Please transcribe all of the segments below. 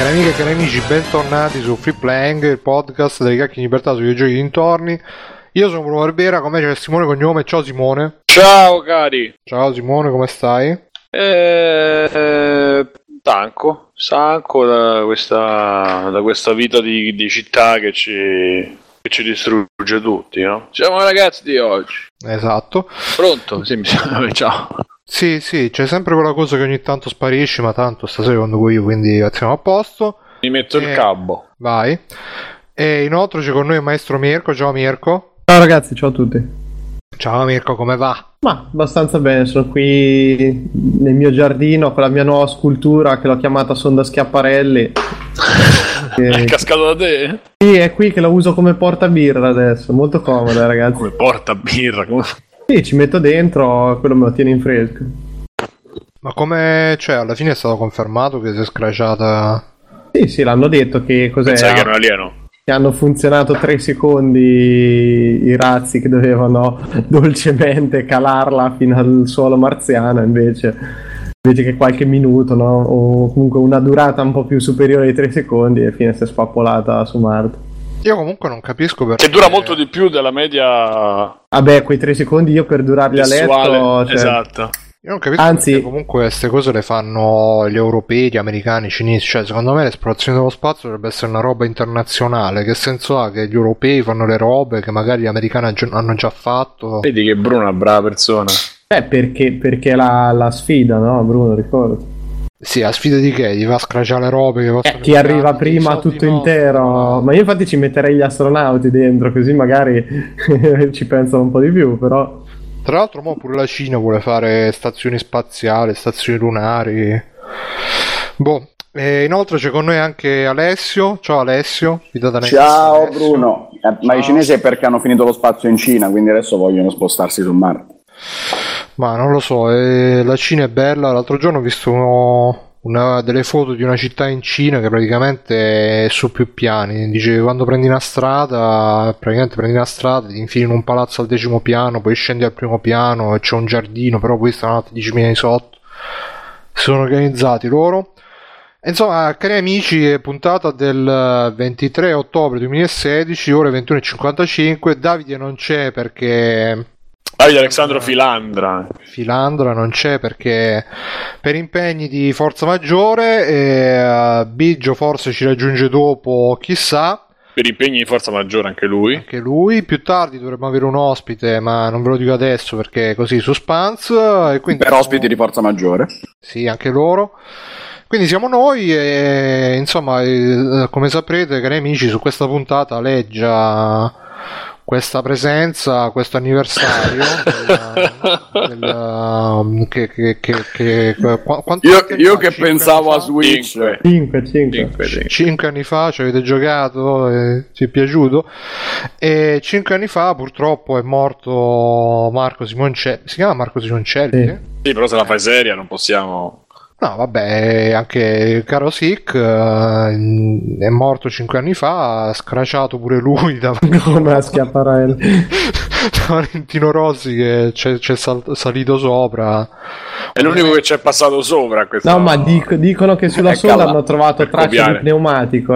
Cari amiche e cari amici, bentornati su Free Playing, il podcast delle chiacchiere in libertà sui videogiochi dintorni. Io sono Bruno Barbera, con me c'è Simone Cognome. Ciao Simone. Ciao cari. Ciao Simone, come stai? Stanco da questa vita di città che ci distrugge tutti, no? Siamo i ragazzi di oggi. Esatto. Pronto? Sì, ciao. Sì, c'è sempre quella cosa che ogni tanto sparisce, ma tanto stasera conduco io, quindi siamo a posto. Mi metto il cabbo. Vai. E inoltre c'è con noi il maestro Mirko. Ciao Mirko. Ciao ragazzi, ciao a tutti. Ciao Mirko, come va? Ma abbastanza bene, sono qui nel mio giardino con la mia nuova scultura che l'ho chiamata Sonda Schiaparelli. È cascato da te? Sì, è qui che la uso come portabirra adesso, molto comoda ragazzi. Come portabirra? Sì, ci metto dentro, quello me lo tiene in fresco. Ma come, cioè, alla fine è stato confermato che si è scrasciata? Sì, l'hanno detto che cos'è? Sai che era un alieno? Che hanno funzionato 3 secondi i razzi che dovevano dolcemente calarla fino al suolo marziano, invece che qualche minuto, no? O comunque una durata un po' più superiore ai 3 secondi e alla fine si è spappolata su Marte. Io comunque non capisco perché... Che dura molto di più della media... Vabbè, quei 3 secondi io per durarli visuale, a letto... Cioè... Esatto. Io non capisco perché comunque queste cose le fanno gli europei, gli americani, i cinesi. Cioè, secondo me l'esplorazione dello spazio dovrebbe essere una roba internazionale. Che senso ha che gli europei fanno le robe che magari gli americani hanno già fatto? Vedi che Bruno è una brava persona. Perché la sfida, no Bruno, ricordo. Sì, a sfida di che? Gli va a scracciare le robe che possono chi arriva prima tutto intero. Ma io infatti ci metterei gli astronauti dentro, così magari ci pensano un po' di più, però. Tra l'altro mo pure la Cina vuole fare stazioni spaziali, stazioni lunari. Boh. E inoltre c'è con noi anche Alessio. Ciao Alessio. Ciao Alessio. Bruno. Ma i cinesi è perché hanno finito lo spazio in Cina, quindi adesso vogliono spostarsi su Marte. Ma non lo so, la Cina è bella. L'altro giorno ho visto delle foto di una città in Cina che praticamente è su più piani. Dice che quando prendi una strada, ti infili in un palazzo al 10° piano, poi scendi al 1° piano e c'è un giardino, però poi stanno altri 10 piani sotto. Si sono organizzati loro. Insomma, cari amici, puntata del 23 ottobre 2016, ore 21:55. Davide non c'è perché... Davide Alessandro Filandra non c'è perché per impegni di forza maggiore, e Biggio forse ci raggiunge dopo, chissà. Per impegni di forza maggiore anche lui. Più tardi dovremmo avere un ospite, ma non ve lo dico adesso perché così suspense. E quindi per ospiti di forza maggiore. Sì, anche loro. Quindi siamo noi e insomma, come saprete cari amici, su questa puntata aleggia questa presenza, questo anniversario io che pensavo a Switch 5 anni fa ci avete giocato e ci è piaciuto, e 5 anni fa purtroppo è morto Marco Simoncelli. Si chiama Marco Simoncelli? Sì, però se la fai seria non possiamo... No, vabbè, anche caro Sick è morto 5 anni fa, ha scrasciato pure lui da come a Schiaparelli. Valentino Rossi che c'è salito sopra. È l'unico che c'è passato sopra a questa... No, ma dicono che sulla sonda hanno trovato tracce di pneumatico,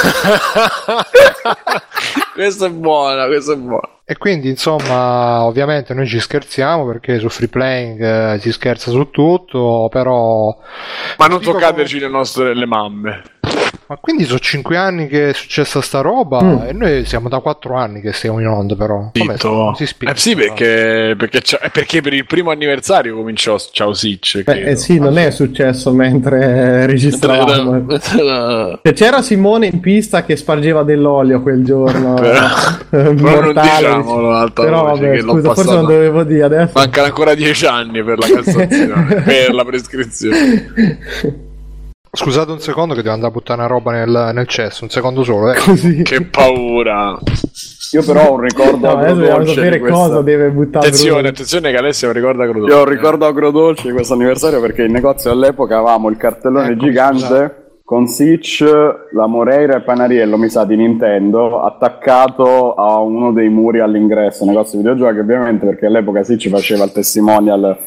Questa è buona. E quindi insomma, ovviamente noi ci scherziamo perché su Free Playing si scherza su tutto, però... Ma non toccateci le mamme. Ma quindi sono 5 anni che è successa sta roba e noi siamo da 4 anni che stiamo in onda, però. Si spiega? Sì, perché per il primo anniversario cominciò Ciao Sitch. Sì, non è successo mentre registravamo. C'era Simone in pista che spargeva dell'olio quel giorno. Però non diciamolo, però vabbè, scusa, forse non dovevo dire adesso. Mancano ancora 10 anni per la Cassazione, per la prescrizione. Scusate un secondo che devo andare a buttare una roba nel cesso, un secondo solo, Così. Che paura. Io però ho un ricordo agrodolce sapere di questa... cosa deve buttare. Attenzione che Alessio non ricorda agrodolce. Io ho un ricordo agrodolce di questo anniversario perché in negozio all'epoca avevamo il cartellone gigante con Sitch, la Moreira e Panariello, mi sa, di Nintendo, attaccato a uno dei muri all'ingresso, negozio di videogiochi ovviamente, perché all'epoca Sitch faceva il testimonial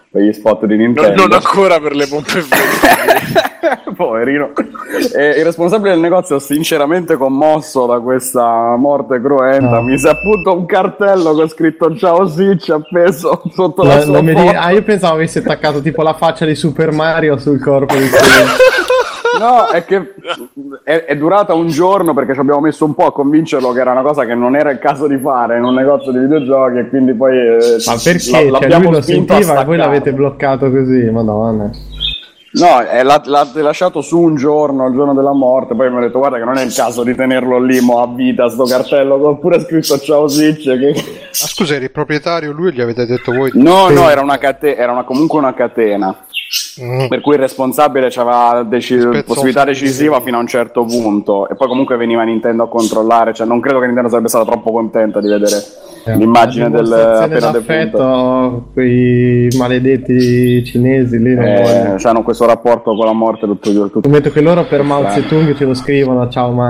per gli spot di Nintendo. Non ancora per le pompe funebri. Poverino. E il responsabile del negozio, sinceramente commosso da questa morte cruenta, mise appunto un cartello con scritto "Ciao Switch" appeso sotto la sua foto. Io pensavo avesse attaccato tipo la faccia di Super Mario sul corpo di Switch. No, è che è durata un giorno perché ci abbiamo messo un po' a convincerlo che era una cosa che non era il caso di fare in un negozio di videogiochi, e quindi poi ma perché? Lui lo sentiva e voi l'avete bloccato così, madonna. No, l'ha lasciato su un giorno, il giorno della morte. Poi mi ha detto: guarda che non è il caso di tenerlo lì a vita sto cartello con pure scritto "Ciao Switch". Scusa, eri il proprietario lui, gli avete detto voi? No, era comunque una catena. Per cui il responsabile aveva possibilità decisiva fino a un certo punto, e poi comunque veniva Nintendo a controllare, cioè non credo che Nintendo sarebbe stata troppo contenta di vedere l'immagine del appena defunto. Quei maledetti cinesi lì hanno questo rapporto con la morte tutto. Scommetto che loro per Mao Zedong ce lo scrivono "ciao Mao".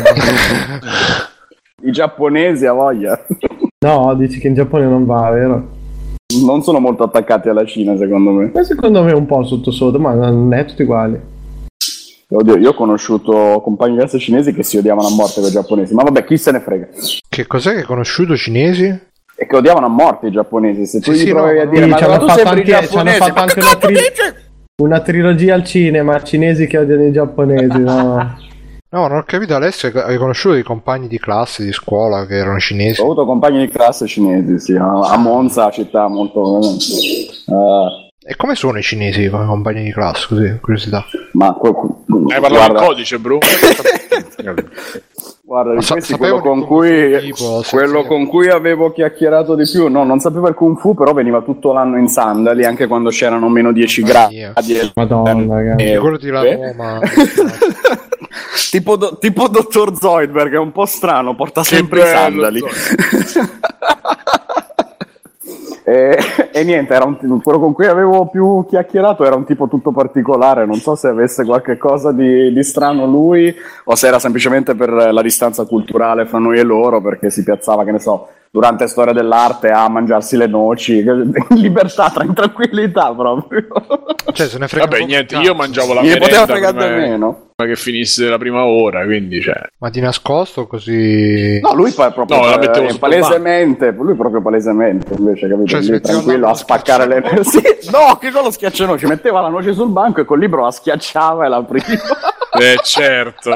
I giapponesi a voglia. No, dici che in Giappone non va, vero? Non sono molto attaccati alla Cina, secondo me. Secondo me un po' sotto, ma non è tutti uguali. Oddio, io ho conosciuto compagni di classe cinesi che si odiavano a morte con i giapponesi, ma vabbè, chi se ne frega. Che cos'è che hai conosciuto cinesi? E che odiavano a morte i giapponesi. Se tu sì, gli provi a dire, ma tu sembri giapponese, fatto anche una trilogia al cinema, cinesi che odiano i giapponesi, no? No, non ho capito, Alessio, hai conosciuto dei compagni di classe, di scuola che erano cinesi? Ho avuto compagni di classe cinesi, sì, a Monza, città molto... E come sono i cinesi come compagni di classe, così, curiosità? Ma hai parlato in codice, bro? Guarda, di questi quello con cui avevo chiacchierato di più, no, non sapevo il Kung Fu, però veniva tutto l'anno in sandali, anche quando c'erano meno 10 gradi. Madonna, ragazzi. Quello di Roma. Tipo Dottor Zoidberg, è un po' strano, porta sempre i sandali. E niente, quello con cui avevo più chiacchierato era un tipo tutto particolare, non so se avesse qualche cosa di strano lui o se era semplicemente per la distanza culturale fra noi e loro, perché si piazzava, che ne so, durante storia dell'arte a mangiarsi le noci in libertà, in tranquillità proprio. Cioè, se ne frega. Vabbè, niente, io mangiavo la merenda, poteva fregare meno che finisse la prima ora, quindi ma di nascosto così? No, lui poi proprio palesemente invece, capito? Cioè, lui tranquillo a spaccare le sì, no, che quello schiacciano, ci metteva la noce sul banco e col libro la schiacciava e la apriva. Certo.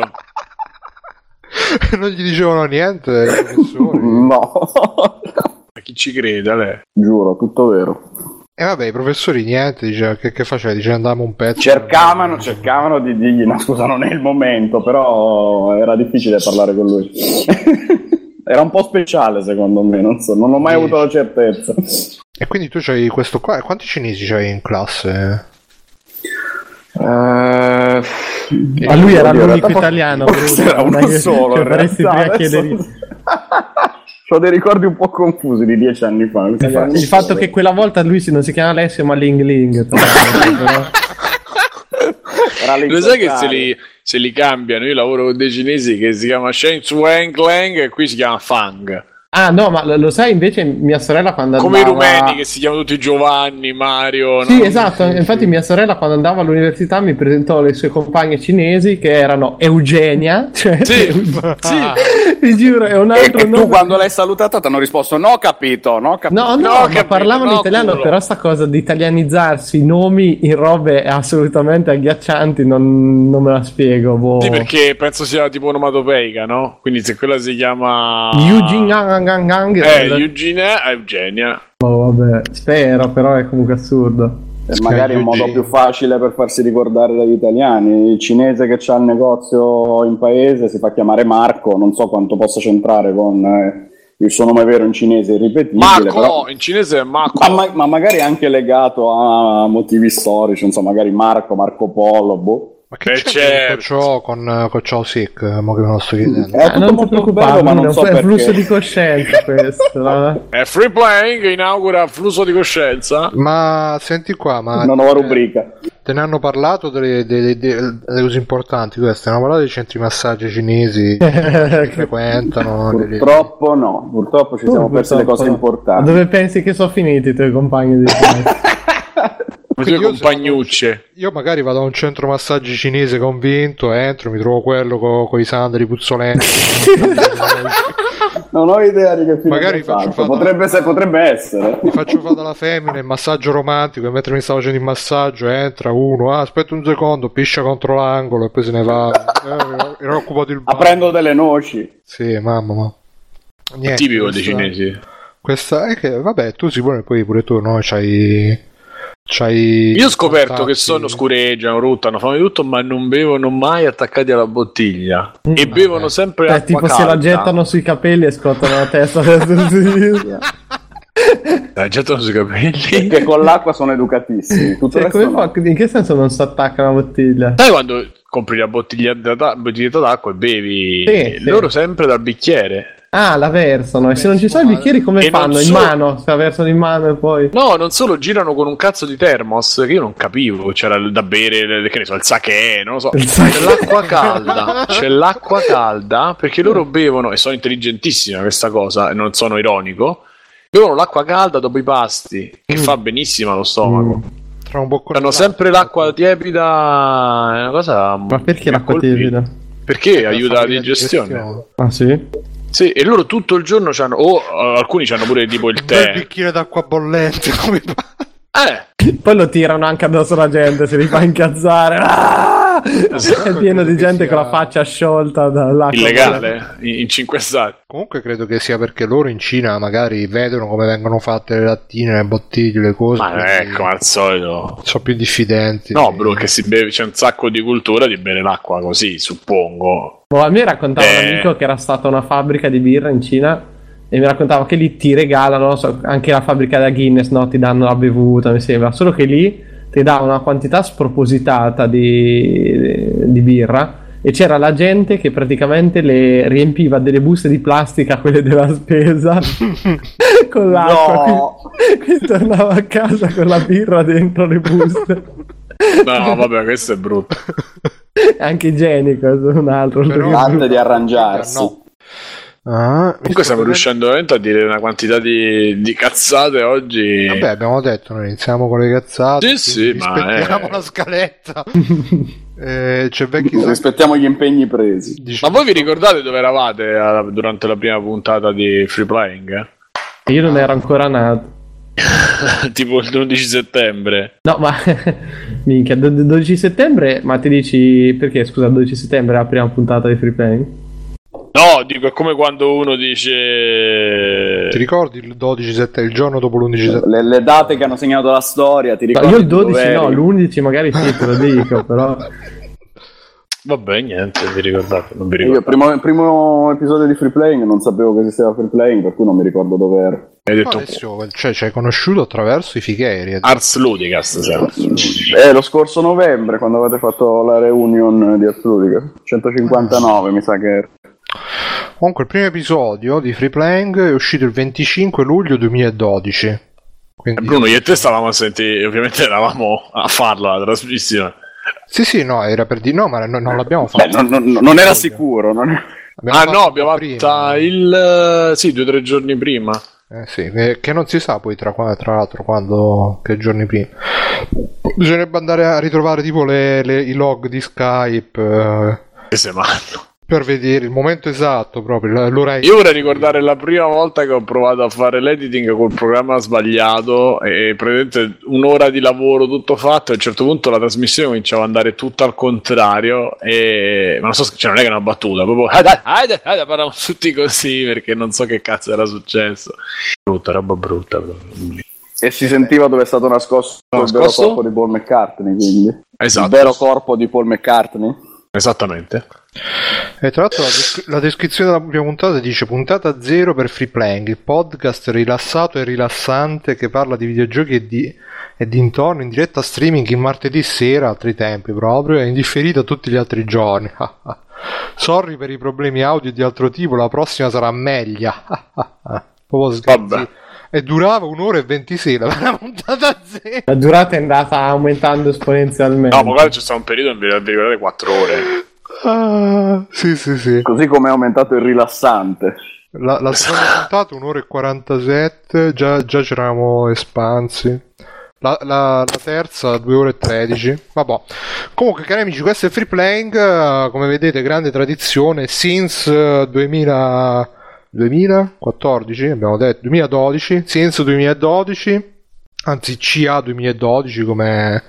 Non gli dicevano niente, professori? No. Ma chi ci crede, lei? Giuro, tutto vero. E vabbè, i professori niente, diceva che faceva? Dice andavamo un pezzo. Cercavano di dirgli, no scusa, non è il momento, però era difficile parlare con lui. Era un po' speciale secondo me, non so, non ho mai avuto la certezza. E quindi tu c'hai questo qua, quanti cinesi c'hai in classe? Ma lui era l'unico italiano, era uno solo, ho dei ricordi un po' confusi di 10 anni fa. Il fatto che quella volta lui non si chiama Alessio ma Ling Ling. Lo sai che se li cambiano? Io lavoro con dei cinesi che si chiama Shen Wang Lang e qui si chiama Fang. Ah no, ma lo sai invece mia sorella quando andava... Come i rumeni che si chiamano tutti Giovanni, Mario... Sì, no? Esatto, infatti mia sorella quando andava all'università mi presentò le sue compagne cinesi che erano Eugenia, cioè... Sì, mi giuro, è un altro nome. E tu quando l'hai salutata ti hanno risposto no capito. No, ma parlavano italiano, culo. Però sta cosa di italianizzarsi i nomi in robe assolutamente agghiaccianti non me la spiego. Boh. Sì, perché penso sia tipo onomatopeica, no? Quindi se quella si chiama... Eugenia Eugenia. Oh, vabbè, spero, però è comunque assurdo. Magari un modo più facile per farsi ricordare dagli italiani. Il cinese che c'ha il negozio in paese si fa chiamare Marco, non so quanto possa c'entrare con il suo nome vero in cinese irripetibile. Marco, però... in cinese è Marco. Ma magari anche legato a motivi storici, non so, magari Marco Polo, boh. Ma che c'è con Ciao Sick? Mo che me lo sto chiedendo. È tutto molto bello, ma non so perché. È flusso di coscienza questo. È Free Playing che inaugura flusso di coscienza. Ma senti qua, una nuova rubrica. Te ne hanno parlato delle cose importanti queste? Ne hanno parlato dei centri massaggio cinesi che frequentano? Purtroppo no, purtroppo ci siamo persi le cose importanti. Dove pensi che sono finiti i tuoi compagni di classe? le tue compagnucce. Io magari vado a un centro massaggi cinese convinto, entro, mi trovo quello con i sandali puzzolenti. Non ho idea di che film magari potrebbe essere. Mi faccio fare dalla femmina il massaggio romantico e mentre mi sta facendo il massaggio entra uno, aspetta un secondo, piscia contro l'angolo e poi se ne va. Era occupato il bagno. Aprendo delle noci. Sì, mamma. Niente, tipico dei cinesi. Questa è che, vabbè, tu Simone poi pure tu, no? C'hai io ho scoperto che scureggiano, ruttano, fanno di tutto, ma non bevono mai attaccati alla bottiglia e bevono sempre acqua tipo calda. se la gettano sui capelli e scottano la testa la gettano sui capelli che con l'acqua sono educatissimi. Tutto il resto no. In che senso non si attacca la bottiglia? Sai quando compri la bottiglietta d'acqua e bevi loro sempre dal bicchiere? Ah, la versano. E se non ci sono i bicchieri come fanno? In mano? Se la versano in mano e poi... No, non solo, girano con un cazzo di termos che io non capivo. C'era da bere, che ne so, il sake, non lo so. C'è l'acqua calda. C'è l'acqua calda perché loro bevono, e sono intelligentissima questa cosa, e non sono ironico, bevono l'acqua calda dopo i pasti, che fa benissimo allo stomaco. Tra un boccone hanno sempre l'acqua tiepida, è una cosa... Ma perché l'acqua tiepida? Perché aiuta la digestione. Ah sì? Sì, e loro tutto il giorno c'hanno, alcuni c'hanno pure tipo il tè. Un bicchiere d'acqua bollente come Poi lo tirano anche addosso alla gente, se li fa incazzare. È pieno di gente con la faccia sciolta dall'acqua. Illegale, in 5 stati. Comunque credo che sia perché loro in Cina magari vedono come vengono fatte le lattine, le bottiglie, le cose. Ma ecco, al solito sono più diffidenti. No, bro, che si beve, c'è un sacco di cultura di bere l'acqua così, suppongo. A me raccontava un amico che era stata una fabbrica di birra in Cina e mi raccontava che lì ti regalano, anche la fabbrica da Guinness, no, ti danno la bevuta, mi sembra, solo che lì ti dà una quantità spropositata di birra e c'era la gente che praticamente le riempiva delle buste di plastica, quelle della spesa, con l'acqua. No. Quindi tornava a casa con la birra dentro le buste. No, vabbè, questo è brutto. È anche igienico, è un altro. Tante di arrangiarsi. No. Comunque stiamo riuscendo veramente a dire una quantità di cazzate oggi. Vabbè, abbiamo detto, noi iniziamo con le cazzate. Sì, rispettiamo la scaletta. C'è vecchi rispettiamo gli impegni presi. Ma voi vi ricordate dove eravate durante la prima puntata di Free Playing? Io non ero ancora nato. Tipo il 12 settembre. No, ma minchia, 12 settembre, ma ti dici perché, scusa, il 12 settembre è la prima puntata di Free Playing? No, dico, è come quando uno dice... Ti ricordi il 12 settembre, il giorno dopo l'11 settembre? Le date che hanno segnato la storia, ti ricordi? Io il 12 no, l'11 magari sì, te lo dico, però... Vabbè, niente, vi ricordate, non vi ricordo. Io primo episodio di Free Playing non sapevo che esisteva Free Playing, per cui non mi ricordo dove ero. Hai detto Alessio, cioè ci hai conosciuto attraverso i Fighieri. Ars Ludicast, Lo scorso novembre, quando avete fatto la reunion di Ars Ludicast, 159 mi sa che era. Comunque il primo episodio di Free Playing è uscito il 25 luglio 2012. Quindi... Bruno, io e te stavamo a sentire, ovviamente eravamo a farla la trasmissione. Sì, no, era per dire no, ma non l'abbiamo fatto. Non era sicuro. Abbiamo fatta il... sì, 2 o 3 giorni prima. Sì, che non si sa poi tra l'altro quando, che giorni prima. Bisognerebbe andare a ritrovare tipo i log di Skype. Che se vanno. Per vedere il momento esatto proprio l'ora. Io vorrei ricordare la prima volta che ho provato a fare l'editing col programma sbagliato e praticamente un'ora di lavoro tutto fatto e a un certo punto la trasmissione cominciava ad andare tutto al contrario ma non so, cioè non è che è una battuta, proprio parlavamo tutti così perché non so che cazzo era successo. Roba brutta. E si sentiva dove è stato nascosto il vero corpo di Paul McCartney, quindi esatto. Il vero corpo di Paul McCartney. Esattamente. E tra l'altro la descrizione della prima puntata dice: puntata 0 per Free Playing, il podcast rilassato e rilassante che parla di videogiochi e dintorno in diretta streaming il martedì sera, altri tempi proprio, e in differita tutti gli altri giorni. Sorry per i problemi audio di altro tipo, la prossima sarà meglio. Proprio scherzi. E durava 1 ora e 26, la puntata 0. La durata è andata aumentando esponenzialmente. No, magari c'è stato un periodo in cui vi ricordate 4 ore. Sì. Così come è aumentato il rilassante. La seconda puntata 1 ora e 47, già c'eravamo espansi. La terza 2 ore e 13. Vabbè. Comunque, cari amici, questo è Free Playing, come vedete, grande tradizione since 2014, abbiamo detto 2012, since 2012, anzi CA 2012 come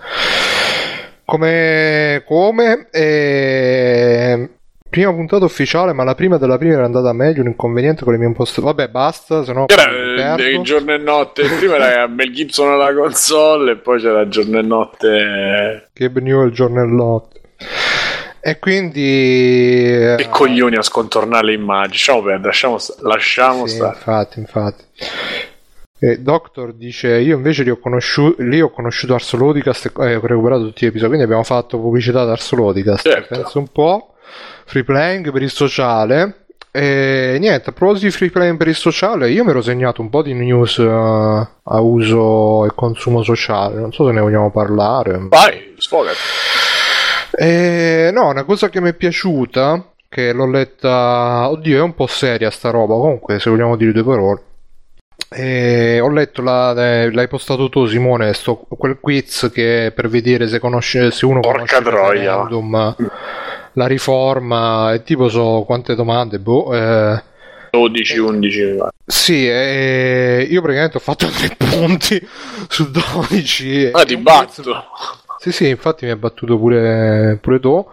prima puntata ufficiale, ma la prima della prima era andata meglio, un inconveniente con le mie impostazioni. Vabbè, basta, sennò era giorno e notte. Prima era Mel Gibson alla console e poi c'era giorno e notte. Gabe Newell giorno e notte. E quindi che coglioni a scontornare le immagini. Lasciamo sì, stare. Infatti. Doctor dice: io invece ho conosciuto Arsolodicast e ho recuperato tutti gli episodi, quindi abbiamo fatto pubblicità ad Arsolodicast. Certo. Penso un po'. Free Playing per il sociale. E niente, a proposito di Free Playing per il sociale, io mi ero segnato un po' di news a uso e consumo sociale, non so se ne vogliamo parlare. Vai, sfogati. No, una cosa che mi è piaciuta, che l'ho letta, oddio, è un po' seria sta roba, comunque se vogliamo dire due parole. Ho letto, l'hai postato tu, Simone, quel quiz che per vedere se uno conosce il referendum, la riforma, e tipo quante domande, 12, 11. Sì, io praticamente ho fatto 3 punti su 12. Ti batto. Sì, infatti mi ha battuto pure tu.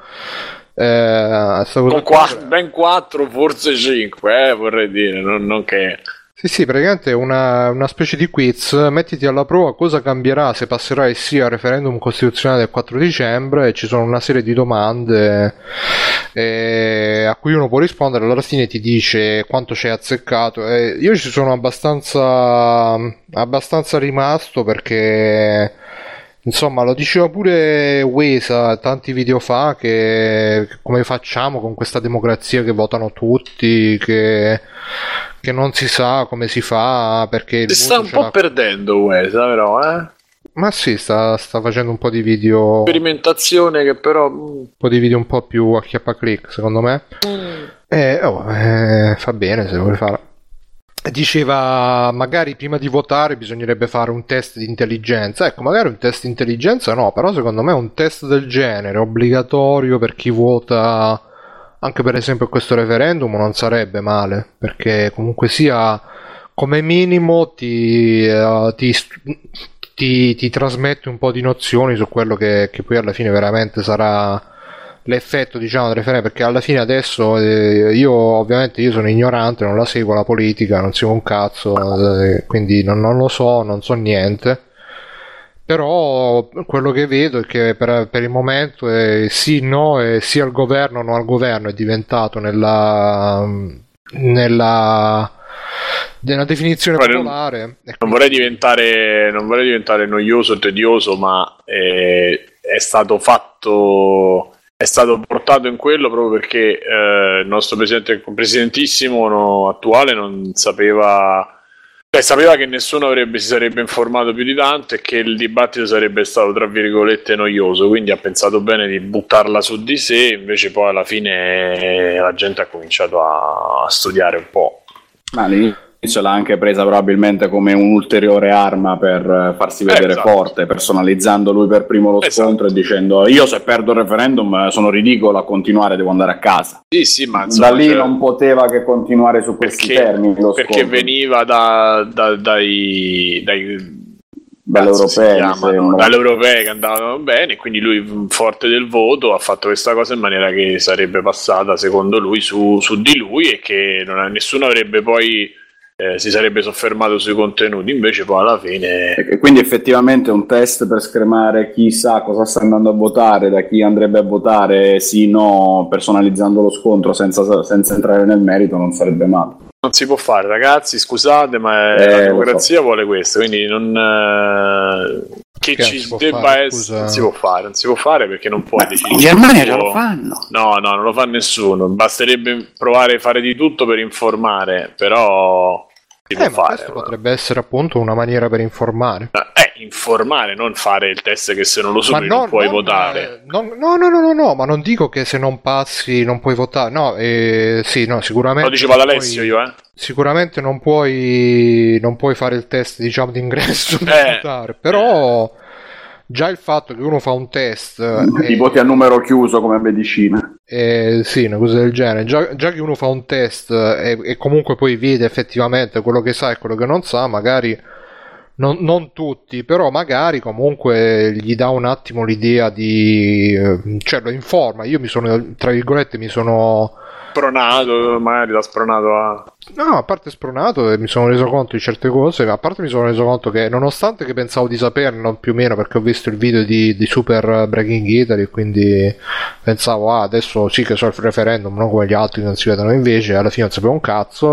Con ben 4, forse 5, vorrei dire, non che... Sì, praticamente è una specie di quiz. Mettiti alla prova cosa cambierà se passerai sì al referendum costituzionale del 4 dicembre, e ci sono una serie di domande a cui uno può rispondere. Alla fine ti dice quanto ci hai azzeccato. Io ci sono abbastanza rimasto, perché insomma lo diceva pure Wesa tanti video fa, che come facciamo con questa democrazia che votano tutti, che non si sa come si fa, perché si sta un po' perdendo Wesa, però ma sì, sta facendo un po' di video sperimentazione, che però un po' di video un po' più a chiappaclick, secondo me. Fa bene se vuole fare. Diceva magari prima di votare bisognerebbe fare un test di intelligenza. Ecco, magari un test di intelligenza no, però secondo me un test del genere obbligatorio per chi vota, anche per esempio questo referendum, non sarebbe male, perché comunque sia, come minimo ti trasmette un po' di nozioni su quello che poi alla fine veramente sarà l'effetto, diciamo, del referendum, perché alla fine adesso io ovviamente sono ignorante, non la seguo la politica, non seguo un cazzo, quindi non lo so, non so niente. Però quello che vedo è che per il momento è sì, no, e sì al governo, no al governo, è diventato nella definizione popolare. Non vorrei diventare noioso e tedioso, ma è stato portato in quello proprio perché il nostro presidentissimo attuale non sapeva che nessuno si sarebbe informato più di tanto e che il dibattito sarebbe stato tra virgolette noioso, quindi ha pensato bene di buttarla su di sé. Invece poi alla fine la gente ha cominciato a studiare un po'. Ma all'inizio l'ha anche presa probabilmente come un'ulteriore arma per farsi vedere forte, personalizzando lui per primo lo scontro e dicendo: io se perdo il referendum sono ridicolo a continuare, devo andare a casa. Sì, ma insomma, da lì non poteva che continuare su questi termini perché veniva dall'europei che andavano bene, quindi lui, forte del voto, ha fatto questa cosa in maniera che sarebbe passata secondo lui su di lui, e che nessuno avrebbe poi si sarebbe soffermato sui contenuti. Invece poi alla fine, e quindi effettivamente un test per scremare chi sa cosa sta andando a votare da chi andrebbe a votare sì, no, personalizzando lo scontro senza entrare nel merito, non sarebbe male. Non si può fare, ragazzi, scusate, ma la democrazia vuole questo, quindi che ci debba essere, non si può fare perché non puoi decidere. In Germania già lo fanno. No, non lo fa nessuno, basterebbe provare a fare di tutto per informare, però si può fare. Questo potrebbe essere appunto una maniera per informare. Informare, non fare il test che se non lo superi non puoi votare. No, ma non dico che se non passi non puoi votare. No, sì, no, sicuramente. Lo diceva ad Alessio io, sicuramente non puoi fare il test, diciamo, d'ingresso per votare, però già il fatto che uno fa un test i voti a numero chiuso come medicina, sì, una cosa del genere, già che uno fa un test e comunque poi vede effettivamente quello che sa e quello che non sa, magari non tutti, però magari comunque gli dà un attimo l'idea cioè lo informa. Io tra virgolette mi sono spronato, magari l'ha spronato No, a parte spronato, mi sono reso conto di certe cose, ma a parte mi sono reso conto che, nonostante che pensavo di saperne, non più o meno, perché ho visto il video di Super Breaking Italy, quindi pensavo, adesso sì che so il referendum, non come gli altri che non si vedono, invece alla fine non sapevo un cazzo,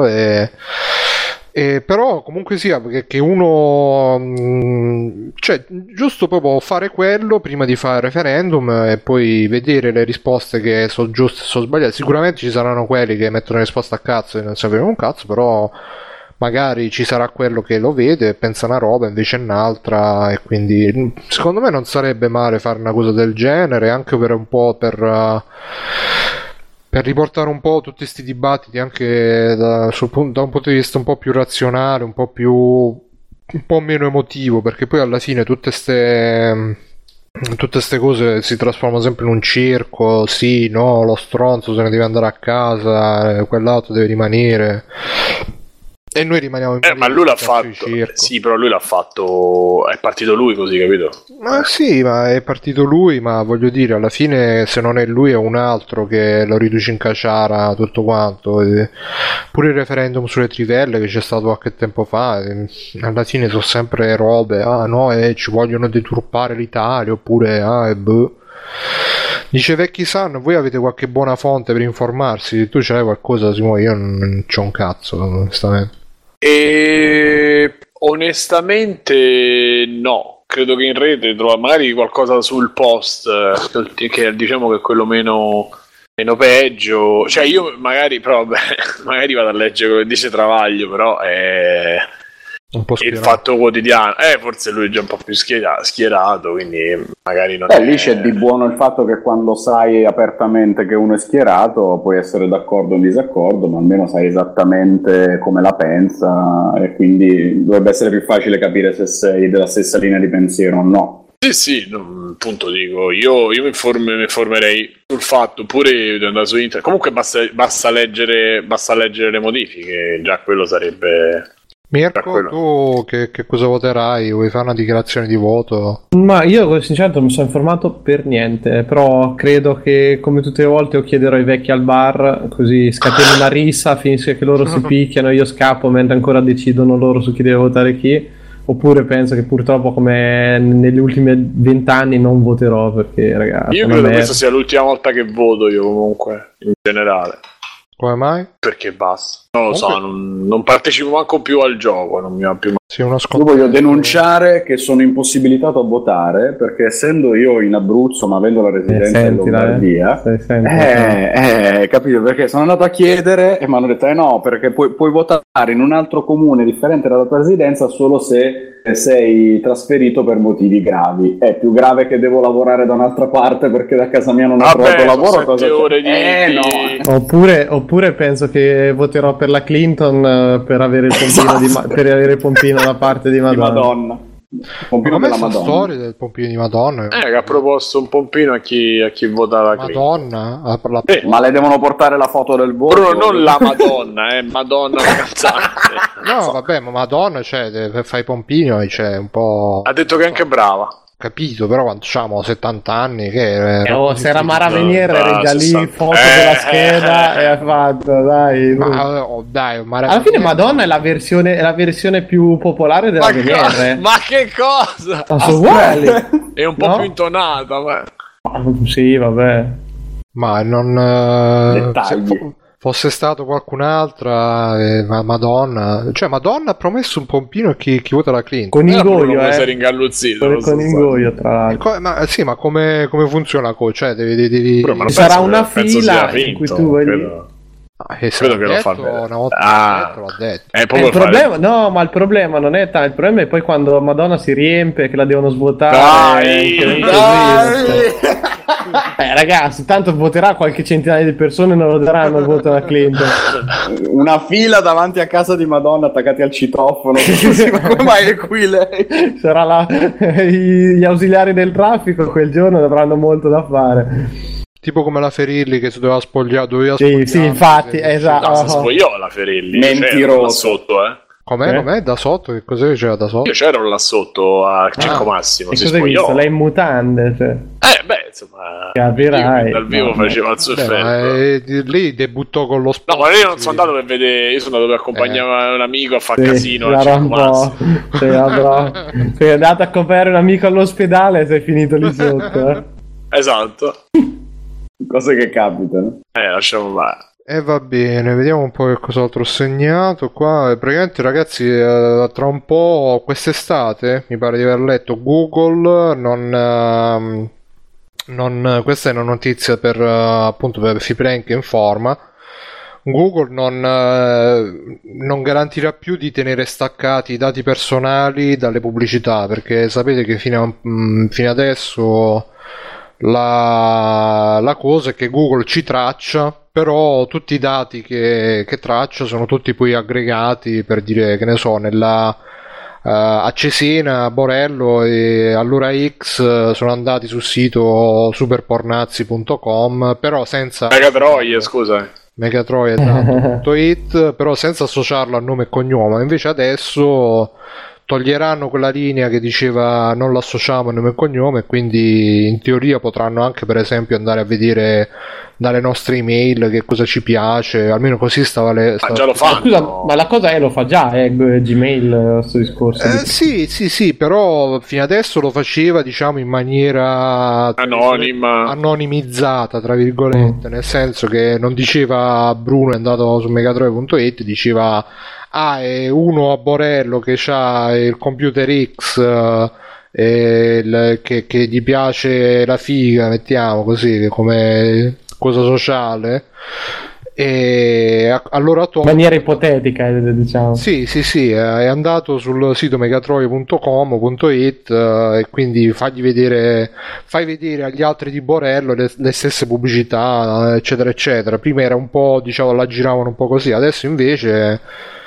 però comunque sia che uno cioè giusto proprio fare quello prima di fare il referendum e poi vedere le risposte che sono giuste e sono sbagliate. Sicuramente ci saranno quelli che mettono le risposte a cazzo e non sapevano un cazzo, però magari ci sarà quello che lo vede e pensa una roba invece un'altra, e quindi secondo me non sarebbe male fare una cosa del genere, anche per un po' per riportare un po' tutti questi dibattiti anche da un punto di vista un po' più razionale, un po' meno emotivo, perché poi alla fine tutte ste cose si trasformano sempre in un circo. Sì, no, lo stronzo se ne deve andare a casa, quell'altro deve rimanere, e noi rimaniamo in ma lui l'ha fatto, sì, però lui l'ha fatto, è partito lui così, capito? Ma sì, ma è partito lui, ma voglio dire, alla fine se non è lui è un altro che lo riduce in caciara tutto quanto. Pure il referendum sulle trivelle che c'è stato qualche tempo fa, alla fine sono sempre robe, no, ci vogliono deturpare l'Italia, oppure boh. Dice Vecchi San, voi avete qualche buona fonte per informarsi? Tu c'hai qualcosa, Simone? Io non c'ho un cazzo, onestamente. Onestamente no, credo che in rete trova magari qualcosa sul post, che diciamo che è quello meno peggio. Cioè io magari, però magari vado a leggere quello che dice Travaglio, però è un po' il Fatto Quotidiano, forse lui è già un po' più schierato, quindi magari non lì c'è di buono il fatto che quando sai apertamente che uno è schierato puoi essere d'accordo o in disaccordo, ma almeno sai esattamente come la pensa, e quindi dovrebbe essere più facile capire se sei della stessa linea di pensiero o no. Sì, appunto dico, io mi informerei sul fatto, pure di andare su internet. Comunque basta leggere le modifiche, già quello sarebbe... Mirko, tu che cosa voterai? Vuoi fare una dichiarazione di voto? Ma io sinceramente non mi sono informato per niente, però credo che come tutte le volte io chiederò ai vecchi al bar, così scateno una rissa, finisce che loro si picchiano, io scappo mentre ancora decidono loro su chi deve votare chi, oppure penso che purtroppo come negli ultimi 20 anni non voterò, perché ragazzi... Io credo che questa sia l'ultima volta che voto io comunque, in generale. Come mai? Perché basta. Non lo so, non partecipo manco più al gioco, non mi va più. Io voglio denunciare che sono impossibilitato a votare, perché essendo io in Abruzzo ma avendo la residenza in Lombardia, capito? Perché sono andato a chiedere e mi hanno detto no, perché puoi votare in un altro comune differente dalla tua residenza solo se sei trasferito per motivi gravi. È più grave che devo lavorare da un'altra parte perché da casa mia non ho trovato lavoro. 7 ore di... no. Oppure penso che voterò per la Clinton per avere il pompino per avere il pompino da parte di Madonna. Pompino della Madonna. Storia del pompino di Madonna. Che ha proposto un pompino a chi vota la Madonna. Ma le devono portare la foto del voto. Però non la Madonna, Madonna la cantante. No, vabbè, ma Madonna, cioè, fai pompino, cioè, un po'... Ha detto che è anche brava. Capito, però quando diciamo 70 anni che se era Mara Veniere era già lì foto della scheda e ha fatto dai, alla fine Madonna è la versione più popolare della Veniere. Ma che cosa? Sono uguali. È un po' più intonata, ma... Sì, vabbè, ma non fosse stato qualcun'altra, Madonna, cioè Madonna ha promesso un pompino a chi vota la Clinton con Ingoio, sei ringalluzzito con Ingoio tra l'altro. Ma come funziona? Cioè devi... sarà una fila in cui tu vai credo che lo fa una volta l'ho detto. Il problema, no, ma il problema non è il problema è poi quando Madonna si riempie che la devono svuotare. Dai. Ragazzi, tanto voterà qualche centinaia di persone, non lo daranno il voto a Clinton. Una fila davanti a casa di Madonna attaccati al citofono. Così, ma come mai è qui lei? Sarà là, gli ausiliari del traffico quel giorno avranno molto da fare. Tipo come la Ferilli che si doveva spogliare. Sì, infatti, esatto. No, si spogliò la Ferilli. Mentiroso. Là sotto, Com'è? Da sotto? Che cosa c'era da sotto? Io c'ero là sotto a Circo Massimo. E Si cosa hai spogliò. visto? Lei in mutande, cioè. Insomma, Capirai. dal vivo faceva il suo effetto. Lei debuttò con lo sport. No, ma io non sono andato per vedere. Io sono andato per accompagnare un amico a fare casino al era Circo un po'. Massimo. Sei andato a comprare un amico all'ospedale e sei finito lì sotto. Esatto. Cose che capitano. Lasciamo fare. E va bene, vediamo un po' che cos'altro ho segnato qua. Praticamente ragazzi, tra un po' quest'estate, mi pare di aver letto, Google questa è una notizia per appunto per Fiprenk Informa. Google non garantirà più di tenere staccati i dati personali dalle pubblicità, perché sapete che fino adesso la cosa è che Google ci traccia, però tutti i dati che traccia sono tutti poi aggregati, per dire, che ne so, a Cesena, Borello e all'ora X sono andati sul sito superpornazzi.com, però senza Megatroie, scusa. Megatroie.it, però senza associarlo a nome e cognome. Invece adesso toglieranno quella linea che diceva non l'associamo a nome e cognome, quindi in teoria potranno anche per esempio andare a vedere dalle nostre email che cosa ci piace, almeno così stava già lo fanno. Scusa, ma la cosa lo fa già, Gmail, questo discorso sì, però fino adesso lo faceva, diciamo, in maniera anonimizzata, tra virgolette, nel senso che non diceva Bruno è andato su megatroie.it, diceva è uno a Borello che ha il computer X che gli piace la figa, mettiamo così come cosa sociale, e allora in maniera ipotetica, diciamo. Sì, è andato sul sito megatroie.com.it e quindi fai vedere agli altri di Borello le stesse pubblicità, eccetera eccetera. Prima era un po', diciamo, la giravano un po' così, adesso invece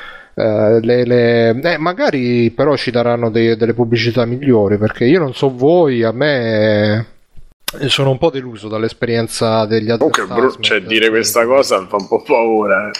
magari però ci daranno delle pubblicità migliori, perché io non so voi, a me sono un po' deluso dall'esperienza degli advertisement. Cioè, dire questa cosa fa un po' paura.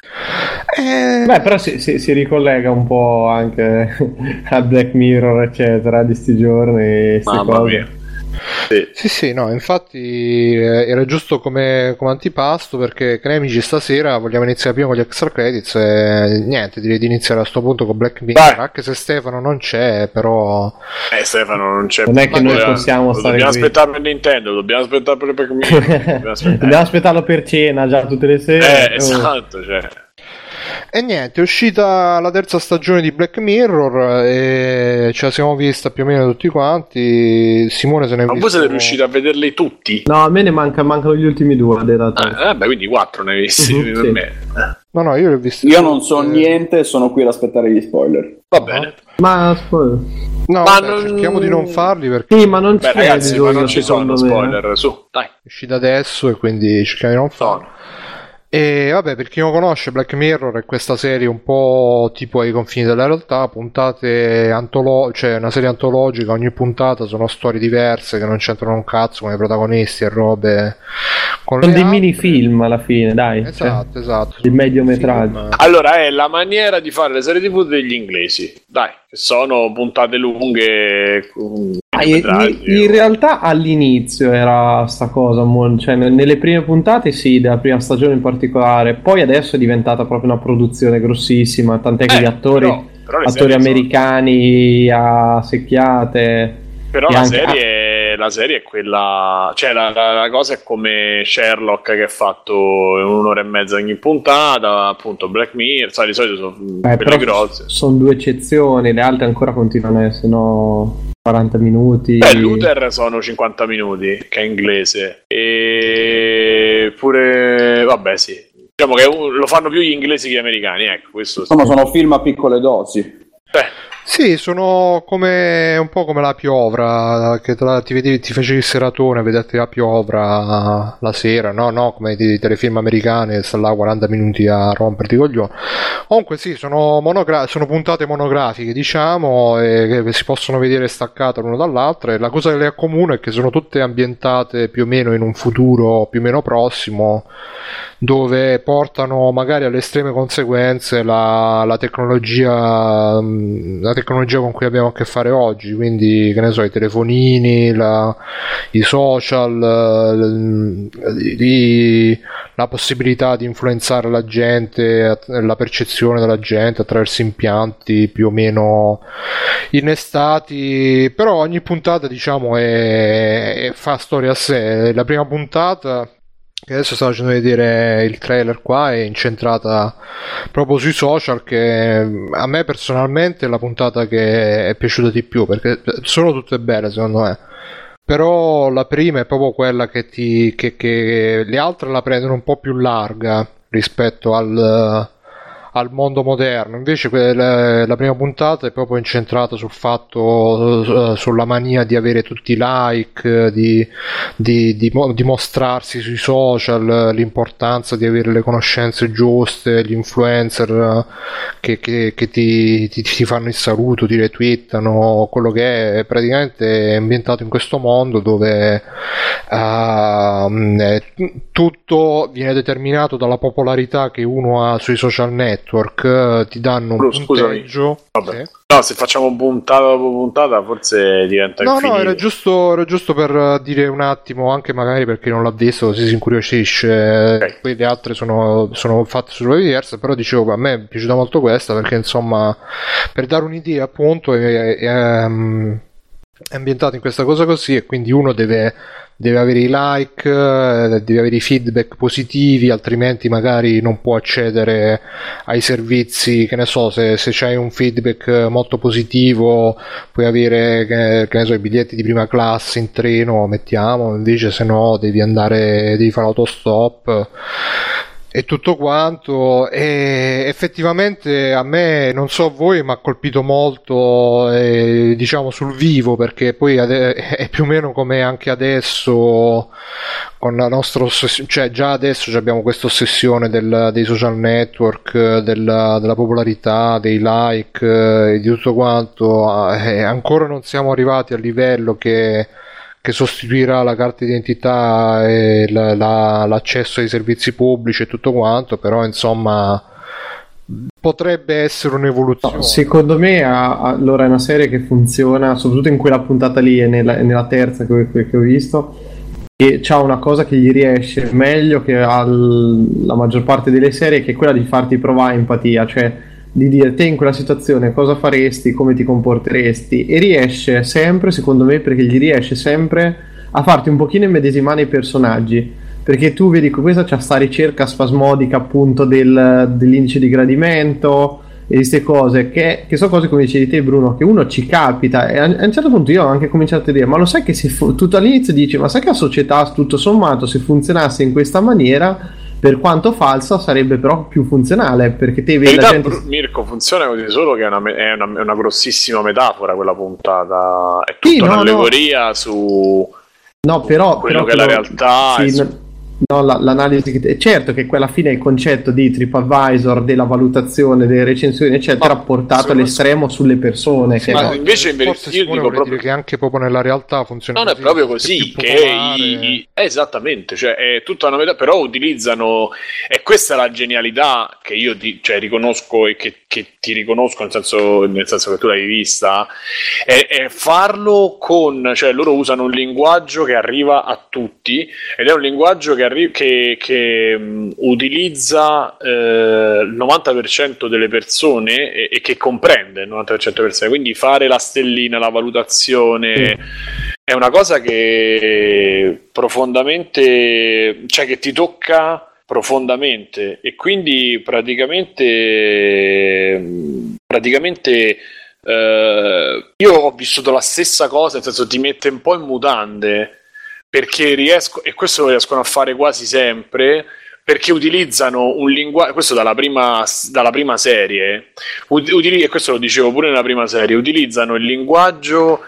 Beh, però si ricollega un po' anche a Black Mirror, eccetera, di sti giorni, Mamma mia. Sì, no, infatti era giusto come antipasto, perché Cremici stasera vogliamo iniziare prima con gli extra credits e niente, direi di iniziare a sto punto con Black Mirror, anche se Stefano non c'è, però Stefano non c'è, non è che noi possiamo stare dobbiamo qui. Aspettare per Nintendo, dobbiamo aspettare per Black Mirror, dobbiamo aspettarlo per cena già tutte le sere. Esatto, cioè. E niente, è uscita la terza stagione di Black Mirror e ce la siamo vista più o meno tutti quanti. Simone se ne è visto. Ma voi siete riusciti a vederli tutti? No, a me ne mancano gli ultimi due della terza. Quindi 4 ne hai visti per sì. me. No, io li ho visti. Io non so niente, sono qui ad aspettare gli spoiler. Va bene. Ma spoiler. No, vabbè, cerchiamo di non farli perché sì, ma non c'è ragazzi, bisogno, ma non ci sono spoiler, su, dai. è uscita adesso e quindi cerchiamo di non farli. E vabbè, per chi non conosce, Black Mirror è questa serie un po' tipo ai confini della realtà, puntate cioè una serie antologica, ogni puntata sono storie diverse che non c'entrano un cazzo con i protagonisti e robe. Sono dei mini film alla fine, dai. Esatto. Di mediometraggio. Allora è la maniera di fare le serie TV degli inglesi, dai, che sono puntate lunghe. In realtà all'inizio era sta cosa, cioè nelle prime puntate sì, della prima stagione in particolare, poi adesso è diventata proprio una produzione grossissima, tant'è che gli attori americani a secchiate. Però la serie è quella, cioè la cosa è come Sherlock che è fatto in 1 ora e mezza ogni puntata, appunto Black Mirror, sai, di solito sono quelle grosse. Sono 2 eccezioni, le altre ancora continuano a essere 40 minuti. Luther sono 50 minuti, che è inglese, e pure vabbè sì, diciamo che lo fanno più gli inglesi che gli americani, ecco, questo sono film a piccole dosi. Sì, sono come un po' come la piovra, che ti facevi il seratone a vederti la piovra la sera, no, come i telefilm americani che sta là 40 minuti a romperti i coglioni. Comunque sì, sono puntate monografiche, diciamo, e che si possono vedere staccate l'una dall'altra, e la cosa che le accomuna è che sono tutte ambientate più o meno in un futuro più o meno prossimo, dove portano magari alle estreme conseguenze la tecnologia con cui abbiamo a che fare oggi, quindi che ne so, i telefonini, i social, la possibilità di influenzare la gente, la percezione della gente attraverso impianti più o meno innestati. Però ogni puntata, diciamo, fa storia a sé. La prima puntata, che adesso stavo facendo vedere il trailer qua, è incentrata proprio sui social, che a me personalmente è la puntata che è piaciuta di più, perché sono tutte belle secondo me, però la prima è proprio quella che le altre la prendono un po' più larga rispetto al mondo moderno. Invece la prima puntata è proprio incentrata sul fatto, sulla mania di avere tutti i like, di mostrarsi sui social, l'importanza di avere le conoscenze giuste, gli influencer che ti fanno il saluto, ti retweetano, quello che è praticamente ambientato in questo mondo dove tutto viene determinato dalla popolarità che uno ha sui social network, ti danno un punteggio. Vabbè. Sì. No, se facciamo puntata dopo puntata forse diventa infinito. No, era giusto per dire un attimo, anche magari perché non l'ha visto, così si incuriosisce. Okay. Poi le altre sono fatte su robe diverse, però dicevo, a me è piaciuta molto questa, perché insomma, per dare un'idea, appunto, è ambientato in questa cosa così, e quindi uno deve avere i like, deve avere i feedback positivi, altrimenti magari non può accedere ai servizi. Che ne so, se c'hai un feedback molto positivo puoi avere, che ne so, i biglietti di prima classe in treno, mettiamo, invece se no devi fare l'autostop e tutto quanto. E effettivamente a me, non so voi, mi ha colpito molto, diciamo sul vivo, perché poi è più o meno come anche adesso con la nostra ossessione, cioè già adesso abbiamo questa ossessione dei social network, della popolarità, dei like, e di tutto quanto. Ancora non siamo arrivati al livello che sostituirà la carta d'identità e l'accesso ai servizi pubblici e tutto quanto, però insomma potrebbe essere un'evoluzione. No, secondo me allora è una serie che funziona soprattutto in quella puntata lì e nella terza che ho visto, e c'ha una cosa che gli riesce meglio che alla maggior parte delle serie, che è quella di farti provare empatia, cioè di dire te in quella situazione cosa faresti, come ti comporteresti, e riesce sempre, secondo me, perché gli riesce sempre a farti un pochino immedesimare i personaggi, perché tu vedi che questa c'ha sta ricerca spasmodica appunto dell'indice di gradimento e di queste cose che sono cose, come dicevi te Bruno, che uno ci capita, e a un certo punto io ho anche cominciato a dire, ma lo sai che tutto all'inizio dici, ma sai che la società tutto sommato se funzionasse in questa maniera, per quanto falsa, sarebbe però più funzionale, perché te vedi la gente... Mirko, funziona così, solo che è una grossissima metafora quella puntata, è tutta un'allegoria su quello che è la realtà. Sì, l'analisi certo che quella fine è il concetto di TripAdvisor, della valutazione, delle recensioni eccetera, portato all'estremo sulle persone, sì, ma invece io dico proprio che anche proprio nella realtà funziona non così, è proprio così, che esattamente, cioè è tutta una metà, però utilizzano, e questa è la genialità che io riconosco e che ti riconosco, nel senso che tu l'hai vista, è farlo cioè loro usano un linguaggio che arriva a tutti, ed è un linguaggio che utilizza il 90% delle persone e che comprende il 90% delle persone, quindi fare la stellina, la valutazione è una cosa che profondamente, cioè che ti tocca profondamente, e quindi praticamente io ho vissuto la stessa cosa, nel senso ti mette un po' in mutande, perché riesco, e questo lo riescono a fare quasi sempre, perché utilizzano un linguaggio, questo dalla prima serie, e questo lo dicevo pure nella prima serie, utilizzano il linguaggio,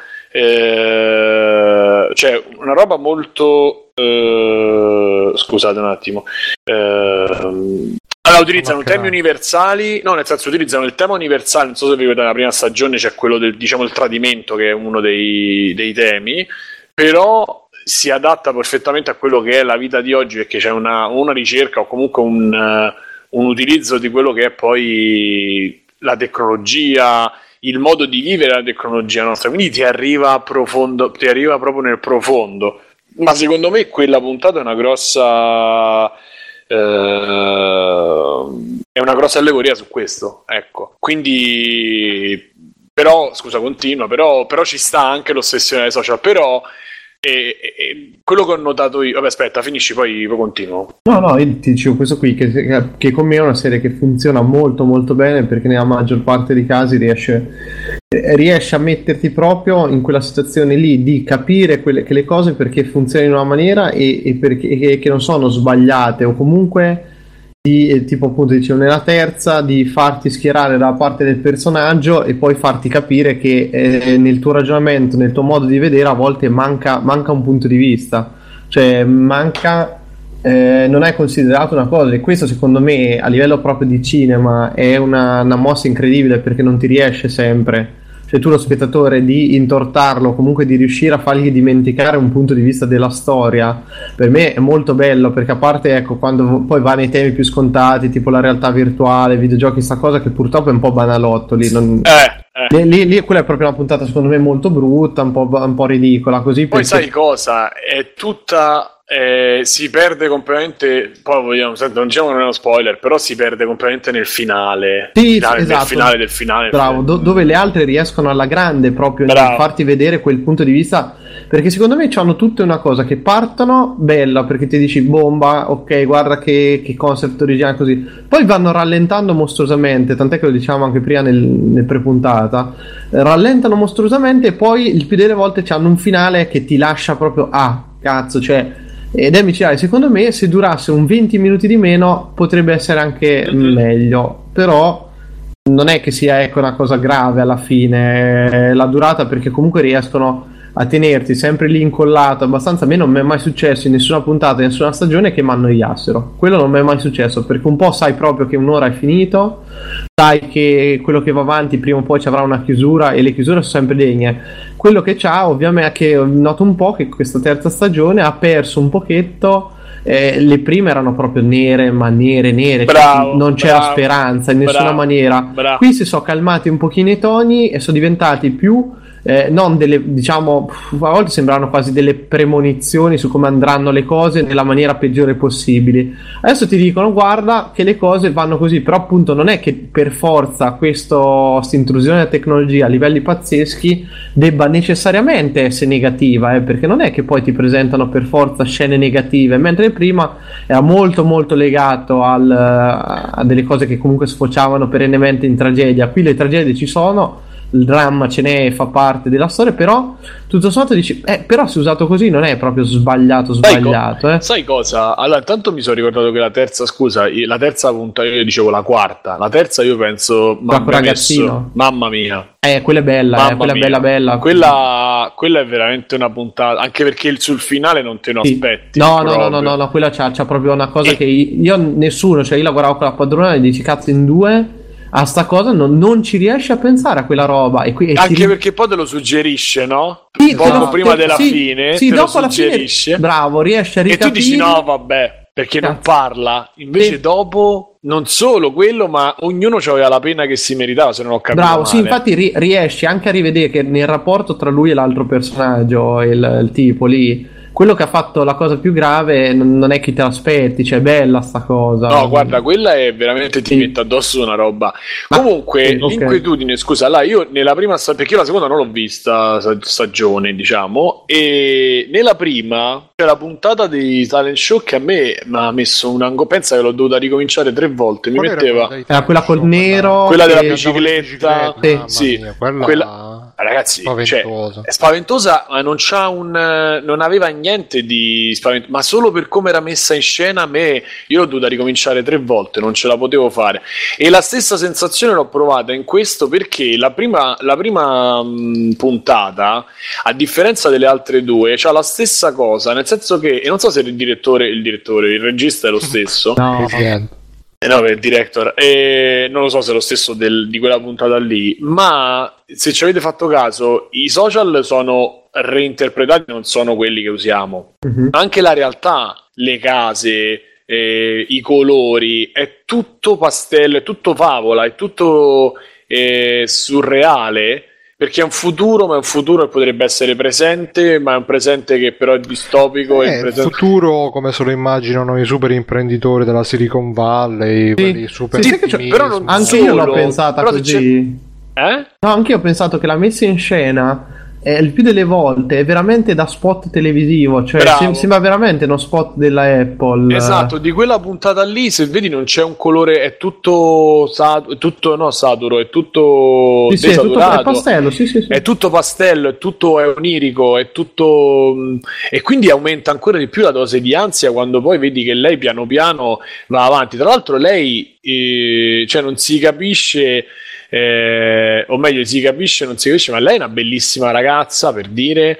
cioè una roba molto, scusate un attimo, allora utilizzano temi universali, no, nel senso utilizzano il tema universale, non so se vi ricordate nella prima stagione c'è quello del, diciamo, il tradimento, che è uno dei temi, però si adatta perfettamente a quello che è la vita di oggi, perché c'è una ricerca o comunque un utilizzo di quello che è poi la tecnologia, il modo di vivere la tecnologia nostra, quindi ti arriva proprio nel profondo. Ma secondo me quella puntata è una grossa allegoria su questo, ecco. Quindi, però, scusa, continua, però ci sta anche l'ossessione dei social, però quello che ho notato io, vabbè, aspetta, finisci, poi continuo. No, io ti dicevo questo qui, che con me è una serie che funziona molto molto bene, perché nella maggior parte dei casi riesce a metterti proprio in quella situazione lì di capire che le cose perché funzionano in una maniera e perché che non sono sbagliate, o comunque tipo appunto dicevo nella terza, di farti schierare dalla parte del personaggio e poi farti capire che nel tuo ragionamento, nel tuo modo di vedere, a volte manca un punto di vista, cioè manca, non è considerato una cosa, e questo secondo me a livello proprio di cinema è una mossa incredibile, perché non ti riesce sempre, cioè tu lo spettatore, di intortarlo, comunque di riuscire a fargli dimenticare un punto di vista della storia, per me è molto bello, perché a parte, ecco, quando poi va nei temi più scontati, tipo la realtà virtuale, videogiochi, sta cosa che purtroppo è un po' banalotto lì, lì quella è proprio una puntata secondo me molto brutta, un po' ridicola così. Poi sai cosa? È tutta... si perde completamente, poi vogliamo, non diciamo che non è uno spoiler, però si perde completamente nel finale, esatto, nel finale del finale, bravo, dove le altre riescono alla grande proprio a farti vedere quel punto di vista, perché secondo me c'hanno tutte una cosa, che partono bella perché ti dici bomba, ok, guarda che concept originale, così poi vanno rallentando mostruosamente, tant'è che lo diciamo anche prima nel pre-puntata, rallentano mostruosamente e poi il più delle volte c'hanno un finale che ti lascia proprio cazzo, cioè. Ed è micidiale. Secondo me se durasse un 20 minuti di meno potrebbe essere anche meglio, però non è che sia, ecco, una cosa grave alla fine la durata, perché comunque riescono a tenerti sempre lì incollato abbastanza. A me non mi è mai successo in nessuna puntata, in nessuna stagione, che mi annoiassero, quello non mi è mai successo, perché un po' sai proprio che un'ora è finito, sai che quello che va avanti prima o poi ci avrà una chiusura, e le chiusure sono sempre degne. Quello che c'ha ovviamente è che noto un po' che questa terza stagione ha perso un pochetto, le prime erano proprio nere, ma nere, bravo, cioè non c'era speranza in nessuna maniera. Qui si sono calmati un pochino i toni e sono diventati più non delle, diciamo, a volte sembrano quasi delle premonizioni su come andranno le cose nella maniera peggiore possibile. Adesso ti dicono guarda che le cose vanno così, però appunto non è che per forza questa intrusione della tecnologia a livelli pazzeschi debba necessariamente essere negativa, perché non è che poi ti presentano per forza scene negative, mentre prima era molto molto legato a delle cose che comunque sfociavano perennemente in tragedia. Qui le tragedie ci sono, il dramma ce n'è, fa parte della storia, però tutto sommato dici però se usato così non è proprio sbagliato. Sai cosa? Allora intanto mi sono ricordato che la terza puntata, io dicevo la quarta, la terza io penso ragazzino, mamma mia, quella è bella, quella bella, quella è veramente una puntata, anche perché sul finale non te lo aspetti. No, quella c'ha proprio una cosa che io nessuno, cioè io lavoravo con la padrona e dici cazzo, in due a sta cosa non ci riesci a pensare a quella roba, anche perché poi te lo suggerisce, no? Poco prima della fine te dopo lo suggerisce, bravo, riesci a ricapire, e tu dici no vabbè, perché non parla, invece dopo non solo quello, ma ognuno aveva la pena che si meritava, se non ho capito bravo male. Sì, infatti riesci anche a rivedere che nel rapporto tra lui e l'altro personaggio, il tipo lì, quello che ha fatto la cosa più grave non è che te l'aspetti, cioè è bella sta cosa. No, guarda, quella è veramente, ti mette addosso una roba. Comunque, l'inquietudine, scusa, là io nella prima perché io la seconda non l'ho vista stagione, diciamo, e nella prima c'è la puntata di talent show che a me mi ha messo pensa che l'ho dovuta ricominciare 3 volte, mi metteva quella col nero, quella della bicicletta, sì, quella ragazzi, Spaventosa. cioè, è spaventosa, ma non aveva niente di spaventoso, ma solo per come era messa in scena io l'ho dovuta ricominciare 3 volte, non ce la potevo fare. E la stessa sensazione l'ho provata in questo, perché la prima puntata, a differenza delle altre 2, c'ha la stessa cosa, nel senso che, e non so se il regista è lo stesso. No. No, il director, non lo so se è lo stesso di quella puntata lì, ma se ci avete fatto caso, i social sono reinterpretati, non sono quelli che usiamo. Anche la realtà, le case, i colori, è tutto pastello, è tutto favola, è tutto surreale. Perché è un futuro, ma è un futuro che potrebbe essere presente, ma è un presente che però è distopico. È il futuro come se lo immaginano i super imprenditori della Silicon Valley, quelli super però non anche solo, io l'ho pensata così. No, anche io ho pensato che la messa in scena il più delle volte è veramente da spot televisivo, cioè sembra veramente uno spot della Apple. Esatto, di quella puntata lì, se vedi, non c'è un colore, è tutto saturo, è tutto desaturato, è pastello, sì. È tutto pastello, è tutto onirico, è tutto, e quindi aumenta ancora di più la dose di ansia quando poi vedi che lei piano piano va avanti. Tra l'altro lei cioè non si capisce, o meglio si capisce, non si capisce, ma lei è una bellissima ragazza, per dire,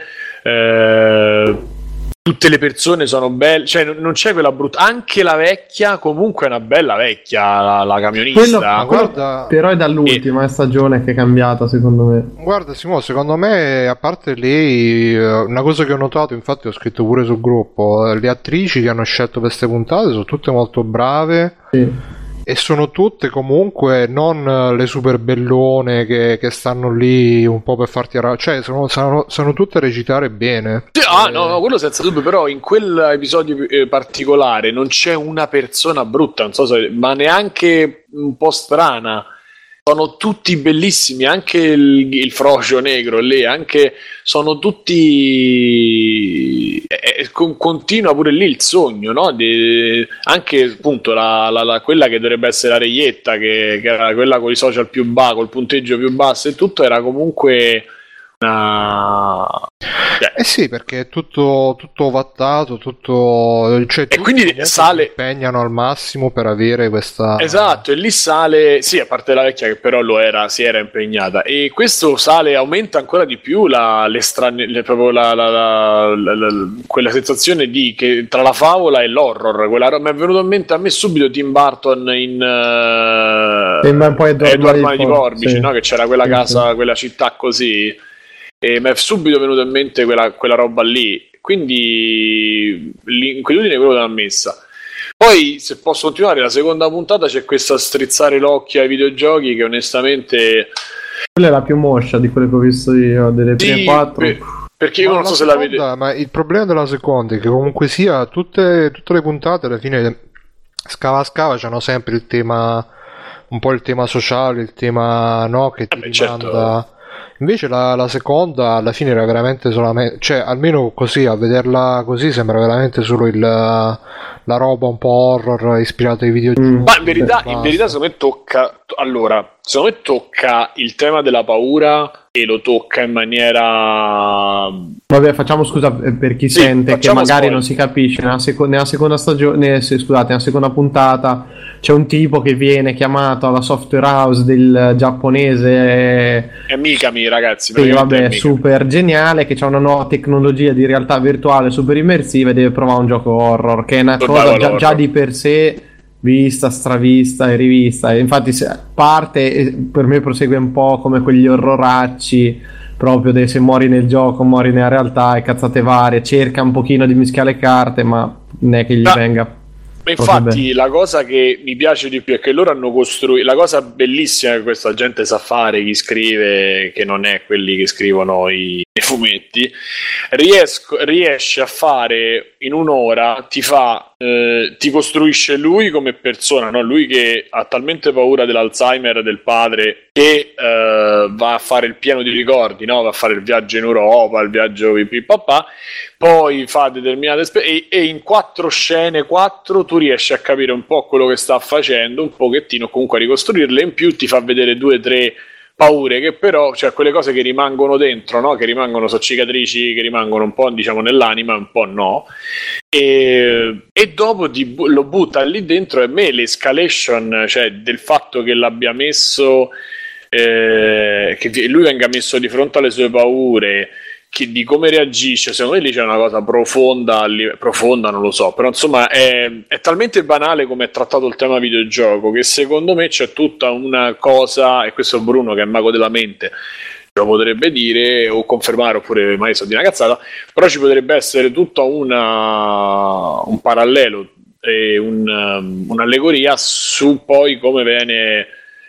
tutte le persone sono belle, cioè non c'è quella brutta, anche la vecchia comunque è una bella vecchia, la camionista. Guarda, però è dall'ultima stagione che è cambiata, secondo me. Guarda Simone, secondo me, a parte lei, una cosa che ho notato, infatti ho scritto pure sul gruppo, le attrici che hanno scelto per queste puntate sono tutte molto brave. Sì. E sono tutte comunque non le super bellone che stanno lì un po' per farti cioè sono tutte a recitare bene. No, quello senza dubbio, però in quell'episodio particolare non c'è una persona brutta, non so se, ma neanche un po' strana. Sono tutti bellissimi, anche il frocio negro lì, anche sono tutti, continua pure lì il sogno, no? Anche appunto quella che dovrebbe essere la reietta, che era quella con i social più bassi, col punteggio più basso e tutto, era comunque sì, perché è tutto ovattato, cioè, e quindi sale, si impegnano al massimo per avere questa, esatto, e lì sale, sì, a parte la vecchia che però si era impegnata, e questo sale, aumenta ancora di più proprio quella sensazione che tra la favola e l'horror, mi è venuto in mente a me subito Tim Burton in un po' Edward Mani di Forbici, sì. No? Che c'era quella casa, quella città così. E mi è subito venuto in mente quella roba lì, quindi l'inquietudine quello della messa. Poi, se posso continuare, la seconda puntata c'è questa strizzare l'occhio ai videogiochi che onestamente, quella è la più moscia di quelle che ho visto io, delle prime 4. Perché io non so se la vede. Ma il problema della seconda è che comunque sia tutte le puntate alla fine scava c'hanno sempre il tema, un po' il tema sociale, il tema, no, che ti rimanda. Certo. Invece la seconda alla fine era veramente solamente, cioè almeno così, a vederla così sembra veramente solo la roba un po' horror ispirata ai videogiochi. Ma in verità secondo me tocca il tema della paura, e lo tocca in maniera, vabbè, facciamo scusa per chi sente che magari non si capisce. Nella seconda stagione, scusate, nella seconda puntata c'è un tipo che viene chiamato alla software house del giapponese, è Mikami, ragazzi, sì, vabbè, super geniale, che c'ha una nuova tecnologia di realtà virtuale super immersiva e deve provare un gioco horror, che è una cosa già di per sé vista, stravista e rivista, e infatti parte, per me prosegue un po' come quegli orroracci, proprio se muori nel gioco muori nella realtà e cazzate varie, cerca un pochino di mischiare le carte, ma non è che gli venga. Infatti la cosa che mi piace di più è che loro hanno costruito, la cosa bellissima che questa gente sa fare, chi scrive, che non è quelli che scrivono i fumetti, riesce a fare in un'ora, ti costruisce lui come persona, no? Lui che ha talmente paura dell'Alzheimer del padre che va a fare il pieno di ricordi, no? Va a fare il viaggio in Europa, il viaggio papà, poi fa determinate e in 4 scene tu riesci a capire un po' quello che sta facendo, un pochettino, comunque a ricostruirle, in più ti fa vedere 2 o 3 paure che però, cioè quelle cose che rimangono dentro, no? Che rimangono, sono cicatrici che rimangono un po', diciamo, nell'anima, un po' no, e dopo lo butta lì dentro. E a me l'escalation, cioè del fatto che l'abbia messo, che lui venga messo di fronte alle sue paure, di come reagisce, secondo me lì c'è una cosa profonda non lo so, però insomma è talmente banale come è trattato il tema videogioco, che secondo me c'è tutta una cosa, e questo Bruno che è mago della mente lo potrebbe dire o confermare, oppure magari sto di una cazzata, però ci potrebbe essere tutta un parallelo e un'allegoria su poi come viene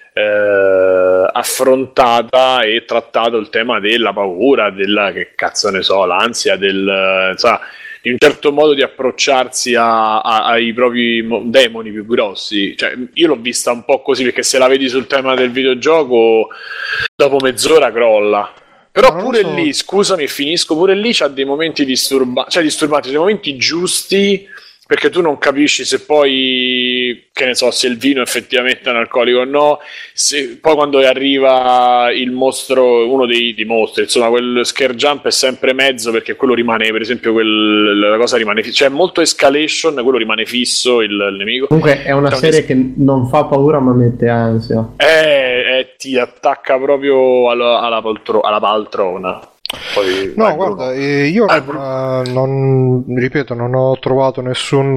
affrontata e trattato il tema della paura, della, che cazzo ne so, l'ansia, di un certo modo di approcciarsi ai propri demoni più grossi. Cioè, io l'ho vista un po' così, perché se la vedi sul tema del videogioco dopo mezz'ora crolla. Però pure lì, scusami, finisco, pure lì c'ha dei momenti disturbanti, dei momenti giusti, perché tu non capisci se poi, che ne so, se il vino effettivamente è un alcolico o no, poi quando arriva il mostro, uno dei mostri, insomma, quel scare jump è sempre mezzo, perché quello rimane, per esempio, la cosa rimane cioè molto escalation, quello rimane fisso, il nemico. Comunque è una serie che non fa paura ma mette ansia. Ti attacca proprio alla poltrona. Poi, no, guarda, io ripeto, non ho trovato nessun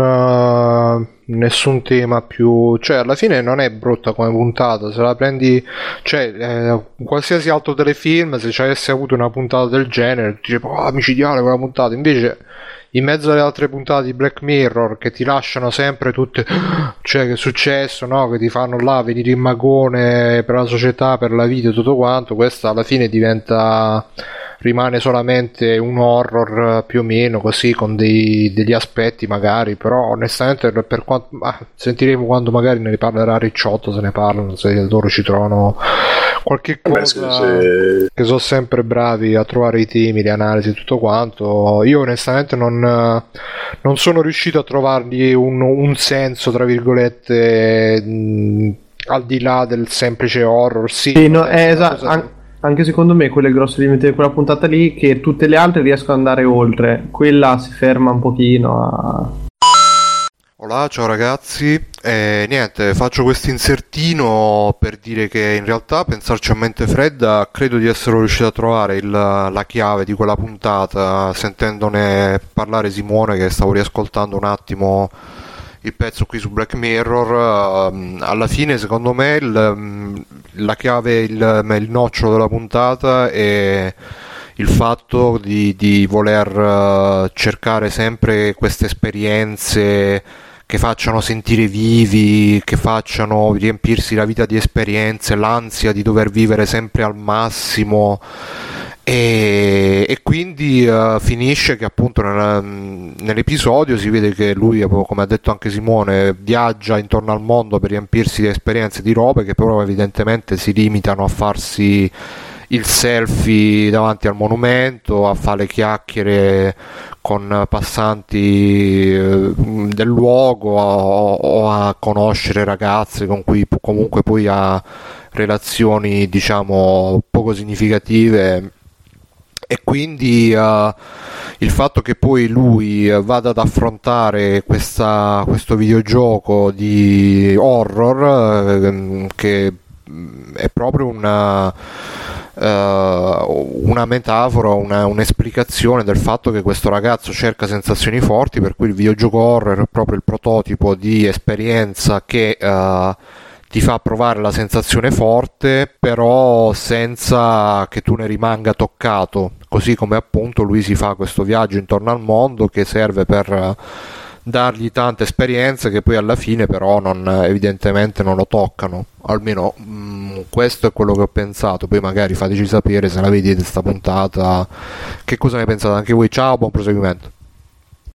tema più, cioè alla fine non è brutta come puntata, se la prendi, cioè qualsiasi altro telefilm, se ci avessi avuto una puntata del genere ti dicevo micidiale quella puntata, invece in mezzo alle altre puntate di Black Mirror che ti lasciano sempre tutte, cioè che è successo, no? Che ti fanno là venire in magone per la società, per la vita e tutto quanto, questa alla fine rimane solamente un horror più o meno così, con degli aspetti magari, però onestamente per quanto sentiremo quando magari ne parlerà Ricciotto, se ne parlano, se loro ci trovano qualche cosa, che sono sempre bravi a trovare i temi, le analisi e tutto quanto. Io onestamente non sono riuscito a trovargli un senso, tra virgolette, al di là del semplice horror. Sì, no, esatto. Anche secondo me quello è il grosso limite di quella puntata lì, che tutte le altre riescono ad andare oltre, quella si ferma un pochino Hola, ciao ragazzi, niente, faccio questo insertino per dire che in realtà, pensarci a mente fredda, credo di essere riuscito a trovare la chiave di quella puntata sentendone parlare Simone, che stavo riascoltando un attimo il pezzo qui su Black Mirror. Alla fine secondo me la chiave, il nocciolo della puntata è il fatto di voler cercare sempre queste esperienze che facciano sentire vivi, che facciano riempirsi la vita di esperienze, l'ansia di dover vivere sempre al massimo. E quindi finisce che appunto nell'episodio si vede che lui, come ha detto anche Simone, viaggia intorno al mondo per riempirsi di esperienze, di robe che però evidentemente si limitano a farsi il selfie davanti al monumento, a fare le chiacchiere con passanti del luogo, o a conoscere ragazze con cui comunque poi ha relazioni, diciamo, poco significative. E quindi il fatto che poi lui vada ad affrontare questo videogioco di horror, che è proprio una metafora, un'esplicazione del fatto che questo ragazzo cerca sensazioni forti, per cui il videogioco horror è proprio il prototipo di esperienza che ti fa provare la sensazione forte, però senza che tu ne rimanga toccato, così come appunto lui si fa questo viaggio intorno al mondo che serve per dargli tante esperienze che poi alla fine però evidentemente non lo toccano. Almeno questo è quello che ho pensato. Poi magari fateci sapere, se la vedete sta puntata, che cosa ne pensate anche voi. Ciao, buon proseguimento.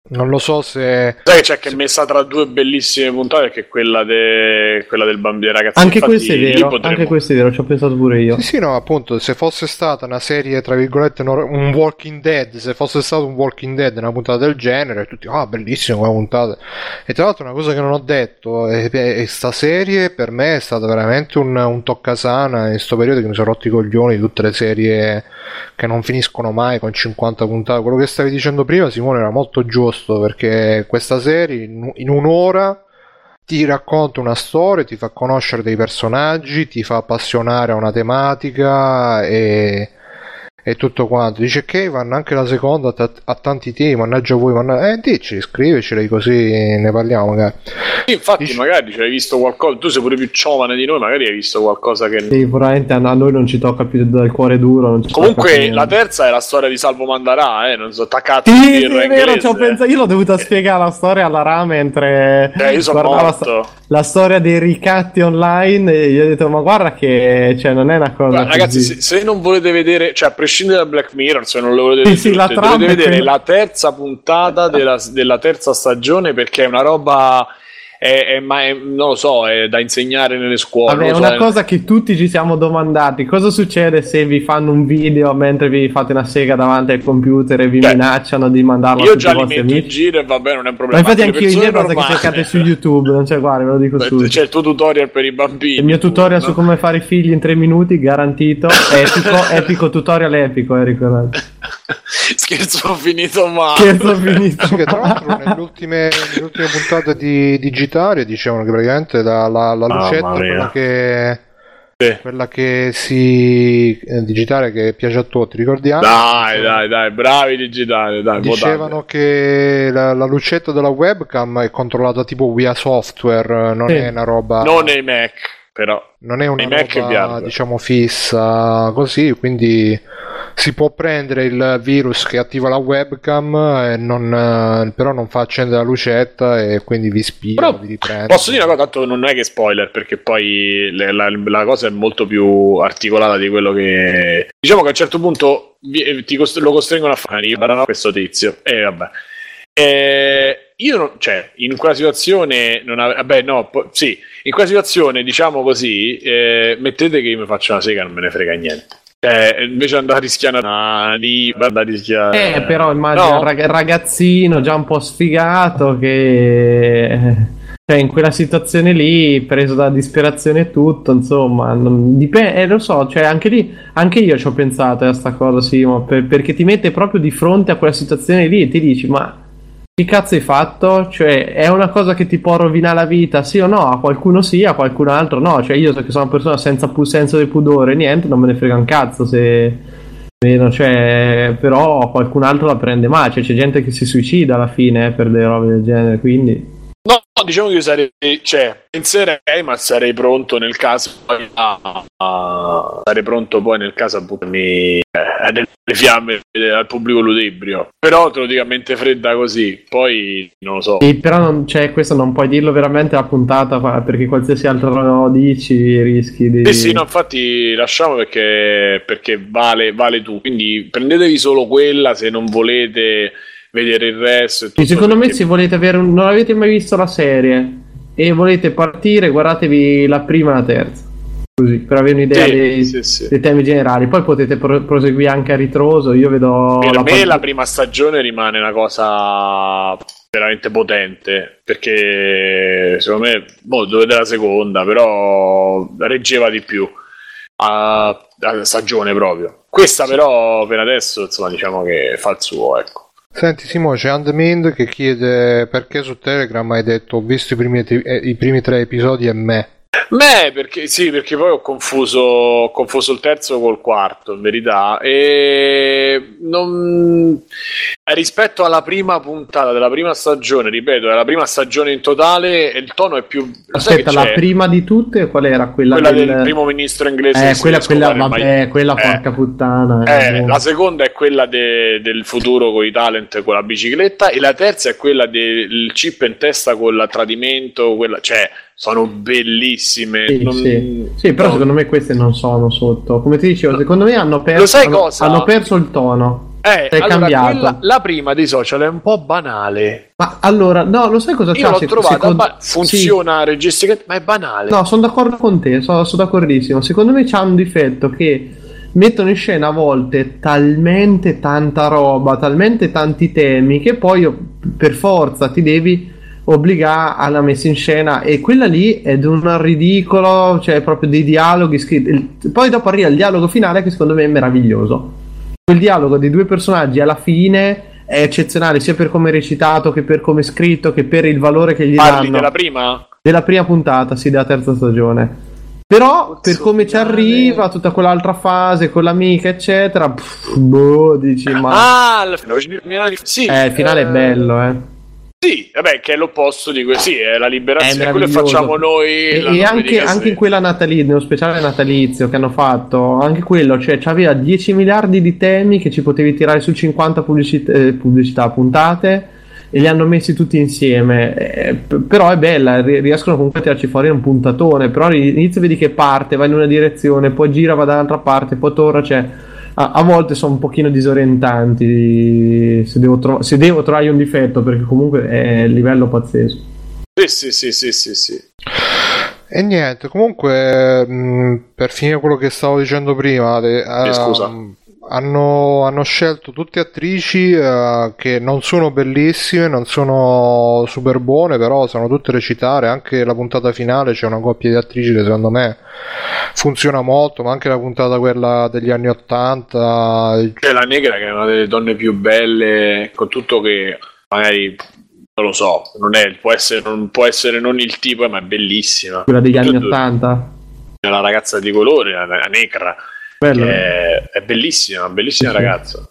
Non lo so se... Sai che c'è che è messa tra due bellissime puntate, che è quella del bambino ragazzo. Anche questo è vero, anche questo è vero, ci ho pensato pure io. Sì, no, appunto, se fosse stata una serie, tra virgolette, un Walking Dead, se fosse stato un Walking Dead, una puntata del genere, tutti, bellissima quella puntata. E tra l'altro una cosa che non ho detto, è sta serie per me è stata veramente un toccasana in sto periodo, che mi sono rotti i coglioni di tutte le serie che non finiscono mai con 50 puntate. Quello che stavi dicendo prima, Simone, era molto giusto, perché questa serie in un'ora ti racconta una storia, ti fa conoscere dei personaggi, ti fa appassionare a una tematica e tutto quanto. Dice che vanno anche la seconda a tanti temi, mannaggia voi, dici, scriviceli così ne parliamo magari. Infatti dici... magari hai visto qualcosa, tu sei pure più giovane di noi, magari hai visto qualcosa che... Sì, probabilmente a noi non ci tocca più dal cuore duro. Non ci comunque la terza è la storia di Salvo Mandarà, non so, attaccati. Sì, è vero, io l'ho dovuta spiegare la storia alla Ra mentre io sono morto. La storia dei ricatti online, e gli ho detto ma guarda che non è una cosa. Guarda, ragazzi, se non volete vedere, cioè a prescindere da Black Mirror, se non lo volete vedere, dovete vedere la terza puntata della terza stagione, perché è una roba non lo so, è da insegnare nelle scuole. Vabbè, è una cosa che tutti ci siamo domandati: cosa succede se vi fanno un video mentre vi fate una sega davanti al computer e vi minacciano di mandarlo a tutti i vostri amici? Io già li metto in giro e va bene, non è un problema. Ma infatti anche io è cosa che cercate su YouTube, non c'è, guarda, ve lo dico subito. C'è il tuo tutorial per i bambini. Il mio tutorial su come fare i figli in 3 minuti, garantito. Epico tutorial epico, ricordate. Scherzo finito male. Scherzo finito. Che tra l'altro nelle ultime puntate di Digitaria dicevano che praticamente la lucetta, quella che si Digitaria, che piace a tutti, ricordiamo? Dai, bravi Digitaria, dai. Dicevano che la lucetta della webcam è controllata tipo via software, non è una roba, non nei Mac, però non è una roba, diciamo, fissa così, quindi si può prendere il virus che attiva la webcam e però non fa accendere la lucetta, e quindi vi spia, vi riprende. Posso dire una cosa, tanto non è che spoiler, perché poi la cosa è molto più articolata di quello che... Diciamo che a un certo punto lo costringono a fare questo tizio, e vabbè. Io non, cioè, in quella situazione sì, in quella situazione, diciamo così, mettete che io mi faccio una sega, non me ne frega niente. Invece andare a rischiare però immagino un ragazzino già un po' sfigato che in quella situazione lì, preso da disperazione e tutto, insomma, dipende, lo so, cioè anche lì, anche io ci ho pensato a sta cosa, Simo, perché ti mette proprio di fronte a quella situazione lì e ti dici: ma che cazzo hai fatto? Cioè, è una cosa che ti può rovinare la vita, sì o no? A qualcuno sì, a qualcun altro no. Cioè, io so che sono una persona senza senso del pudore, niente, non me ne frega un cazzo se... Cioè, però a qualcun altro la prende male. Cioè, c'è gente che si suicida alla fine per delle robe del genere, quindi... No, diciamo che io penserei, ma sarei pronto nel caso a buttarmi delle fiamme al pubblico ludibrio. Però te lo dico a mente fredda così, poi non lo so. Sì, però questo non puoi dirlo veramente a puntata, perché qualsiasi altro lo dici rischi di... Sì, no, infatti lasciamo perché vale tu. Quindi prendetevi solo quella se non volete vedere il resto e tutto. Secondo me, se volete avere non avete mai visto la serie e volete partire, guardatevi la prima e la terza, così per avere un'idea dei temi generali. Poi potete proseguire anche a ritroso. Io vedo per me la prima stagione rimane una cosa veramente potente, perché secondo me dovete la seconda, però reggeva di più a stagione proprio. Questa però per adesso, insomma, diciamo che fa il suo, ecco. Senti Simone, c'è Andmind che chiede perché su Telegram hai detto: ho visto i primi 3 episodi e perché poi ho confuso il terzo col quarto, in verità, e rispetto alla prima puntata della prima stagione, ripeto, è la prima stagione in totale, il tono è più... Aspetta, la prima di tutte qual era? Quella del primo ministro inglese. Quella porca puttana. La seconda è quella del futuro con i talent con la bicicletta, e la terza è quella del chip in testa con il tradimento, cioè sono bellissime. Sì, però secondo me queste non sono sotto, come ti dicevo, secondo me hanno perso il tono. è allora, cambiato. La prima dei social è un po' banale. Ma allora, no, lo sai cosa c'è? Io l'ho trovata, funziona, registra, ma è banale. No, sono d'accordo con te, sono d'accordissimo. Secondo me c'ha un difetto che mettono in scena a volte talmente tanta roba, talmente tanti temi, che poi per forza ti devi obbligare alla messa in scena, e quella lì è di un ridicolo, cioè proprio dei dialoghi scritti. Poi dopo arriva il dialogo finale che secondo me è meraviglioso. Quel dialogo dei due personaggi alla fine è eccezionale, sia per come è recitato che per come è scritto che per il valore che gli Parli danno. della prima? Della prima puntata, sì, della terza stagione. Però per come ci arriva tutta quell'altra fase con l'amica eccetera, dici ma il finale, sì, il finale è bello, Sì, vabbè, che è l'opposto di questo. Sì, è la liberazione, è quello che facciamo noi. E anche in quella nello speciale natalizio che hanno fatto, anche quello, cioè c'aveva 10 miliardi di temi che ci potevi tirare su 50 pubblicità puntate, e li hanno messi tutti insieme. Però è bella, riescono comunque a tirarci fuori un puntatone. Però all'inizio vedi che parte, va in una direzione, poi gira, va dall'altra parte, poi torna, cioè a volte sono un pochino disorientanti se devo trovare un difetto, perché comunque è a livello pazzesco. Sì. E niente, comunque per finire quello che stavo dicendo prima, scusa. hanno scelto tutte attrici che non sono bellissime, non sono super buone, però sanno tutte recitare. Anche la puntata finale c'è una coppia di attrici che secondo me funziona molto, ma anche la puntata quella degli anni 80, c'è la negra che è una delle donne più belle, con tutto che magari non lo so, non può essere non il tipo, ma è bellissima. Quella degli anni 80, la ragazza di colore, la negra. È bellissima, bellissima, sì. Ragazza.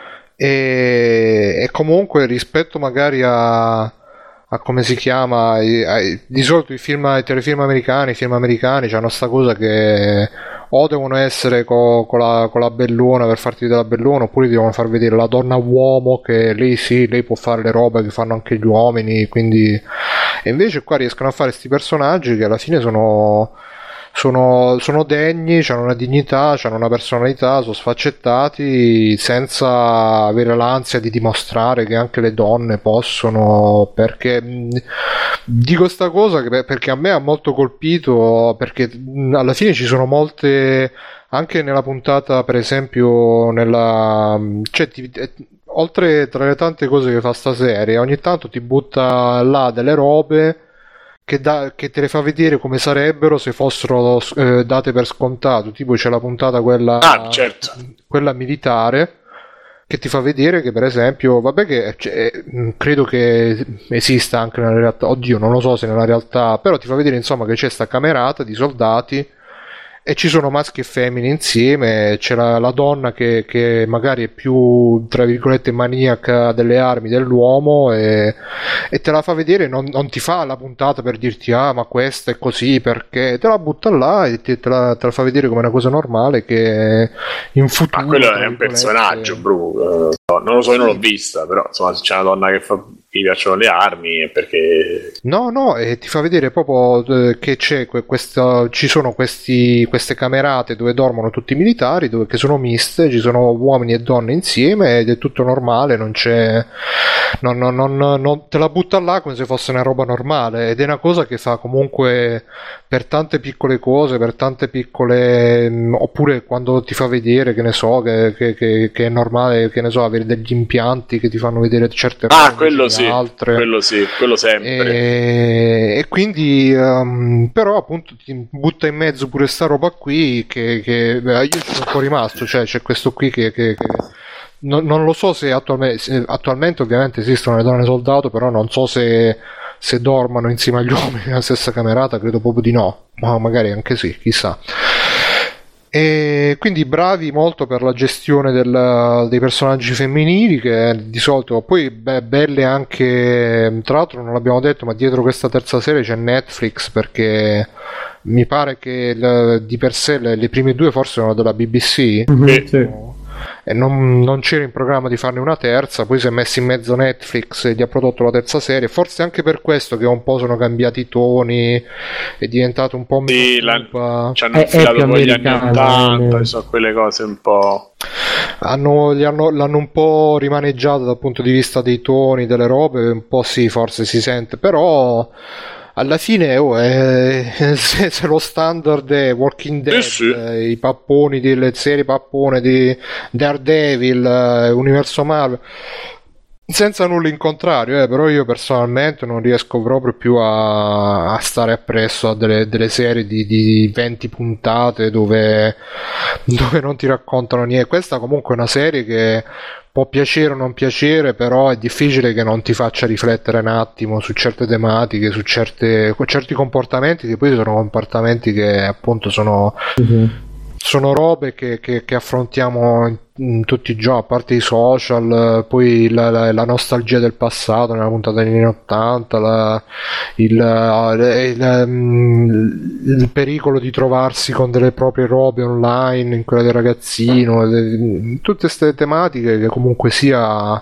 E comunque rispetto magari a come si chiama, di solito i telefilm americani hanno sta cosa che o devono essere con la bellona per farti vedere la bellona, oppure ti devono far vedere la donna uomo, che lei può fare le robe che fanno anche gli uomini, quindi. E invece qua riescono a fare questi personaggi che alla fine sono degni, hanno una dignità, hanno una personalità, sono sfaccettati senza avere l'ansia di dimostrare che anche le donne possono. Perché dico sta cosa perché a me ha molto colpito, perché alla fine ci sono molte, anche nella puntata per esempio oltre tra le tante cose che fa sta serie, ogni tanto ti butta là delle robe che te le fa vedere come sarebbero se fossero date per scontato. Tipo c'è la puntata quella militare, che ti fa vedere che per esempio, vabbè, che credo che esista anche nella realtà, oddio non lo so se nella realtà, però ti fa vedere insomma che c'è sta camerata di soldati e ci sono maschi e femmine insieme. C'è la donna che magari è più, tra virgolette, maniaca delle armi dell'uomo, e te la fa vedere, non ti fa la puntata per dirti ma questa è così, perché te la butta là e te la fa vedere come una cosa normale che in futuro. Ma quello è un personaggio, bro. Non lo so, io non l'ho vista, però insomma se c'è una donna che gli piacciono le armi è perché e ti fa vedere proprio che ci sono queste camerate dove dormono tutti i militari, che sono miste, ci sono uomini e donne insieme ed è tutto normale, non c'è non te la butta là come se fosse una roba normale, ed è una cosa che fa comunque per tante piccole cose, per tante piccole oppure quando ti fa vedere, che ne so, che è normale, che ne so, avere degli impianti che ti fanno vedere certe cose, quello sì, altre. Quello sempre. E quindi però appunto ti butta in mezzo pure sta roba qui che io ci sono un po' rimasto, cioè c'è questo qui che non lo so se attualmente ovviamente esistono le donne soldato, però non so se dormono insieme agli uomini nella stessa camerata, credo proprio di no, ma magari anche sì, chissà. E quindi bravi molto per la gestione dei personaggi femminili, che di solito poi belle anche, tra l'altro non l'abbiamo detto, ma dietro questa terza serie c'è Netflix, perché mi pare che di per sé le prime due forse sono della BBC. Sì. e non c'era in programma di farne una terza, poi si è messo in mezzo Netflix e gli ha prodotto la terza serie, forse anche per questo che un po' sono cambiati i toni, è diventato un po' meno ci hanno infilato poi gli anni 80, sono quelle cose un po'... l'hanno un po' rimaneggiato dal punto di vista dei toni, delle robe, un po' sì, forse si sente, però alla fine se lo standard è Walking Dead, sì. I papponi delle serie pappone di Daredevil, Universo Marvel, senza nulla in contrario, però io personalmente non riesco proprio più a stare appresso a delle serie di 20 puntate dove non ti raccontano niente. Questa comunque è una serie che può piacere o non piacere, però è difficile che non ti faccia riflettere un attimo su certe tematiche, su certi comportamenti, che poi sono comportamenti che appunto sono robe che affrontiamo in tutti i giorni, a parte i social, poi la nostalgia del passato nella puntata degli anni 80, il pericolo di trovarsi con delle proprie robe online in quella del ragazzino, tutte queste tematiche che comunque sia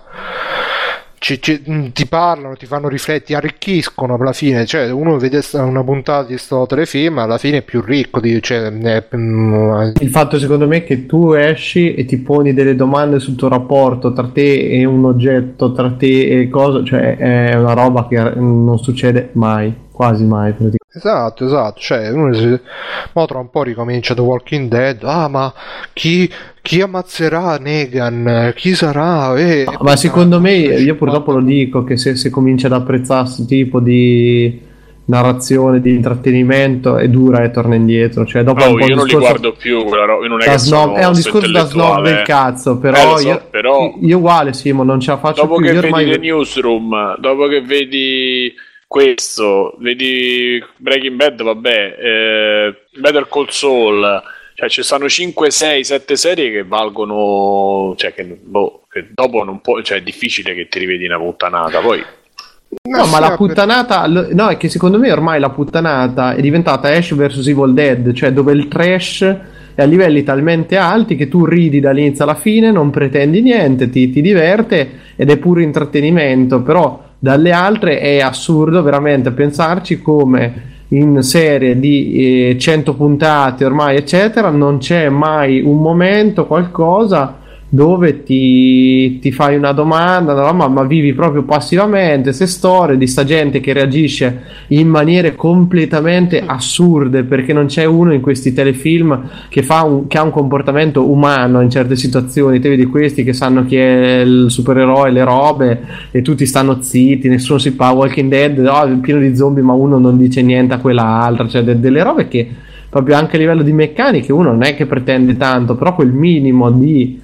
ti parlano, ti fanno riflettere, ti arricchiscono alla fine. Cioè, uno vede una puntata di sto telefilm, alla fine è più ricco il fatto, secondo me, che tu esci e ti poni delle domande sul tuo rapporto tra te e un oggetto, tra te e cosa, cioè è una roba che non succede mai, quasi mai praticamente. Esatto, cioè uno tra un po' ricomincia The Walking Dead, ma chi ammazzerà Negan, chi sarà? Ma secondo me, io purtroppo lo dico, che se comincia ad apprezzare questo tipo di narrazione, di intrattenimento, è dura e torna indietro, cioè dopo un po' io non li guardo più, io non è che sono è un discorso da snob del cazzo, però io uguale, Simo, non ce la faccio dopo più. Dopo che vedi le newsroom, dopo che vedi questo, vedi Breaking Bad, Better Call Saul, cioè ci stanno 5, 6, 7 serie che valgono, cioè che dopo non può, cioè è difficile che ti rivedi una puttanata, poi no, ma la puttanata, no, è che secondo me ormai la puttanata è diventata Ash vs Evil Dead, cioè dove il trash è a livelli talmente alti che tu ridi dall'inizio alla fine, non pretendi niente, ti diverte ed è puro intrattenimento. Però dalle altre è assurdo veramente pensarci come in serie di 100 puntate ormai eccetera non c'è mai un momento, qualcosa dove ti fai una domanda, no, ma vivi proprio passivamente queste storie di sta gente che reagisce in maniere completamente assurde, perché non c'è uno in questi telefilm che ha un comportamento umano in certe situazioni. Te vedi questi che sanno chi è il supereroe, le robe, e tutti stanno zitti, nessuno si parla. Walking Dead, è pieno di zombie, ma uno non dice niente a quell'altra, cioè delle robe che proprio anche a livello di meccaniche uno non è che pretende tanto, però quel minimo di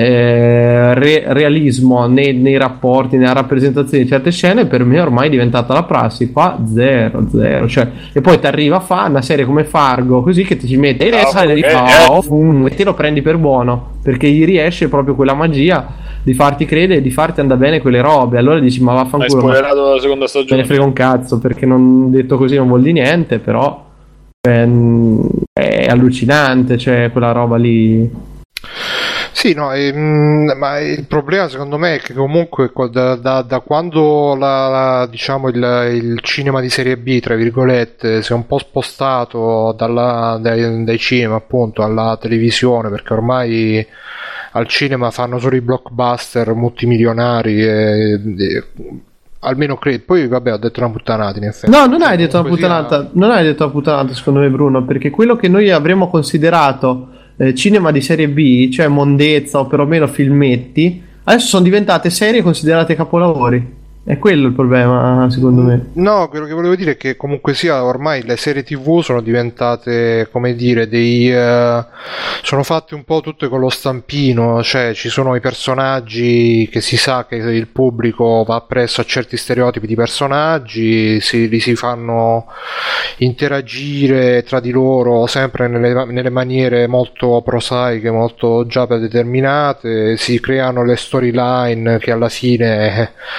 realismo nei rapporti, nella rappresentazione di certe scene per me ormai è diventata la prassi. Qua zero, cioè, e poi ti arriva a fare una serie come Fargo così che ti ci mette e te lo prendi per buono, perché gli riesce proprio quella magia di farti credere e di farti andare bene quelle robe. Allora dici ma vaffanculo, hai spoilerato la seconda stagione, me ne frega un cazzo, perché non detto così non vuol dire niente, però è allucinante, cioè quella roba lì. Sì, no, ma il problema secondo me è che comunque da quando diciamo il cinema di serie B, tra virgolette, si è un po' spostato dai cinema appunto alla televisione, perché ormai al cinema fanno solo i blockbuster multimilionari almeno credo. Poi vabbè, ho detto una puttanata in effetti. No, non hai detto una puttanata, non hai detto una puttanata secondo me, Bruno, perché quello che noi avremmo considerato cinema di serie B, cioè mondezza o perlomeno filmetti, adesso sono diventate serie considerate capolavori. È quello il problema, secondo me. No, quello che volevo dire è che comunque sia ormai le serie TV sono diventate, come dire, sono fatte un po' tutte con lo stampino, cioè ci sono i personaggi che si sa che il pubblico va appresso a certi stereotipi di personaggi, li si fanno interagire tra di loro sempre nelle maniere molto prosaiche, molto già predeterminate, si creano le storyline che alla fine sono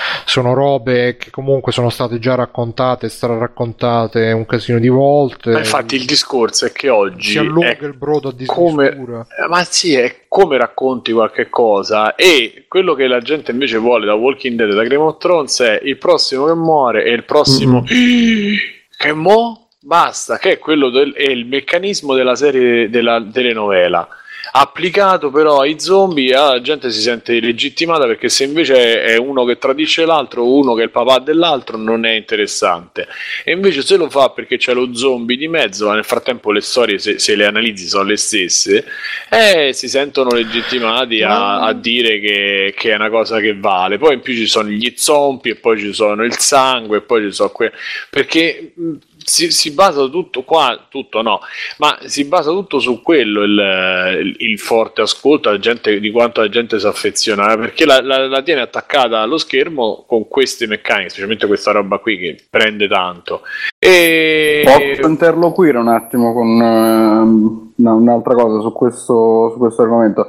sono robe che comunque sono state già raccontate, straraccontate un casino di volte. Ma infatti il discorso è che oggi si allunga il brodo a dismisura. Ma sì, è come racconti qualche cosa, e quello che la gente invece vuole da Walking Dead, da Game of Thrones, è il prossimo che muore e il prossimo che basta, che è quello è il meccanismo della serie, della telenovela. Applicato però ai zombie, la gente si sente legittimata, perché se invece è uno che tradisce l'altro, uno che è il papà dell'altro, non è interessante. E invece se lo fa perché c'è lo zombie di mezzo, ma nel frattempo le storie, se le analizzi, sono le stesse, si sentono legittimati a dire che è una cosa che vale. Poi in più ci sono gli zombie, e poi ci sono il sangue, e poi ci sono perché si basa tutto qua, tutto no, ma si basa tutto su quello, il forte ascolto, di quanto la gente si affeziona, perché la tiene attaccata allo schermo con queste meccaniche, specialmente questa roba qui che prende tanto. Posso interloquire un attimo con un'altra cosa su questo argomento.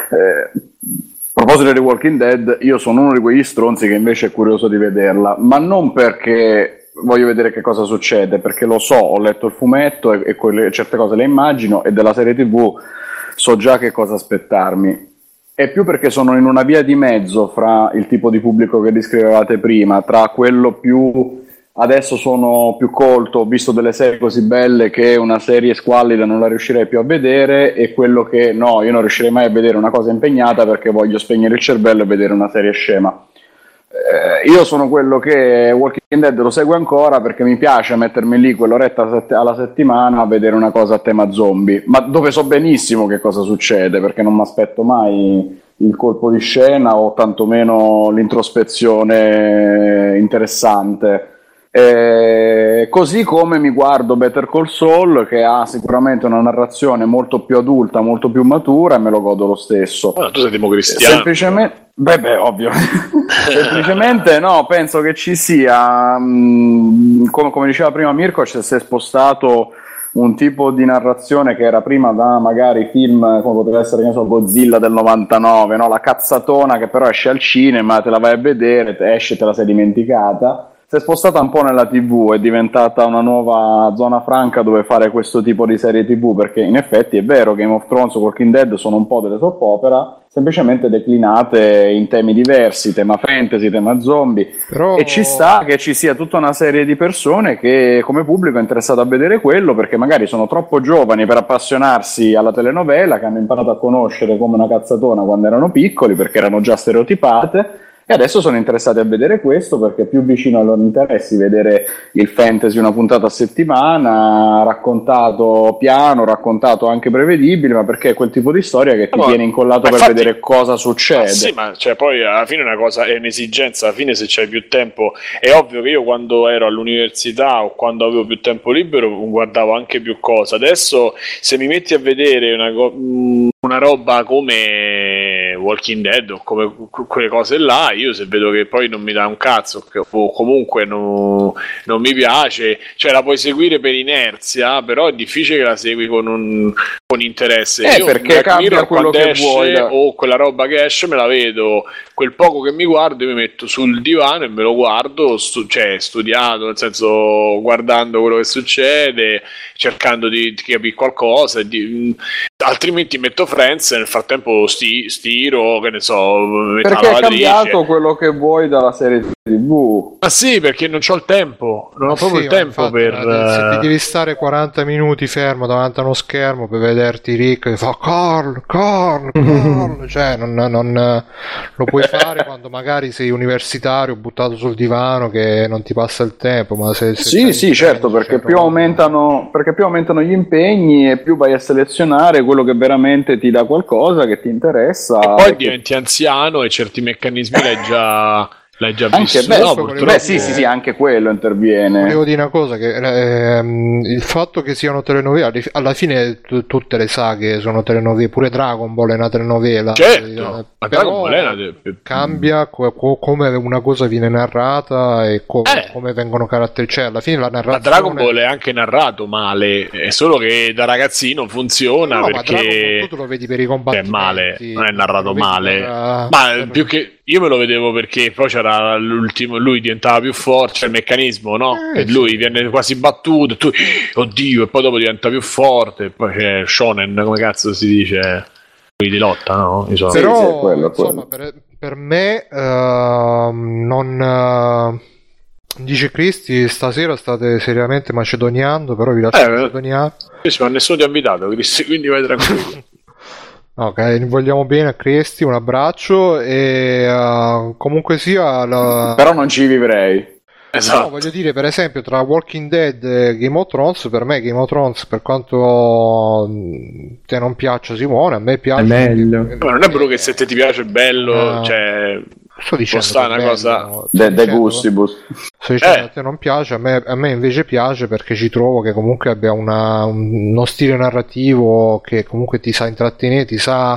A proposito di Walking Dead, io sono uno di quegli stronzi che invece è curioso di vederla, ma non perché voglio vedere che cosa succede, perché lo so, ho letto il fumetto e certe cose le immagino, e della serie TV so già che cosa aspettarmi. È più perché sono in una via di mezzo fra il tipo di pubblico che descrivevate prima, tra quello più adesso sono più colto, ho visto delle serie così belle che una serie squallida non la riuscirei più a vedere, e quello che no, io non riuscirei mai a vedere una cosa impegnata perché voglio spegnere il cervello e vedere una serie scema. Io sono quello che Walking Dead lo segue ancora perché mi piace mettermi lì quell'oretta alla settimana a vedere una cosa a tema zombie, ma dove so benissimo che cosa succede, perché non mi aspetto mai il colpo di scena o tantomeno l'introspezione interessante. Così come mi guardo Better Call Saul, che ha sicuramente una narrazione molto più adulta, molto più matura, e me lo godo lo stesso. Tu sei democristiano. Semplicemente ovvio. Semplicemente no, penso che ci sia come diceva prima Mirko, si è spostato un tipo di narrazione che era prima da magari film come poteva essere, che ne so, Godzilla del 99, no? La cazzatona che però esce al cinema, te la vai a vedere, esce, te la sei dimenticata. Si è spostata un po' nella TV, è diventata una nuova zona franca dove fare questo tipo di serie TV, perché in effetti è vero, Game of Thrones o Walking Dead sono un po' delle soap opera, semplicemente declinate in temi diversi, tema fantasy, tema zombie, e ci sta che ci sia tutta una serie di persone che come pubblico è interessato a vedere quello, perché magari sono troppo giovani per appassionarsi alla telenovela, che hanno imparato a conoscere come una cazzatona quando erano piccoli, perché erano già stereotipate, e adesso sono interessati a vedere questo perché è più vicino ai loro interessi vedere il fantasy una puntata a settimana, raccontato piano, raccontato anche prevedibile, ma perché è quel tipo di storia che ti tiene incollato per vedere cosa succede. Sì, ma cioè, poi alla fine è una cosa, è un'esigenza, alla fine se c'hai più tempo, è ovvio che io quando ero all'università o quando avevo più tempo libero guardavo anche più cose. Adesso se mi metti a vedere una roba come Walking Dead o come quelle cose là, io se vedo che poi non mi dà un cazzo o comunque non mi piace, cioè la puoi seguire per inerzia, però è difficile che la segui con interesse. Io perché cambia quello che vuoi o quella roba che esce me la vedo, quel poco che mi guardo mi metto sul divano e me lo guardo, cioè studiato, nel senso guardando quello che succede, cercando di capire qualcosa, altrimenti metto Friends e nel frattempo stiro, che ne so, perché è cambiato quello che vuoi dalla serie TV. Ma sì, perché non c'ho il tempo, non ho proprio il tempo per... Se ti devi stare 40 minuti fermo davanti a uno schermo per vederti Rick che fa Carl, cioè non lo puoi fare quando magari sei universitario buttato sul divano che non ti passa il tempo, ma se sì, certo, perché più aumentano gli impegni e più vai a selezionare quello che veramente ti dà qualcosa, che ti interessa, e poi diventi anziano e certi meccanismi l'hai già anche visto. Sì, anche quello interviene. Volevo dire una cosa, che il fatto che siano telenovela, alla fine tutte le saghe sono telenovela, pure Dragon Ball è una telenovela, certo, ma Dragon Ball è cambia come una cosa viene narrata e come vengono caratterizzate, cioè alla fine la narrazione... Ma Dragon Ball è anche narrato male, è solo che da ragazzino funziona, perché ma tu lo vedi per i combattimenti, è male, non è narrato male, ma più che Io me lo vedevo perché poi c'era l'ultimo, lui diventava più forte, c'è il meccanismo, no? E lui viene quasi battuto, tu, oddio, e poi dopo diventa più forte, e poi c'è shonen, come cazzo si dice, quelli di lotta, no? Però, quello. insomma, per me non... Dice Cristi, stasera state seriamente macedoniando, però vi lascio macedoniare. Sì, ma nessuno ti ha invitato, Cristi, quindi vai tranquillo. Ok, vogliamo bene a Cristi, un abbraccio e comunque sia però non ci vivrei. Esatto. No, voglio dire, per esempio, tra Walking Dead e Game of Thrones, per me Game of Thrones, per quanto te non piaccia Simone, a me piace. È meglio. Ma non è bello che se te ti piace bello, cioè sto dicendo sta una bello, cosa de gustibus. Sto dicendo a te non piace, a me invece piace perché ci trovo che comunque abbia uno stile narrativo che comunque ti sa intrattenere, ti sa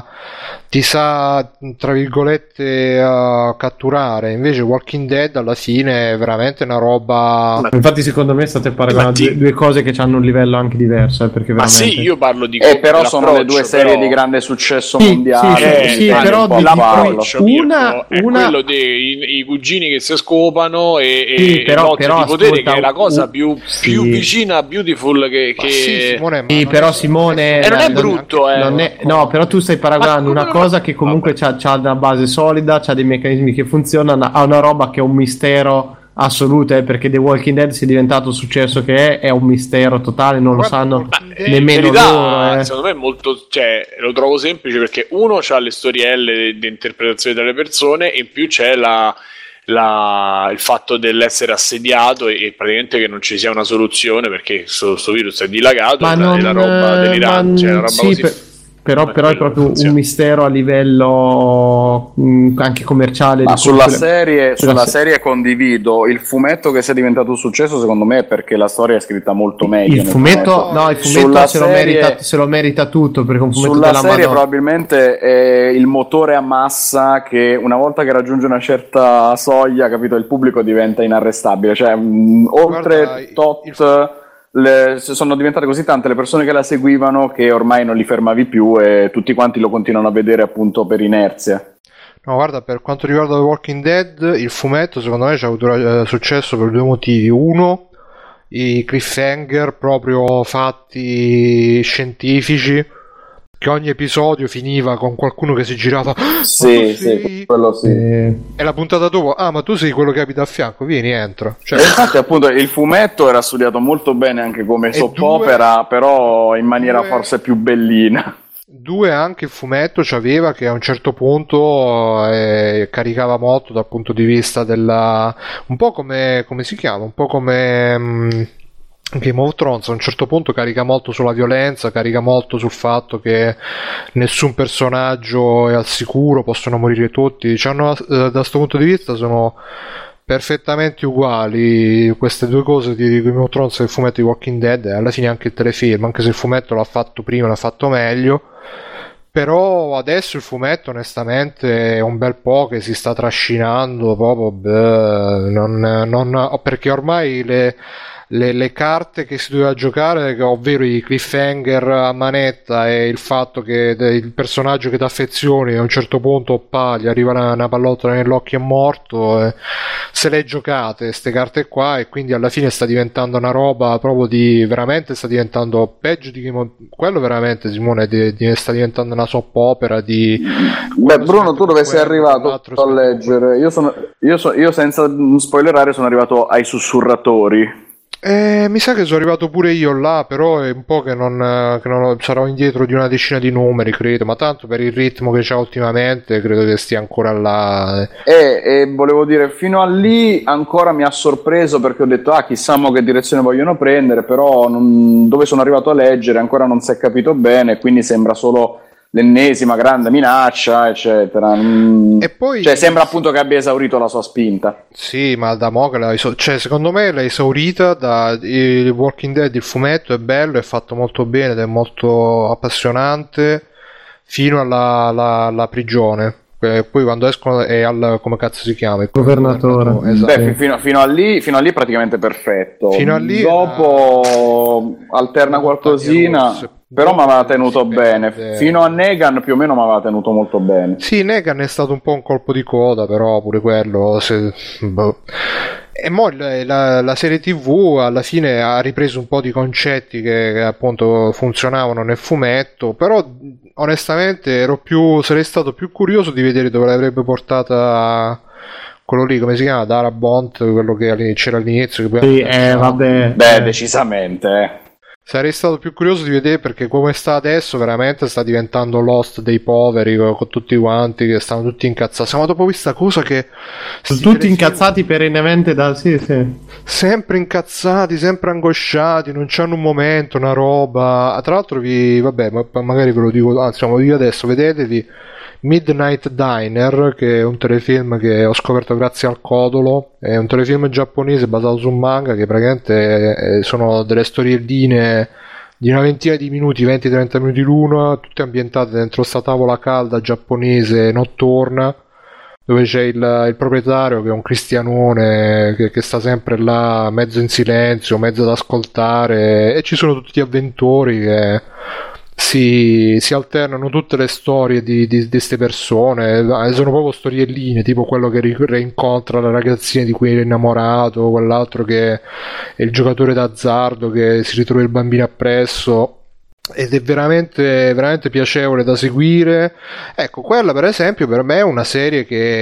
tra virgolette catturare. Invece Walking Dead alla fine è veramente una roba. Infatti secondo me state paragonando due cose che hanno un livello anche diverso, perché veramente... Ma sì, io parlo di però sono le due serie di grande successo mondiale. Sì, però una quello dei cugini che si scopano e però di potere, che è la cosa più vicina a Beautiful che Simone, però Simone non è brutto, no, però tu stai paragonando una cosa che comunque c'ha una base solida, c'ha dei meccanismi che funzionano, ha una roba che è un mistero assoluto, perché The Walking Dead sia diventato il successo che è un mistero totale, non lo sanno nemmeno loro. Secondo me è molto, cioè, lo trovo semplice perché uno c'ha le storielle di interpretazione delle persone e in più c'è il fatto dell'essere assediato e praticamente che non ci sia una soluzione perché sto virus è dilagato e la roba delirante, cioè, una roba così. Però è proprio un mistero a livello anche commerciale. Ma sulla serie condivido. Il fumetto che sia diventato un successo secondo me è perché la storia è scritta molto meglio. Il fumetto se lo merita tutto, perché un fumetto sulla serie probabilmente è il motore a massa che una volta che raggiunge una certa soglia, capito, il pubblico diventa inarrestabile, cioè oltre tot sono diventate così tante le persone che la seguivano che ormai non li fermavi più e tutti quanti lo continuano a vedere appunto per inerzia. No, guarda, per quanto riguarda The Walking Dead, il fumetto secondo me ci ha avuto successo per due motivi. Uno, i cliffhanger proprio fatti scientifici, che ogni episodio finiva con qualcuno che si girava, sì, quello sì, e la puntata dopo, ma tu sei quello che abita a fianco, vieni, entra. Cioè, infatti appunto il fumetto era studiato molto bene anche come soap opera, però in maniera forse più bellina. Due, anche il fumetto c'aveva che a un certo punto caricava molto dal punto di vista della, un po' come si chiama, un po' come Game of Thrones. A un certo punto carica molto sulla violenza, carica molto sul fatto che nessun personaggio è al sicuro, possono morire tutti. Da questo punto di vista sono perfettamente uguali queste due cose di Game of Thrones e il fumetto di Walking Dead, e alla fine anche il telefilm, anche se il fumetto l'ha fatto prima, l'ha fatto meglio. Però adesso il fumetto onestamente è un bel po' che si sta trascinando proprio, perché ormai le carte che si doveva giocare, ovvero i cliffhanger a manetta e il fatto che il personaggio che ti affezioni a un certo punto gli arriva una pallottola nell'occhio, è morto, se le giocate queste carte qua, e quindi alla fine sta diventando una roba proprio veramente sta diventando peggio di quello, veramente Simone sta diventando una soap opera di... Beh, Bruno, tu dove sei arrivato a leggere? Io senza spoilerare sono arrivato ai sussurratori. Mi sa che sono arrivato pure io là, però è un po' che non sarò indietro di una decina di numeri, credo, ma tanto per il ritmo che c'ha ultimamente credo che stia ancora là. E volevo dire, fino a lì ancora mi ha sorpreso, perché ho detto chissà che direzione vogliono prendere, però dove sono arrivato a leggere ancora non si è capito bene, quindi sembra solo l'ennesima grande minaccia, eccetera. E poi sembra appunto che abbia esaurito la sua spinta. Sì, ma da mo' che secondo me l'ha esaurita. Il Walking Dead, il fumetto è bello, è fatto molto bene ed è molto appassionante fino alla prigione. Poi quando escono è come cazzo si chiama? Il governatore. Esatto. Beh, fino a lì è praticamente perfetto. Fino a lì dopo alterna qualcosina. Però mi aveva tenuto bene. Fino a Negan più o meno mi aveva tenuto molto bene. Sì, Negan è stato un po' un colpo di coda, però pure quello... E mo la serie TV alla fine ha ripreso un po' di concetti che appunto funzionavano nel fumetto, però onestamente sarei stato più curioso di vedere dove l'avrebbe portata quello lì, come si chiama? Darabont, quello che c'era all'inizio. Che poi vabbè. Beh, decisamente. Sarei stato più curioso di vedere, perché come sta adesso veramente sta diventando Lost dei poveri, con tutti quanti che stanno tutti incazzati. Siamo dopo questa cosa che sono tutti incazzati perennemente sì. Sempre incazzati, sempre angosciati, non c'hanno un momento, una roba. Tra l'altro magari ve lo dico, anzi lo dico adesso, vedetevi Midnight Diner, che è un telefilm che ho scoperto grazie al Codolo. È un telefilm giapponese basato su un manga, che praticamente sono delle storielline di una ventina di minuti, 20-30 minuti l'una, tutte ambientate dentro sta tavola calda giapponese notturna, dove c'è il proprietario, che è un cristianone che sta sempre là mezzo in silenzio, mezzo ad ascoltare, e ci sono tutti gli avventori che si alternano tutte le storie di queste persone. Sono proprio storielline, tipo quello che rincontra la ragazzina di cui è innamorato, quell'altro che è il giocatore d'azzardo che si ritrova il bambino appresso, ed è veramente, veramente piacevole da seguire. Ecco, quella per esempio per me è una serie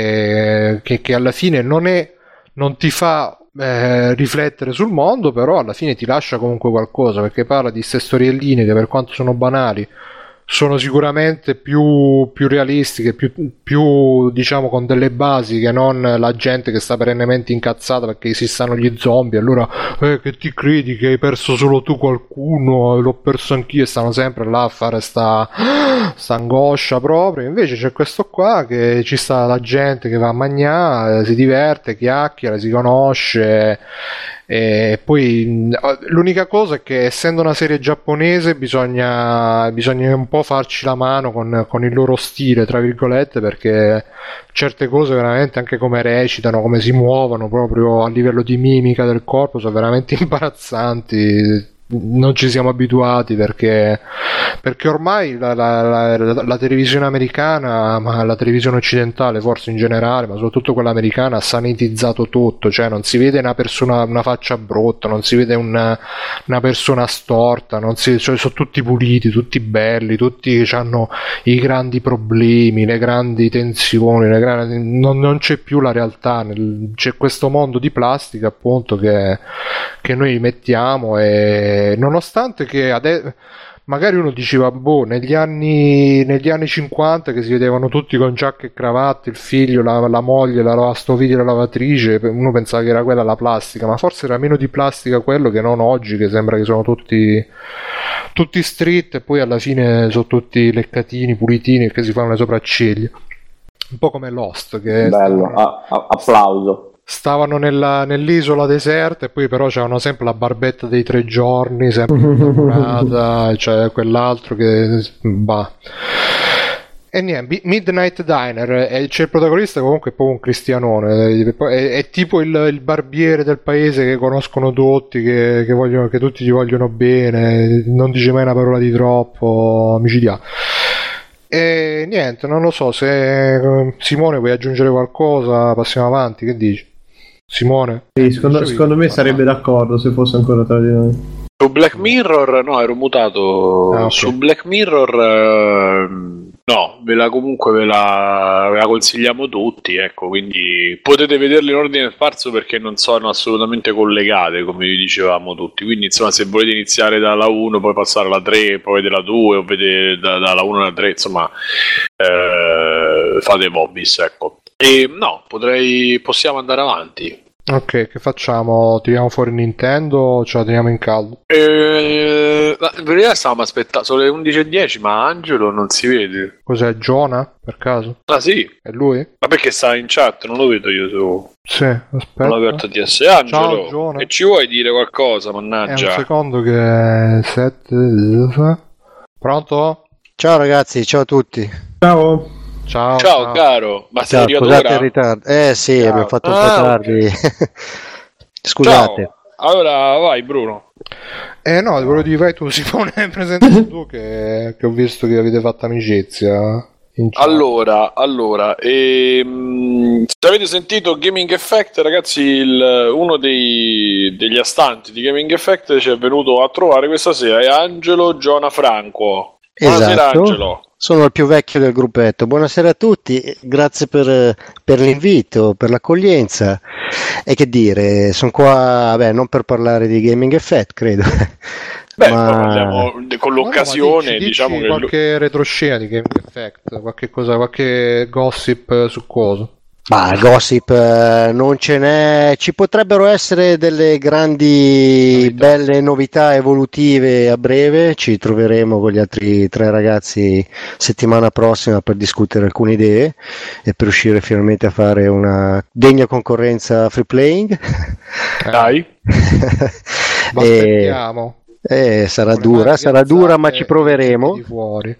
che alla fine non ti fa riflettere sul mondo, però alla fine ti lascia comunque qualcosa, perché parla di queste storielline che, per quanto sono banali, sono sicuramente più realistiche, più diciamo con delle basi, che non la gente che sta perennemente incazzata perché esistano gli zombie. Allora che ti credi che hai perso solo tu qualcuno, l'ho perso anch'io, e stanno sempre là a fare sta angoscia proprio. Invece c'è questo qua, che ci sta la gente che va a mangiare, si diverte, chiacchiera, si conosce. E poi l'unica cosa è che, essendo una serie giapponese, bisogna un po' farci la mano con il loro stile, tra virgolette, perché certe cose veramente, anche come recitano, come si muovono proprio a livello di mimica del corpo, sono veramente imbarazzanti. Non ci siamo abituati, perché ormai la televisione americana, ma la televisione occidentale forse in generale, ma soprattutto quella americana, ha sanitizzato tutto. Cioè non si vede una faccia brutta, non si vede una persona storta, cioè sono tutti puliti, tutti belli, tutti hanno i grandi problemi, le grandi tensioni, non c'è più la realtà, c'è questo mondo di plastica appunto che noi mettiamo. E nonostante che magari uno diceva, negli anni 50, che si vedevano tutti con giacche e cravatte, il figlio, la moglie, la lavastoviglie, la lavatrice, uno pensava che era quella la plastica, ma forse era meno di plastica quello che non oggi, che sembra che sono tutti street, e poi alla fine sono tutti leccatini, pulitini, che si fanno le sopracciglia, un po' come Lost, che bello, applauso. Stavano nell'isola deserta, e poi però c'erano sempre la barbetta dei 3 giorni, sempre innamorata, cioè quell'altro che e niente. Midnight Diner, c'è il protagonista comunque è proprio un cristianone, è tipo il barbiere del paese che conoscono tutti, che tutti gli vogliono bene, non dice mai una parola di troppo, micidiale. E niente, non lo so se Simone vuoi aggiungere qualcosa, passiamo avanti, che dici? Simone? Sì, secondo me sarebbe d'accordo se fosse ancora tra di noi. Su Black Mirror no, ero mutato. Okay. Su Black Mirror no, ve la consigliamo tutti, ecco, quindi potete vederle in ordine sparso, perché non sono assolutamente collegate, come vi dicevamo tutti. Quindi insomma, se volete iniziare dalla 1, poi passare alla 3, poi vedere la 2, o vedere dalla 1 alla 3, insomma, fate Vobis, ecco. E no, possiamo andare avanti. Ok, che facciamo? Tiriamo fuori Nintendo o ce la teniamo in caldo? In verità stavamo aspettando, sono le 11:10, ma Angelo non si vede. Cos'è, Giona, per caso? Ah sì. È lui? Ma perché sta in chat? Non lo vedo io su... Sì, aspetta. Non ho aperto TS. Angelo, ciao Giona. E ci vuoi dire qualcosa, mannaggia? È un secondo che... 7... Pronto? Ciao ragazzi, ciao a tutti. Ciao. Ciao caro, ma sei arrivato scusate ora? il ritardo. Sì, Ciao. abbiamo fatto un po' tardi. Okay. Scusate. Ciao. Allora vai Bruno. No, quello di vai tu, Simone, presenta tu che ho visto che avete fatto amicizia. Allora, se avete sentito Gaming Effect, ragazzi, uno degli astanti di Gaming Effect ci è venuto a trovare questa sera, è Angelo Gianfranco. Buonasera, Esatto. Angelo. Sono il più vecchio del gruppetto. Buonasera a tutti, grazie per l'invito, per l'accoglienza. E che dire, sono qua, non per parlare di Gaming Effect, credo. Beh, parliamo con l'occasione, dici diciamo che qualche retroscena di Gaming Effect, qualche cosa, qualche gossip su cosa. Ma gossip non ce n'è, ci potrebbero essere delle grandi belle novità evolutive a breve, ci troveremo con gli altri 3 ragazzi settimana prossima per discutere alcune idee e per riuscire finalmente a fare una degna concorrenza free playing. Dai. Ma aspettiamo. Sarà dura, ma ci proveremo. Di fuori.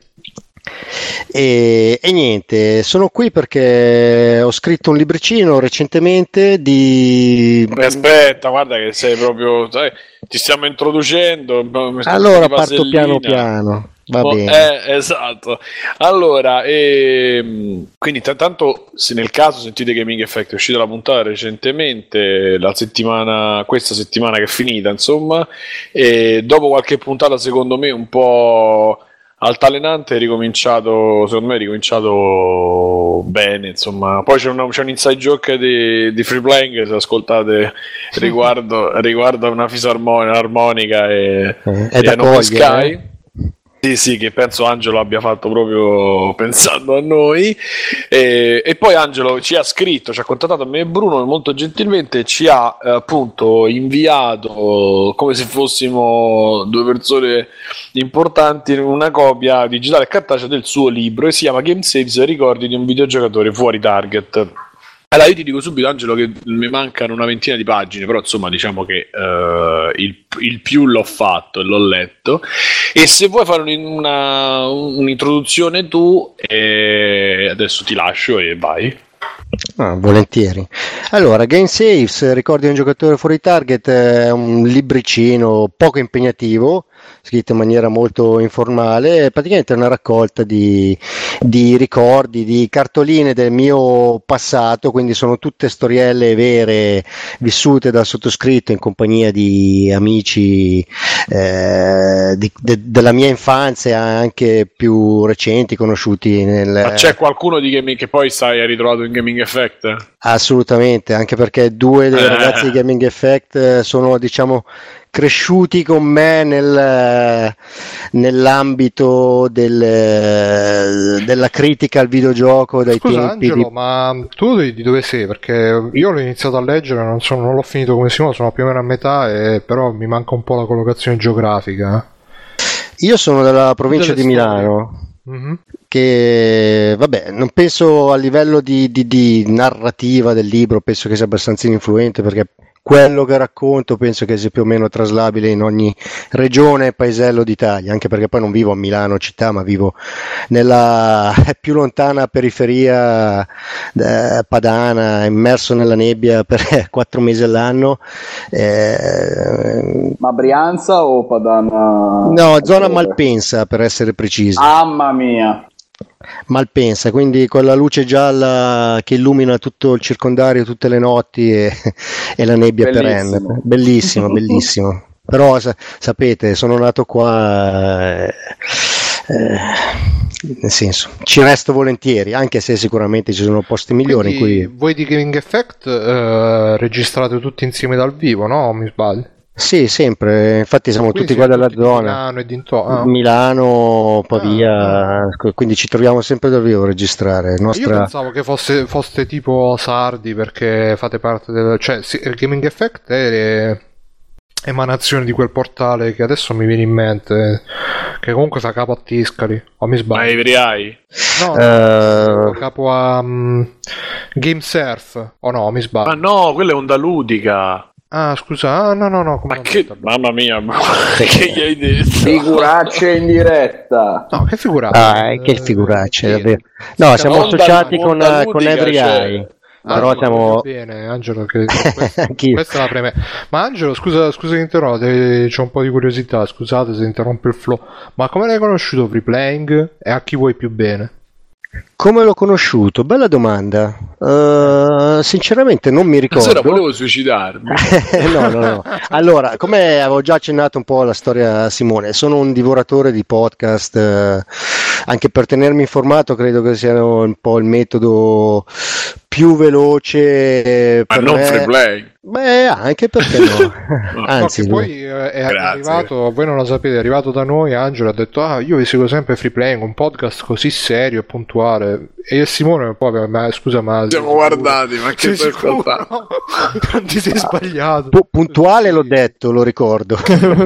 E niente, sono qui perché ho scritto un libricino recentemente di... Aspetta, guarda che sei proprio... ti stiamo introducendo. Allora parto piano piano. Va bene. Esatto. Allora, quindi tanto se nel caso sentite Gaming Effect è uscita la puntata recentemente, questa settimana che è finita, insomma, e dopo qualche puntata secondo me un po' altalenante secondo me è ricominciato bene, insomma. Poi c'è un inside joke di Free Playing, se ascoltate, riguardo a una fisarmonica e da No Man's cogliere, Sky. Sì, che penso Angelo abbia fatto proprio pensando a noi. E poi Angelo ci ha contattato a me e Bruno molto gentilmente, ci ha appunto inviato, come se fossimo 2 persone importanti, una copia digitale e cartacea del suo libro, e si chiama Game Saves, ricordi di un videogiocatore fuori target. Allora, io ti dico subito, Angelo, che mi mancano una ventina di pagine, però insomma diciamo che il più l'ho fatto e l'ho letto, e se vuoi fare un'introduzione tu, adesso ti lascio e vai. Volentieri. Allora, Game Saves, ricordi di un giocatore fuori target, è un libricino poco impegnativo, scritto in maniera molto informale, praticamente è una raccolta di ricordi, di cartoline del mio passato, quindi sono tutte storielle vere vissute dal sottoscritto in compagnia di amici della mia infanzia, anche più recenti, conosciuti Ma c'è qualcuno che poi hai ritrovato in Gaming Effect? Assolutamente, anche perché 2 dei ragazzi di Gaming Effect sono, diciamo, cresciuti con me nell'ambito della critica al videogioco dai Scusa, tempi Angelo, ma tu di dove sei? Perché io l'ho iniziato a leggere, non l'ho finito come Simone, sono più o meno a metà, però mi manca un po' la collocazione geografica. Io sono della provincia di Milano. Mm-hmm. Che vabbè, non penso a livello di narrativa del libro, penso che sia abbastanza influente, perché quello che racconto penso che sia più o meno traslabile in ogni regione e paesello d'Italia, anche perché poi non vivo a Milano città, ma vivo nella più lontana periferia padana, immerso nella nebbia per 4 mesi all'anno. Ma Brianza o Padana? No, zona Malpensa, per essere precisi. Mamma mia. Malpensa, quindi con la luce gialla che illumina tutto il circondario tutte le notti e la nebbia perenne. Bellissimo, bellissimo. Però sapete, sono nato qua, nel senso, ci resto volentieri, anche se sicuramente ci sono posti migliori. Quindi, in cui voi di Gaming Effect registrate tutti insieme dal vivo, no? Mi sbaglio? Sì, sempre, infatti siamo tutti qua della zona. Milano e dintorno. Milano, Pavia, quindi ci troviamo sempre dal vivo a registrare. Io pensavo che foste tipo sardi, perché fate parte del... Cioè, il Gaming Effect è emanazione di quel portale che adesso mi viene in mente, che comunque fa capo a Tiscali, o mi sbaglio? Ma Ivriai? No, capo a GameSurf, o no, mi sbaglio? Ma no, quella è Onda Ludica. Ah, scusa, no. Ma che... Mamma mia, che gli hai detto? Figuracce in diretta. No, che figuracce? Che figuracce, davvero. No, siamo associati con Every Eye. Però siamo bene, Angelo, che questa è la premessa. Ma Angelo, scusa che interrompo, c'ho un po' di curiosità, scusate se interrompo il flow. Ma come l'hai conosciuto Freeplaying e a chi vuoi più bene? Come l'ho conosciuto? Bella domanda. Sinceramente non mi ricordo. Stasera volevo suicidarmi. No. Allora, come avevo già accennato un po' alla storia a Simone, sono un divoratore di podcast, anche per tenermi informato credo che sia un po' il metodo più veloce Ma per non me. Freeplay. Beh, anche perché no. Anzi, no, che poi è arrivato, voi non lo sapete, è arrivato da noi Angelo, ha detto io vi seguo sempre Freeplaying, un podcast così serio e puntuale, e io e Simone poi scusa ma siamo guardati, ma che sei sicuro? No? Non ti sei sbagliato. Puntuale l'ho detto, lo ricordo.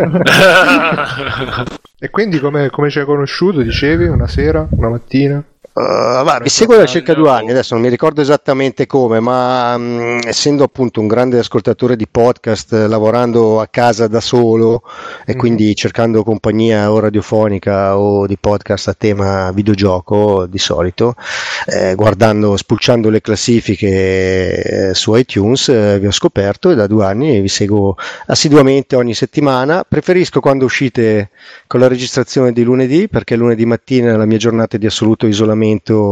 E quindi come ci hai conosciuto, dicevi, una sera, una mattina? Vi seguo da circa 2 anni, adesso non mi ricordo esattamente come, ma essendo appunto un grande ascoltatore di podcast, lavorando a casa da solo e quindi cercando compagnia o radiofonica o di podcast a tema videogioco di solito, spulciando le classifiche su iTunes, vi ho scoperto e da 2 anni vi seguo assiduamente ogni settimana. Preferisco quando uscite con la registrazione di lunedì, perché lunedì mattina è la mia giornata di assoluto isolamento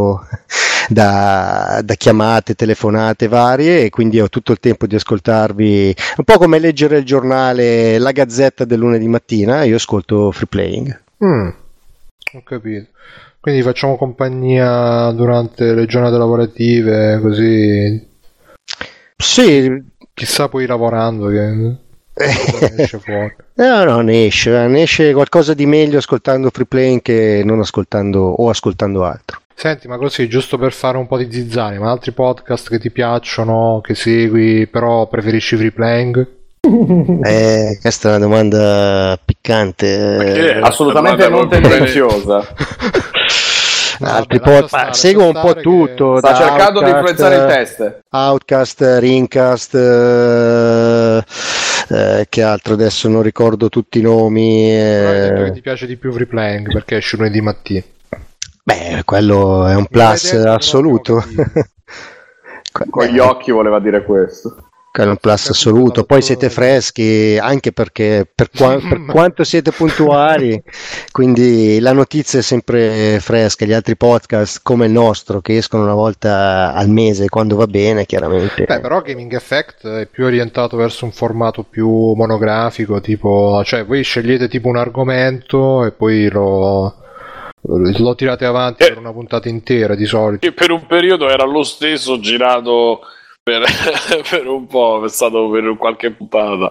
da chiamate, telefonate varie, e quindi ho tutto il tempo di ascoltarvi, un po' come leggere il giornale, la gazzetta del lunedì mattina. Io ascolto Freeplaying. Ho capito. Quindi facciamo compagnia durante le giornate lavorative, così Sì, chissà poi lavorando che esce fuori. No, ne esce qualcosa di meglio ascoltando Freeplaying che non ascoltando o ascoltando altro. Senti, ma così, giusto per fare un po' di zizzani, ma altri podcast che ti piacciono, che segui, però preferisci Freeplaying? Questa è una domanda piccante. Assolutamente non tendenziosa. Altri seguo un po' tutto. Sta cercando di influenzare il test. Outcast, Rincast, che altro adesso non ricordo tutti i nomi. Però hai detto che ti piace di più Freeplaying perché esce lunedì mattina. Beh, quello è un plus assoluto. Con gli occhi voleva dire questo. Quello è un plus assoluto. Poi siete freschi, anche perché per quanto siete puntuali, quindi la notizia è sempre fresca. Gli altri podcast come il nostro, che escono una volta al mese quando va bene, chiaramente. Beh, però Gaming Effect è più orientato verso un formato più monografico, tipo, cioè voi scegliete tipo un argomento e poi lo tirate avanti per una puntata intera di solito. E per un periodo era lo stesso girato per un po', è stato per qualche puntata.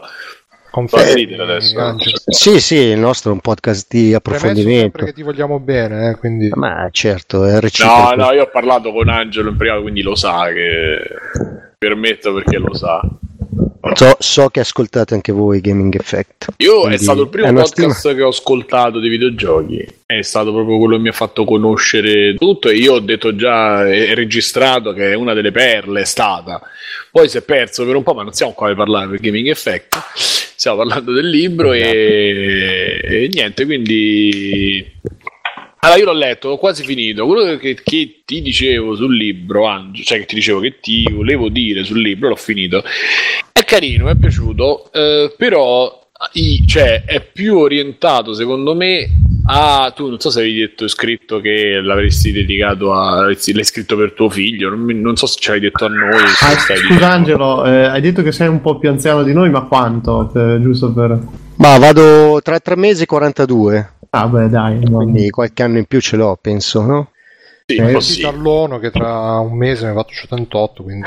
Sì, il nostro è un podcast di approfondimento. Perché ti vogliamo bene, quindi. Ma certo, è reciproco. No, io ho parlato con Angelo in privato, quindi lo sa che permetto, perché lo sa. So che ascoltate anche voi Gaming Effect. È stato il primo podcast che ho ascoltato di videogiochi, è stato proprio quello che mi ha fatto conoscere tutto, e io ho detto già, è registrato, che è una delle perle, è stata. Poi si è perso per un po', ma non siamo qua a parlare per Gaming Effect, stiamo parlando del libro e niente, quindi. Allora, io l'ho letto, ho quasi finito. Quello che ti dicevo sul libro, cioè che ti dicevo che ti volevo dire sul libro, l'ho finito. È carino, mi è piaciuto, però è più orientato, secondo me, tu non so se avevi scritto che l'avresti dedicato l'hai scritto per tuo figlio, non so se ci hai detto a noi. Scusa Angelo, hai detto che sei un po' più anziano di noi, ma quanto? Giusto per. Ma vado tra 3 mesi e 42. Ah beh, dai. Quindi qualche anno in più ce l'ho, penso, no? Sì, io sì. Tallono che tra un mese mi faccio 78, quindi.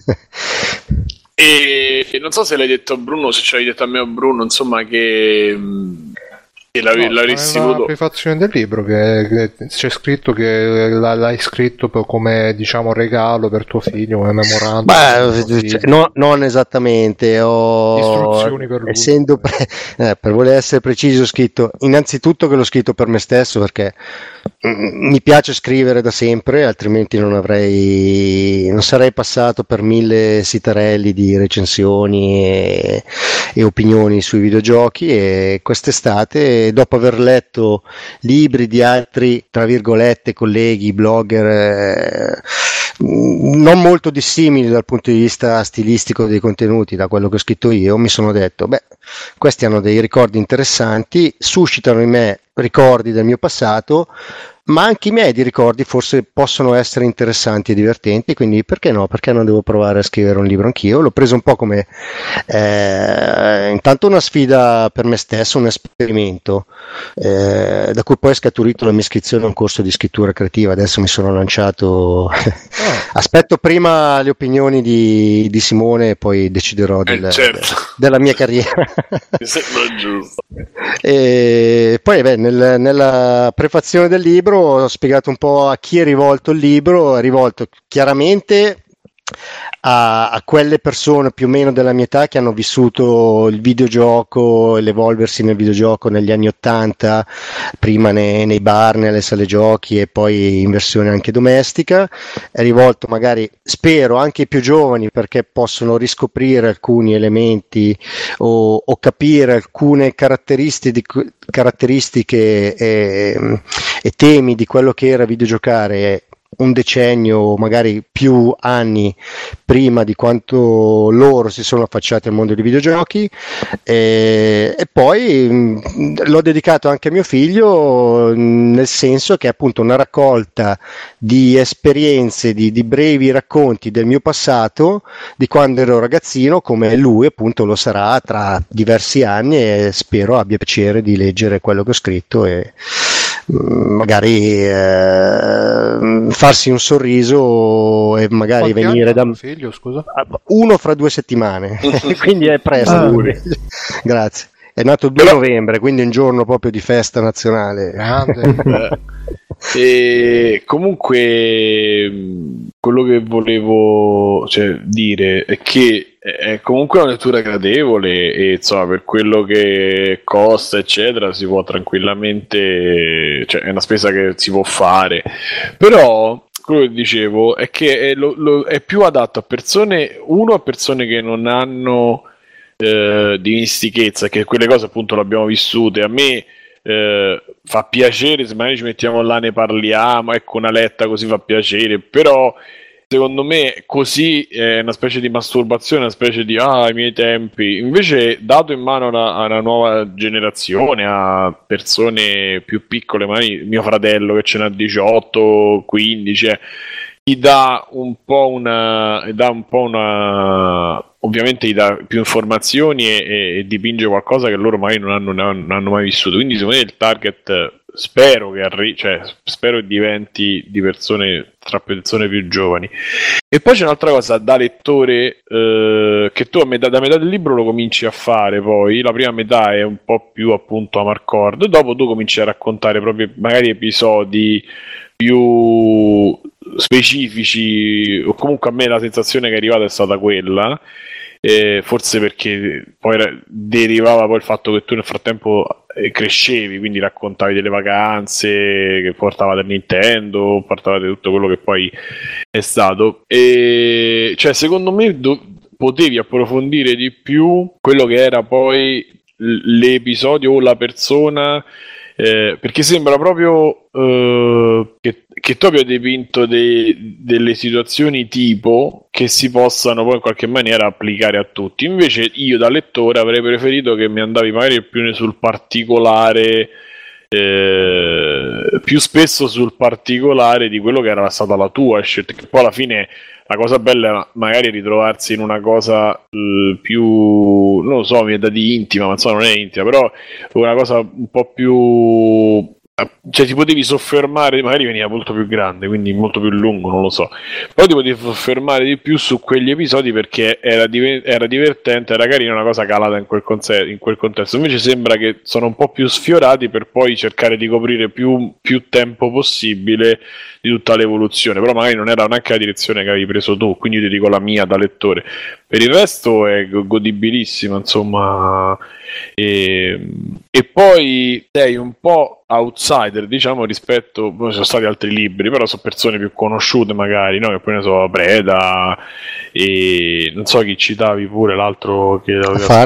E non so se l'hai detto a Bruno, se ce l'hai detto a me o a Bruno, insomma, che l'avresti voluto. Nella prefazione del libro che c'è scritto che l'hai scritto come, diciamo, regalo per tuo figlio, come memorandum. Non esattamente. Istruzioni per lui. Essendo per voler essere preciso, ho scritto innanzitutto che l'ho scritto per me stesso, perché mi piace scrivere da sempre, altrimenti non sarei passato per 1000 sitarelli di recensioni e opinioni sui videogiochi, e quest'estate, dopo aver letto libri di altri, tra virgolette, colleghi, blogger, non molto dissimili dal punto di vista stilistico dei contenuti da quello che ho scritto io, mi sono detto, beh, questi hanno dei ricordi interessanti, suscitano in me ricordi del mio passato, ma anche i miei di ricordi forse possono essere interessanti e divertenti, quindi perché no? Perché non devo provare a scrivere un libro anch'io? L'ho preso un po' come intanto una sfida per me stesso, un esperimento, da cui poi è scaturito la mia iscrizione a un corso di scrittura creativa. Adesso mi sono lanciato, aspetto prima le opinioni di Simone e poi deciderò della mia carriera. Mi sembra giusto. E poi nella prefazione del libro ho spiegato un po' a chi è rivolto il libro. È rivolto chiaramente a quelle persone più o meno della mia età che hanno vissuto il videogioco e l'evolversi nel videogioco negli anni '80, prima nei bar, nelle sale giochi e poi in versione anche domestica. È rivolto magari, spero, anche ai più giovani, perché possono riscoprire alcuni elementi o capire alcune caratteristiche e temi di quello che era videgiocare un decennio o magari più anni prima di quanto loro si sono affacciati al mondo dei videogiochi, e poi l'ho dedicato anche a mio figlio, nel senso che è appunto una raccolta di esperienze, di brevi racconti del mio passato, di quando ero ragazzino, come lui appunto lo sarà tra diversi anni, e spero abbia piacere di leggere quello che ho scritto e magari farsi un sorriso e magari Quanti venire anni da figlio, scusa? uno fra 2 settimane quindi è presto. Grazie. È nato il 2 novembre, quindi un giorno proprio di festa nazionale. Grande. E comunque quello che volevo dire è che è comunque una lettura gradevole e insomma, per quello che costa eccetera si può tranquillamente, cioè è una spesa che si può fare, però quello che dicevo è che è più adatto a persone che non hanno dimestichezza, che quelle cose appunto le abbiamo vissute. A me fa piacere se magari ci mettiamo là, ne parliamo, ecco, una letta così fa piacere, però secondo me così è una specie di masturbazione, una specie di ai miei tempi. Invece dato in mano a una nuova generazione, a persone più piccole, magari mio fratello che ce n'ha 18, 15, gli dà un po' una ovviamente gli dà più informazioni e dipinge qualcosa che loro magari non hanno mai vissuto. Quindi secondo me il target spero che diventi di persone, tra persone più giovani. E poi c'è un'altra cosa da lettore, che tu da metà del libro lo cominci a fare. Poi la prima metà è un po' più appunto amarcord, dopo tu cominci a raccontare proprio magari episodi più specifici, o comunque a me la sensazione che è arrivata è stata quella, forse perché poi derivava poi il fatto che tu nel frattempo crescevi, quindi raccontavi delle vacanze che portavate a Nintendo, portavate tutto quello che poi è stato, e cioè secondo me potevi approfondire di più quello che era poi l'episodio o la persona, perché sembra proprio che tu abbia dipinto delle situazioni tipo che si possano poi in qualche maniera applicare a tutti. Invece io da lettore avrei preferito che mi andavi magari più sul particolare, più spesso sul particolare di quello che era stata la tua scelta, che poi alla fine la cosa bella è magari ritrovarsi in una cosa più, non lo so, mi è da di intima, ma insomma non è intima, però una cosa un po' più, cioè ti potevi soffermare, magari veniva molto più grande, quindi molto più lungo, non lo so, però ti potevi soffermare di più su quegli episodi perché era divertente, era carina, una cosa calata in quel contesto. Invece sembra che sono un po' più sfiorati per poi cercare di coprire più tempo possibile di tutta l'evoluzione, però magari non era neanche la direzione che avevi preso tu, quindi io ti dico la mia da lettore. Per il resto è godibilissima, insomma, e poi sei un po' outsider outsider, diciamo, rispetto, poi sono stati altri libri, però sono persone più conosciute magari, no? Che poi ne so, Breda e non so chi citavi pure, l'altro che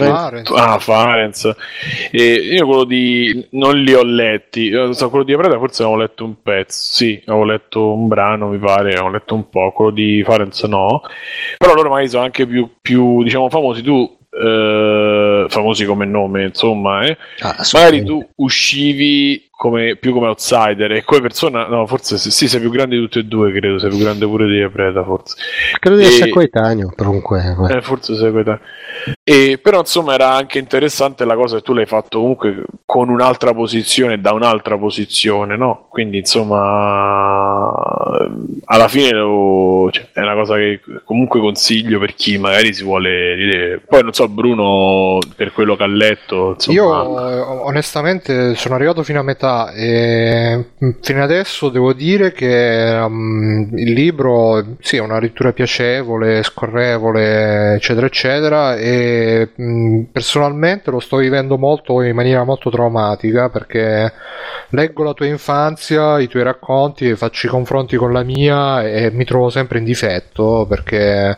Farenz. E io quello di non li ho letti, quello di Breda forse avevo letto un pezzo, sì, avevo letto un brano, mi pare, avevo letto un po', quello di Farenz no, però loro magari sono anche più diciamo famosi. Tu famosi come nome, insomma, magari tu uscivi più come outsider e come persona, no, forse sì, sei più grande di tutti e due, credo, sei più grande pure di Preda, forse. Credo di essere coetaneo, comunque. Forse sei coetaneo. Però insomma era anche interessante la cosa che tu l'hai fatto comunque con un'altra posizione, da un'altra posizione, no? Quindi insomma alla fine è una cosa che comunque consiglio per chi magari si vuole dire. Poi non so, Bruno, per quello che ha letto, insomma. Io onestamente sono arrivato fino a metà e fino adesso devo dire che il libro sì, è una lettura piacevole, scorrevole, eccetera eccetera, e personalmente lo sto vivendo in maniera molto traumatica, perché leggo la tua infanzia, i tuoi racconti, e faccio i confronti con la mia e mi trovo sempre in difetto, perché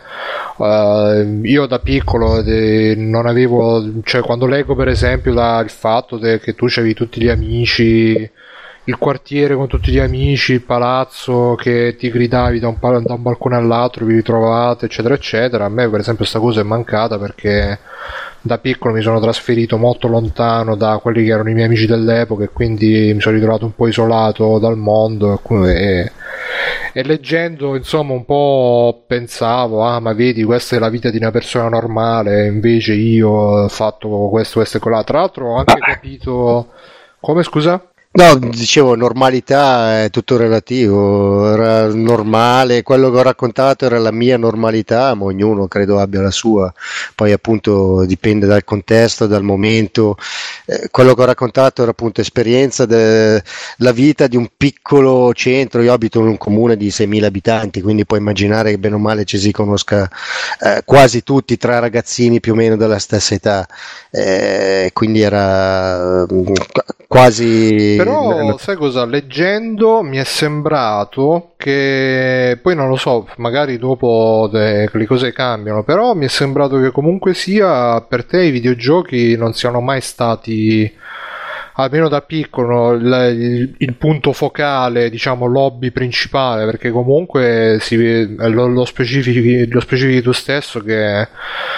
io da piccolo non avevo, cioè quando leggo per esempio il fatto che tu c'avevi tutti gli amici, il quartiere con tutti gli amici, il palazzo che ti gridavi da un balcone all'altro, vi ritrovate, eccetera eccetera, a me per esempio questa cosa è mancata, perché da piccolo mi sono trasferito molto lontano da quelli che erano i miei amici dell'epoca e quindi mi sono ritrovato un po' isolato dal mondo e leggendo insomma un po' pensavo, ma vedi, questa è la vita di una persona normale, invece io ho fatto questo e quello. Tra l'altro ho anche capito come, scusa? No, dicevo, normalità è tutto relativo, era normale, quello che ho raccontato era la mia normalità, ma ognuno credo abbia la sua, poi appunto dipende dal contesto, dal momento. Quello che ho raccontato era appunto esperienza della vita di un piccolo centro. Io abito in un comune di 6.000 abitanti, quindi puoi immaginare che bene o male ci si conosca quasi tutti tra ragazzini più o meno della stessa età, quindi era quasi... Però sai cosa? Leggendo mi è sembrato che, poi non lo so, magari dopo le cose cambiano, però mi è sembrato che comunque sia per te i videogiochi non siano mai stati, almeno da piccolo, il punto focale, diciamo l'hobby principale, perché comunque lo specifichi tu stesso che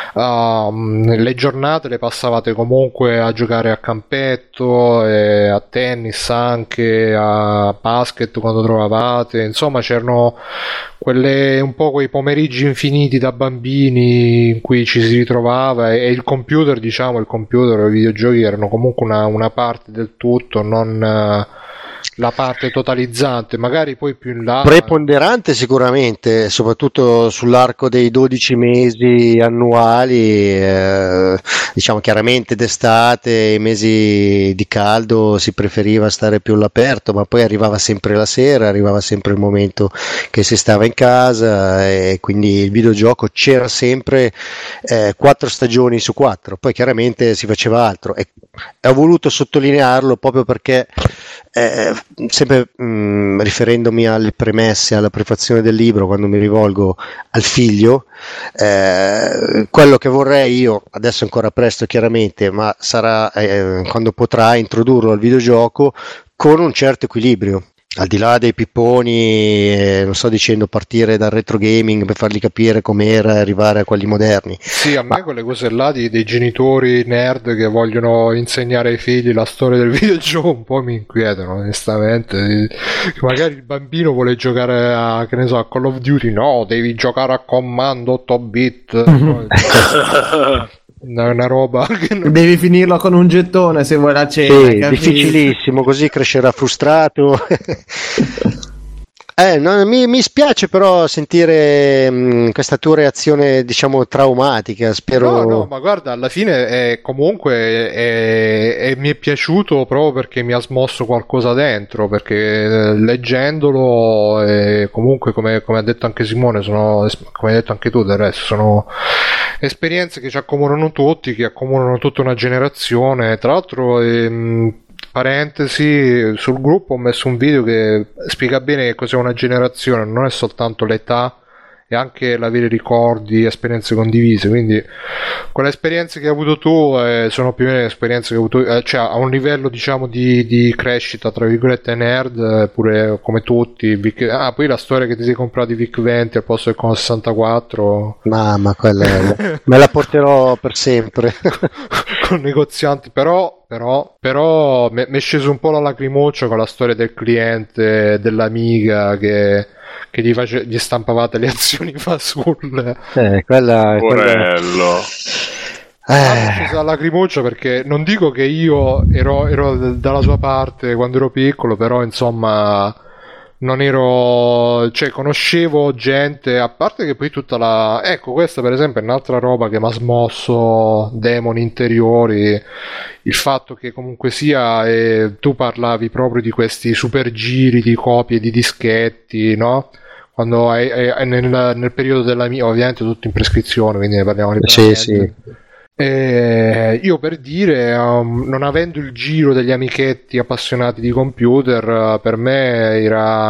le giornate le passavate comunque a giocare a campetto, a tennis, anche a basket quando trovavate, insomma c'erano un po' quei pomeriggi infiniti da bambini in cui ci si ritrovava, e il computer e i videogiochi erano comunque una parte del tutto, non la parte totalizzante, magari poi più in là preponderante sicuramente, soprattutto sull'arco dei 12 mesi annuali, diciamo chiaramente d'estate, i mesi di caldo si preferiva stare più all'aperto, ma poi arrivava sempre la sera, arrivava sempre il momento che si stava in casa, e quindi il videogioco c'era sempre 4 stagioni su 4, poi chiaramente si faceva altro, e ho voluto sottolinearlo proprio perché sempre riferendomi alle premesse, alla prefazione del libro, quando mi rivolgo al figlio, quello che vorrei io, adesso è ancora presto chiaramente, ma sarà quando potrà introdurlo al videogioco con un certo equilibrio, al di là dei pipponi, non sto dicendo partire dal retro gaming per fargli capire com'era e arrivare a quelli moderni. Sì, a me quelle cose là dei genitori nerd che vogliono insegnare ai figli la storia del videogioco un po' mi inquietano, onestamente. Magari il bambino vuole giocare a Call of Duty, no, devi giocare a comando 8 bit. Una roba che devi finirlo con un gettone se vuoi la cena, difficilissimo, così crescerà frustrato. Mi spiace però sentire questa tua reazione, diciamo, traumatica. Spero. No, ma guarda, alla fine comunque mi è piaciuto proprio perché mi ha smosso qualcosa dentro, perché leggendolo, comunque come ha detto anche Simone, come hai detto anche tu del resto, sono esperienze che ci accomunano tutti, che accomunano tutta una generazione. Tra l'altro parentesi, sul gruppo ho messo un video che spiega bene che cos'è una generazione, non è soltanto l'età, e anche l'avere ricordi, esperienze condivise, quindi quelle esperienze che hai avuto tu sono più o meno le esperienze che hai avuto, cioè a un livello diciamo di crescita tra virgolette nerd, pure come tutti. Poi la storia che ti sei comprato i VIC-20 al posto del Commodore 64, ma quella me la porterò per sempre. con negozianti, però mi è sceso un po' la lacrimuccia con la storia del cliente dell'Amiga che gli stampavate le azioni fasulle. Quella Porello. Ho preso la lacrimuccia perché non dico che io ero dalla sua parte quando ero piccolo, però insomma non ero, cioè conoscevo gente, a parte che poi tutta la, ecco, questa per esempio è un'altra roba che mi ha smosso demoni interiori, il fatto che comunque sia tu parlavi proprio di questi super giri di copie di dischetti, no? Quando nel periodo della mia, ovviamente tutto in prescrizione, quindi ne parliamo liberamente. Sì. Io per dire, non avendo il giro degli amichetti appassionati di computer, per me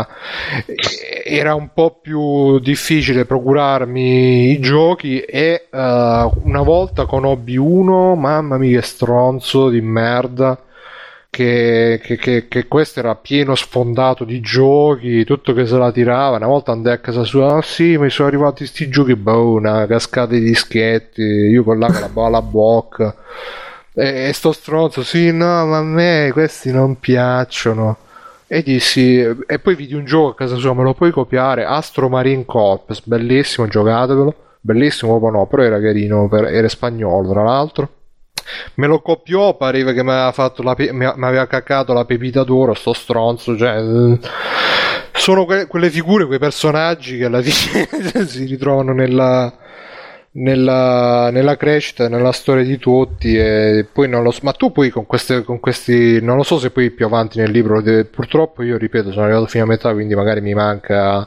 era un po' più difficile procurarmi i giochi e una volta conobbi uno, mamma mia che stronzo di merda, che questo era pieno sfondato di giochi, tutto che se la tirava. Una volta andai a casa sua, sì, mi sono arrivati sti giochi, una cascata di dischetti, io con la balla bocca, e sto stronzo, sì, no, ma a me questi non piacciono. E dissi, e poi vidi un gioco a casa sua, me lo puoi copiare? Astro Marine Corps, bellissimo, giocatevelo, bellissimo, proprio no, però era carino, era spagnolo tra l'altro. Me lo copiò, pareva che mi aveva fatto mi aveva caccato la pepita d'oro, sto stronzo, cioè sono quelle figure, quei personaggi che alla fine si ritrovano nella crescita, nella storia di tutti, e poi non lo so, ma tu poi con questi non lo so se poi più avanti nel libro, purtroppo io ripeto sono arrivato fino a metà, quindi magari mi manca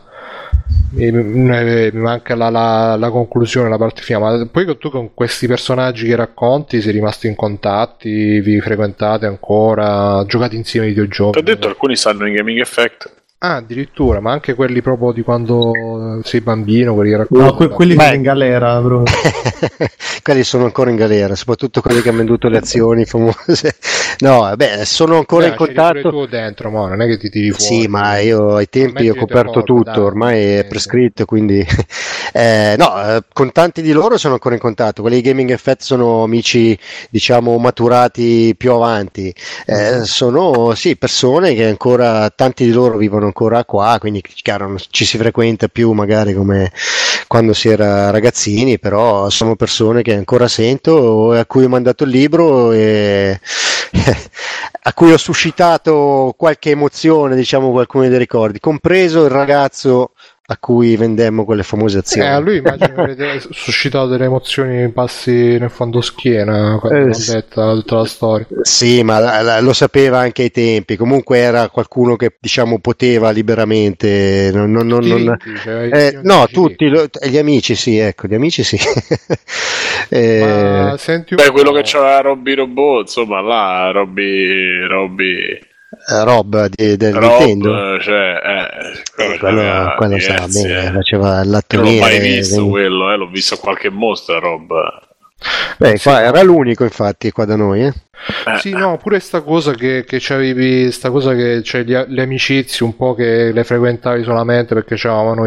la conclusione, la parte finale, ma poi tu con questi personaggi che racconti sei rimasto in contatti, vi frequentate ancora, giocate insieme ai videogiochi? Ti ho detto, alcuni stanno in Gaming Effect. Ah, addirittura, ma anche quelli proprio di quando sei bambino, quelli che racconti? No, quelli sono in galera, bro. Quelli sono ancora in galera, soprattutto quelli che hanno venduto le azioni famose. No, vabbè, sono ancora in contatto. Tu dentro, ma non è che ti tiri fuori. Sì, ma io ai tempi ho coperto tutto, ormai è prescritto, quindi con tanti di loro sono ancora in contatto. Quelli di Gaming Effect sono amici, diciamo, maturati più avanti. Sono sì, persone che ancora, tanti di loro vivono ancora qua, quindi chiaro non ci si frequenta più magari come quando si era ragazzini, però sono persone che ancora sento, a cui ho mandato il libro e a cui ho suscitato qualche emozione, diciamo, alcuni dei ricordi, compreso il ragazzo a cui vendemmo quelle famose azioni. A lui immagino che avete suscitato delle emozioni, passi nel fondoschiena quando l'ho detta tutta la storia. Sì, ma lo sapeva anche ai tempi, comunque era qualcuno che, diciamo, poteva liberamente no, tutti gli amici sì, ecco, gli amici sì. Ma senti quello che c'aveva Robby Robot, insomma, là Robby Rob del Nintendo, cioè, quello stava bene, faceva il lattoniere. Non l'ho mai visto quello, l'ho visto a qualche mostra, Rob. Beh, qua era l'unico infatti qua da noi. Sì, no, pure sta cosa che c'avevi, sta cosa che c'è le amicizie un po' che le frequentavi solamente perché c'avevano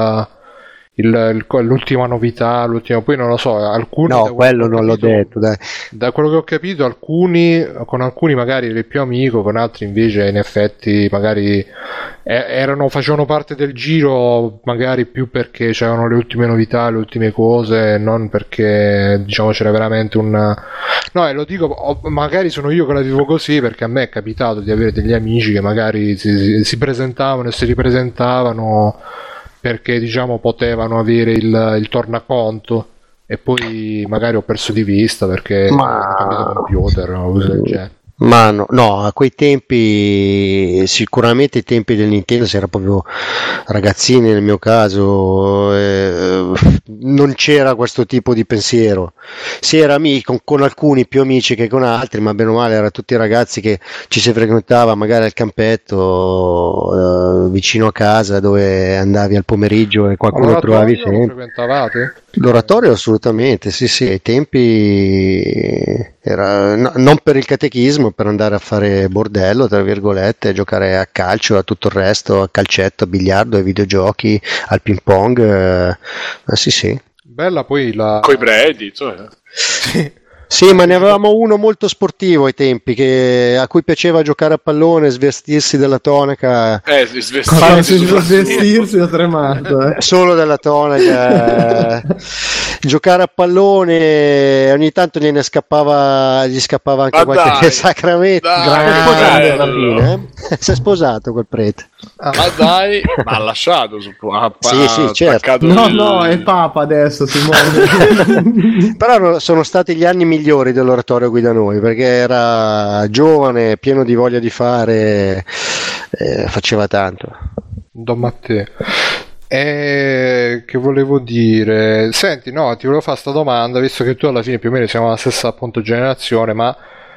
l'ultima novità, poi non lo so, alcuni, no, quello non l'ho detto, dai. Da quello che ho capito, con alcuni magari eri più amico, con altri invece in effetti magari facevano parte del giro magari più perché c'erano le ultime novità, le ultime cose, non perché diciamo c'era veramente no, e lo dico, magari sono io che la vivo così perché a me è capitato di avere degli amici che magari si presentavano e si ripresentavano perché diciamo potevano avere il tornaconto e poi magari ho perso di vista perché ho cambiato computer o cose del genere. Ma no, a quei tempi, sicuramente i tempi del Nintendo, si era proprio ragazzini nel mio caso, non c'era questo tipo di pensiero. Si era con alcuni più amici che con altri, ma bene o male erano tutti ragazzi che ci si frequentava magari al campetto vicino a casa, dove andavi al pomeriggio e qualcuno lo trovavi L'oratorio lo sempre. frequentavate? L'oratorio assolutamente, sì, sì, ai tempi era non per il catechismo, per andare a fare bordello, tra virgolette, giocare a calcio, a tutto il resto, a calcetto, a biliardo, ai videogiochi, al ping pong, sì, sì. Bella poi la... Coi preti, insomma. Sì. Sì, ma ne avevamo uno molto sportivo ai tempi, a cui piaceva giocare a pallone, svestirsi della tonaca. Svestirsi ho tremato. Solo della tonaca. Giocare a pallone, ogni tanto gli scappava anche qualche sacramento. Grande bambino, si è sposato quel prete. Ma dai, ma ha lasciato sì, certo. No, è Papa adesso, Simone. Però sono stati gli anni migliori dell'oratorio qui da noi, perché era giovane, pieno di voglia di fare, faceva tanto. Don Matteo. Che volevo dire? Senti, no, ti volevo fare questa domanda, visto che tu alla fine più o meno siamo la stessa appunto generazione, ma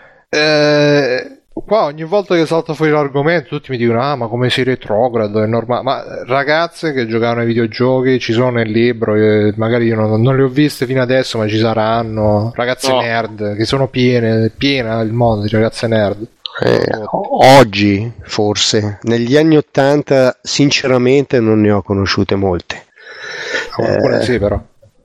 qua ogni volta che salta fuori l'argomento tutti mi dicono ma come sei retrogrado, è normale, ma ragazze che giocavano ai videogiochi ci sono nel libro, magari io non le ho viste fino adesso, ma ci saranno ragazze nerd, che sono piena il mondo di ragazze nerd. Oggi forse, negli anni '80 sinceramente non ne ho conosciute molte. Qualcuna sì, però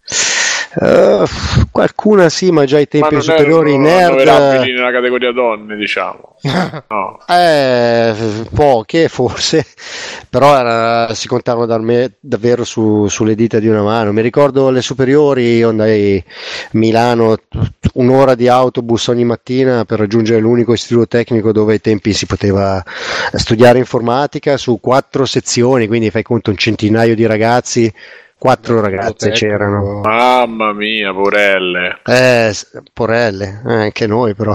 qualcuna sì, ma già ai tempi superiori nerd nella categoria donne, diciamo. No. Poche forse, però si contavano davvero sulle dita di una mano. Mi ricordo alle superiori, io andai a Milano, un'ora di autobus ogni mattina per raggiungere l'unico istituto tecnico dove ai tempi si poteva studiare informatica, su 4 sezioni, quindi fai conto un centinaio di ragazzi. 4 ragazze c'erano. Mamma mia, porelle. Porelle, anche noi però.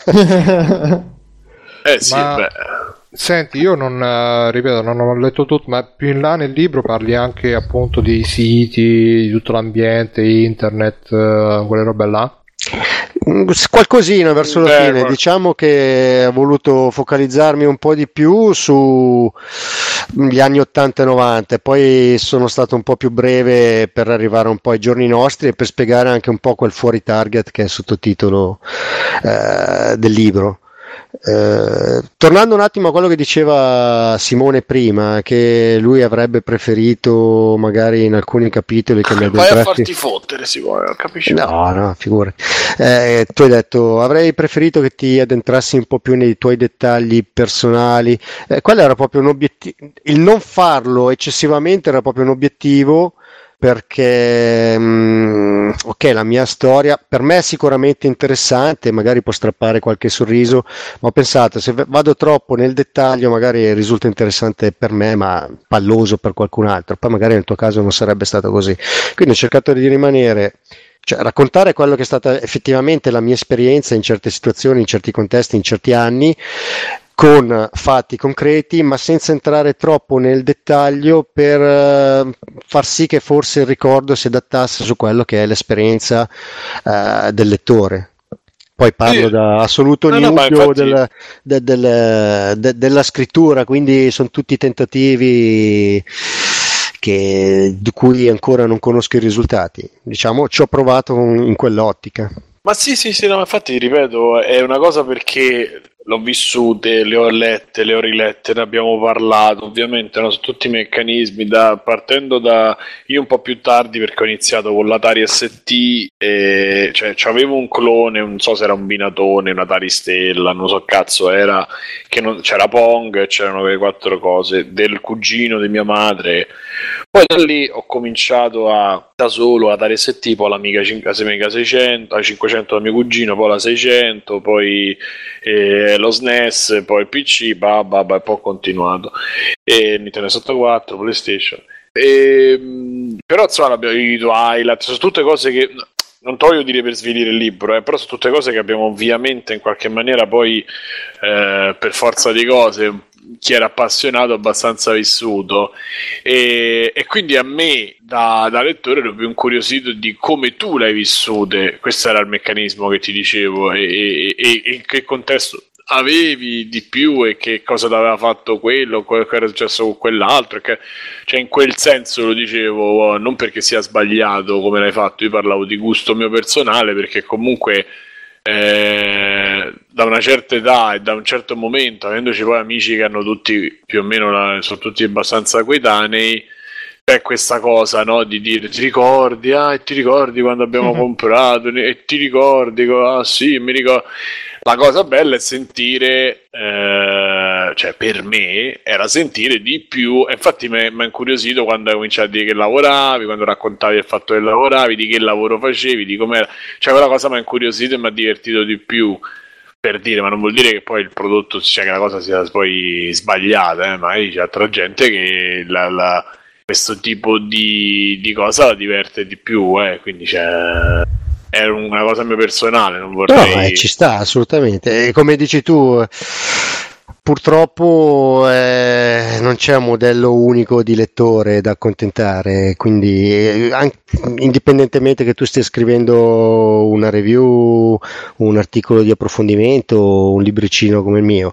Sì, Senti, io ripeto, non ho letto tutto, ma più in là nel libro parli anche appunto dei siti, di tutto l'ambiente, internet, quelle robe là. Qualcosina verso la fine, diciamo che ho voluto focalizzarmi un po' di più su gli anni 80 e 90, e poi sono stato un po' più breve per arrivare un po' ai giorni nostri e per spiegare anche un po' quel fuori target che è il sottotitolo del libro. Tornando un attimo a quello che diceva Simone prima, che lui avrebbe preferito magari in alcuni capitoli che mi addentrassi... Vai a farti fottere, Simone, non capisci? No, figurati. Tu hai detto avrei preferito che ti addentrassi un po' più nei tuoi dettagli personali. Quello era proprio un obiettivo, il non farlo eccessivamente era proprio un obiettivo, perché ok, la mia storia per me è sicuramente interessante, magari può strappare qualche sorriso, ma ho pensato, se vado troppo nel dettaglio magari risulta interessante per me ma palloso per qualcun altro, poi magari nel tuo caso non sarebbe stato così, quindi ho cercato di rimanere, cioè raccontare quello che è stata effettivamente la mia esperienza in certe situazioni, in certi contesti, in certi anni, con fatti concreti, ma senza entrare troppo nel dettaglio, per far sì che forse il ricordo si adattasse su quello che è l'esperienza del lettore. Poi parlo da assoluto nucleo della scrittura, quindi sono tutti tentativi di cui ancora non conosco i risultati. Diciamo, ci ho provato in quell'ottica. Ma sì, no, infatti ripeto, è una cosa perché l'ho vissute, le ho lette, le ho rilette, ne abbiamo parlato, ovviamente su tutti i meccanismi, partendo da io un po' più tardi, perché ho iniziato con l'Atari ST, cioè c'avevo un clone, non so se era un binatone, un Atari Stella, non so cazzo era, c'era Pong, c'erano quelle 4 cose, del cugino di mia madre. Poi da lì ho cominciato da solo Atari ST, poi l'Amiga 600, la 500 da mio cugino, poi la 600, poi lo SNES, poi il PC, e poi ho continuato, e Nintendo 64, PlayStation, però insomma abbiamo i highlight, sono tutte cose che non ti voglio dire per svilire il libro, però sono tutte cose che abbiamo ovviamente in qualche maniera poi per forza di cose, chi era appassionato abbastanza vissuto, e quindi a me da lettore ero più incuriosito di come tu l'hai vissute. Questo era il meccanismo che ti dicevo, e in che contesto avevi di più e che cosa ti aveva fatto quello, che era successo con quell'altro, cioè in quel senso lo dicevo, non perché sia sbagliato come l'hai fatto, io parlavo di gusto mio personale, perché comunque da una certa età e da un certo momento, avendoci poi amici che hanno tutti più o meno sono tutti abbastanza coetanei, c'è questa cosa, no, di dire ti ricordi, e ti ricordi quando abbiamo comprato, e ti ricordi, sì, mi ricordo. La cosa bella è sentire, cioè per me era sentire di più, e infatti mi ha incuriosito quando hai cominciato a dire che lavoravi, quando raccontavi il fatto che lavoravi, di che lavoro facevi, di com'era, cioè quella cosa mi ha incuriosito e mi ha divertito di più, per dire, ma non vuol dire che poi il prodotto, cioè che la cosa sia poi sbagliata, magari c'è altra gente che questo tipo di cosa la diverte di più, quindi c'è... È una cosa mia personale, non vorrei... No, ci sta assolutamente. E come dici tu, purtroppo non c'è un modello unico di lettore da accontentare, quindi indipendentemente che tu stia scrivendo una review, un articolo di approfondimento, un libricino come il mio,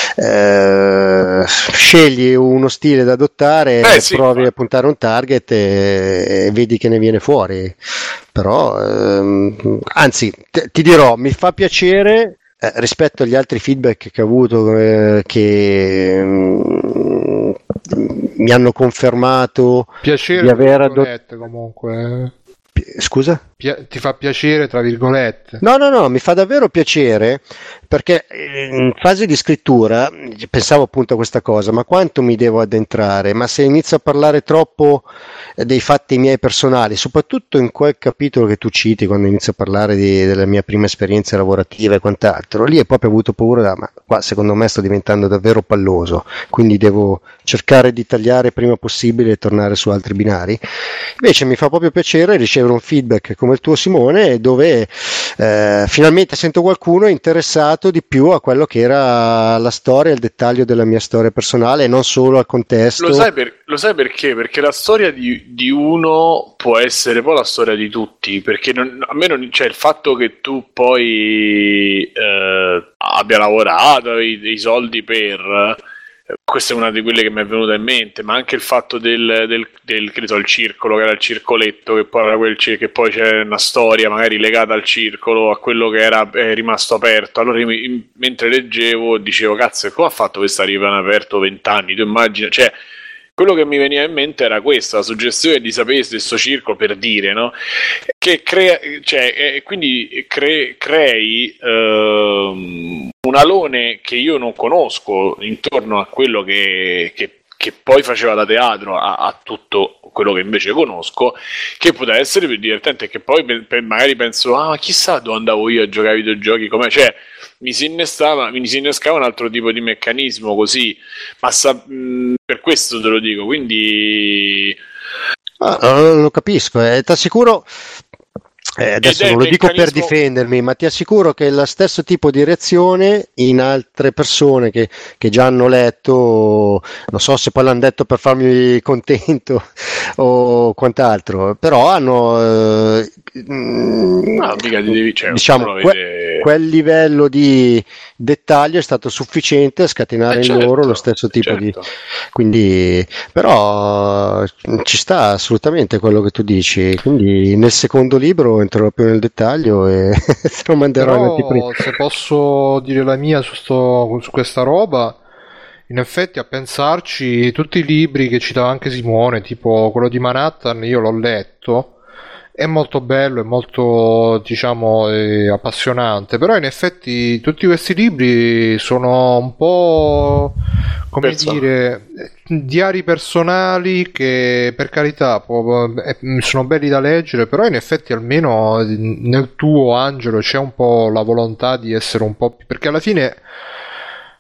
scegli uno stile da adottare, sì, provi a puntare un target e vedi che ne viene fuori. Però anzi ti dirò, mi fa piacere rispetto agli altri feedback che ho avuto che mi hanno confermato piacere di aver comunque. Scusa? Ti fa piacere tra virgolette? No, mi fa davvero piacere, perché in fase di scrittura pensavo appunto a questa cosa, ma quanto mi devo addentrare? Ma se inizio a parlare troppo dei fatti miei personali, soprattutto in quel capitolo che tu citi, quando inizio a parlare della mia prima esperienza lavorativa e quant'altro, lì ho proprio avuto paura, ma qua secondo me sto diventando davvero palloso, quindi devo cercare di tagliare prima possibile e tornare su altri binari. Invece mi fa proprio piacere ricevere un feedback come il tuo, Simone, dove finalmente sento qualcuno interessato di più a quello che era la storia, il dettaglio della mia storia personale e non solo al contesto. Lo sai perché? Perché la storia di uno può essere poi la storia di tutti, perché a me non c'è il fatto che tu poi abbia lavorato, i soldi per... Questa è una di quelle che mi è venuta in mente, ma anche il fatto del che ne so, il circolo, che era il circoletto, che poi era che poi c'è una storia magari legata al circolo, a quello che era rimasto aperto. Allora io, mentre leggevo, dicevo, cazzo, come ha fatto questa rimane aperto 20 anni? Tu immagina, cioè, quello che mi veniva in mente era questa, la suggestione di sapere stesso circolo, per dire, no? Che crea, cioè, quindi crei un alone che io non conosco intorno a quello che poi faceva da teatro a tutto quello che invece conosco, che poteva essere più divertente, e che poi magari penso, chissà dove andavo io a giocare ai videogiochi, com'è, cioè mi si innescava un altro tipo di meccanismo così, ma per questo te lo dico, quindi lo capisco, ti assicuro. Adesso non lo dico per difendermi, ma ti assicuro che è lo stesso tipo di reazione in altre persone che già hanno letto, non so se poi l'hanno detto per farmi contento o quant'altro, però hanno diciamo quel livello di dettaglio è stato sufficiente a scatenare in loro lo stesso tipo di... Quindi, però ci sta assolutamente quello che tu dici, quindi nel secondo libro entrerò più nel dettaglio e te lo manderò in anteprima. Se posso dire la mia su questa roba, in effetti a pensarci tutti i libri che citava anche Simone, tipo quello di Manhattan, io l'ho letto, è molto bello, è molto, diciamo, appassionante, però in effetti tutti questi libri sono un po', come dire, diari personali che, per carità, sono belli da leggere, però in effetti almeno nel tuo, Angelo, c'è un po' la volontà di essere un po' più, perché alla fine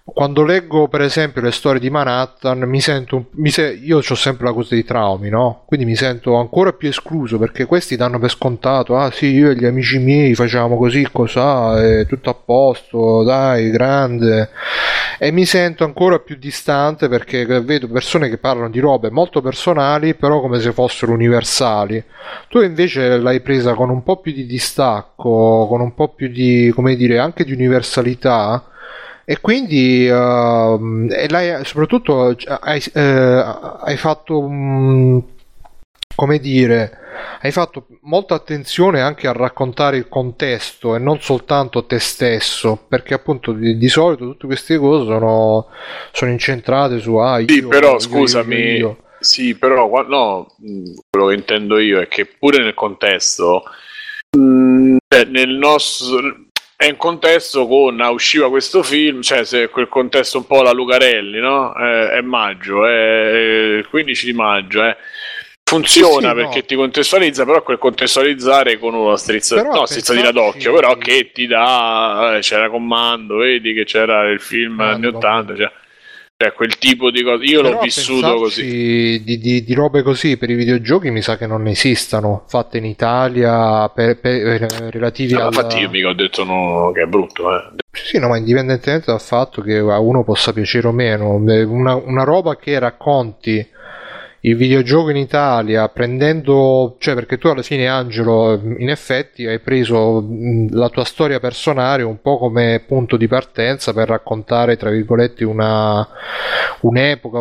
quando leggo per esempio le storie di Manhattan io ho sempre la cosa dei traumi, no? Quindi mi sento ancora più escluso, perché questi danno per scontato, ah sì, io e gli amici miei facciamo così, cos'ha, è tutto a posto, dai, grande, e mi sento ancora più distante perché vedo persone che parlano di robe molto personali però come se fossero universali. Tu invece l'hai presa con un po' più di distacco, con un po' più di, come dire, anche di universalità, e quindi soprattutto hai fatto, come dire, hai fatto molta attenzione anche a raccontare il contesto e non soltanto te stesso, perché appunto di solito tutte queste cose sono incentrate su sì, però scusami, io. Sì, però no, quello che intendo io è che pure nel contesto, nel nostro è un contesto con usciva questo film, cioè se quel contesto un po' la Lucarelli, no? È maggio, è il 15 di maggio, funziona sì, perché no, ti contestualizza, però quel contestualizzare con una strizzatina d'occhio, però che ti dà, c'era Commando, vedi che c'era il film anni 80, cioè quel tipo di cose, io però l'ho vissuto così. Di robe così per i videogiochi mi sa che non esistano, fatte in Italia relativi alla... Infatti io mica ho detto no, che è brutto, Sì, no, ma indipendentemente dal fatto che a uno possa piacere o meno, una roba che racconti il videogioco in Italia prendendo, cioè, perché tu alla fine, Angelo, in effetti hai preso la tua storia personale un po' come punto di partenza per raccontare, tra virgolette, un'epoca,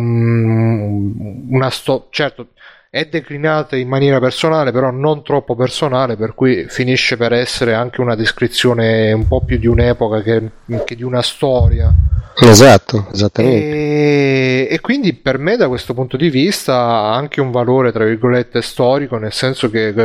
una storia. Certo, è declinata in maniera personale, però non troppo personale, per cui finisce per essere anche una descrizione un po' più di un'epoca che di una storia. Esatto, esattamente. E quindi per me da questo punto di vista ha anche un valore, tra virgolette, storico, nel senso che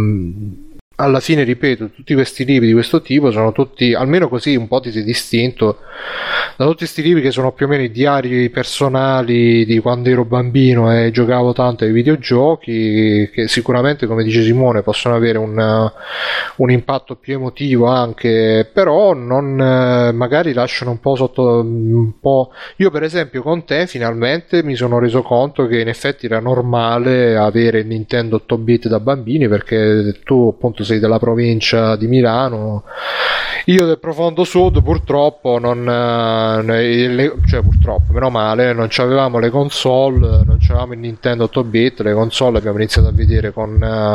alla fine, ripeto, tutti questi libri di questo tipo sono tutti, almeno così un po' ti sei distinto da tutti questi libri che sono più o meno i diari personali di quando ero bambino e giocavo tanto ai videogiochi, che sicuramente, come dice Simone, possono avere un impatto più emotivo anche, però non magari lasciano un po' sotto un po'. Io per esempio con te finalmente mi sono reso conto che in effetti era normale avere il Nintendo 8-bit da bambini, perché tu appunto sei della provincia di Milano, io del profondo sud purtroppo purtroppo, meno male, non avevamo le console, non avevamo il Nintendo 8-bit, le console abbiamo iniziato a vedere con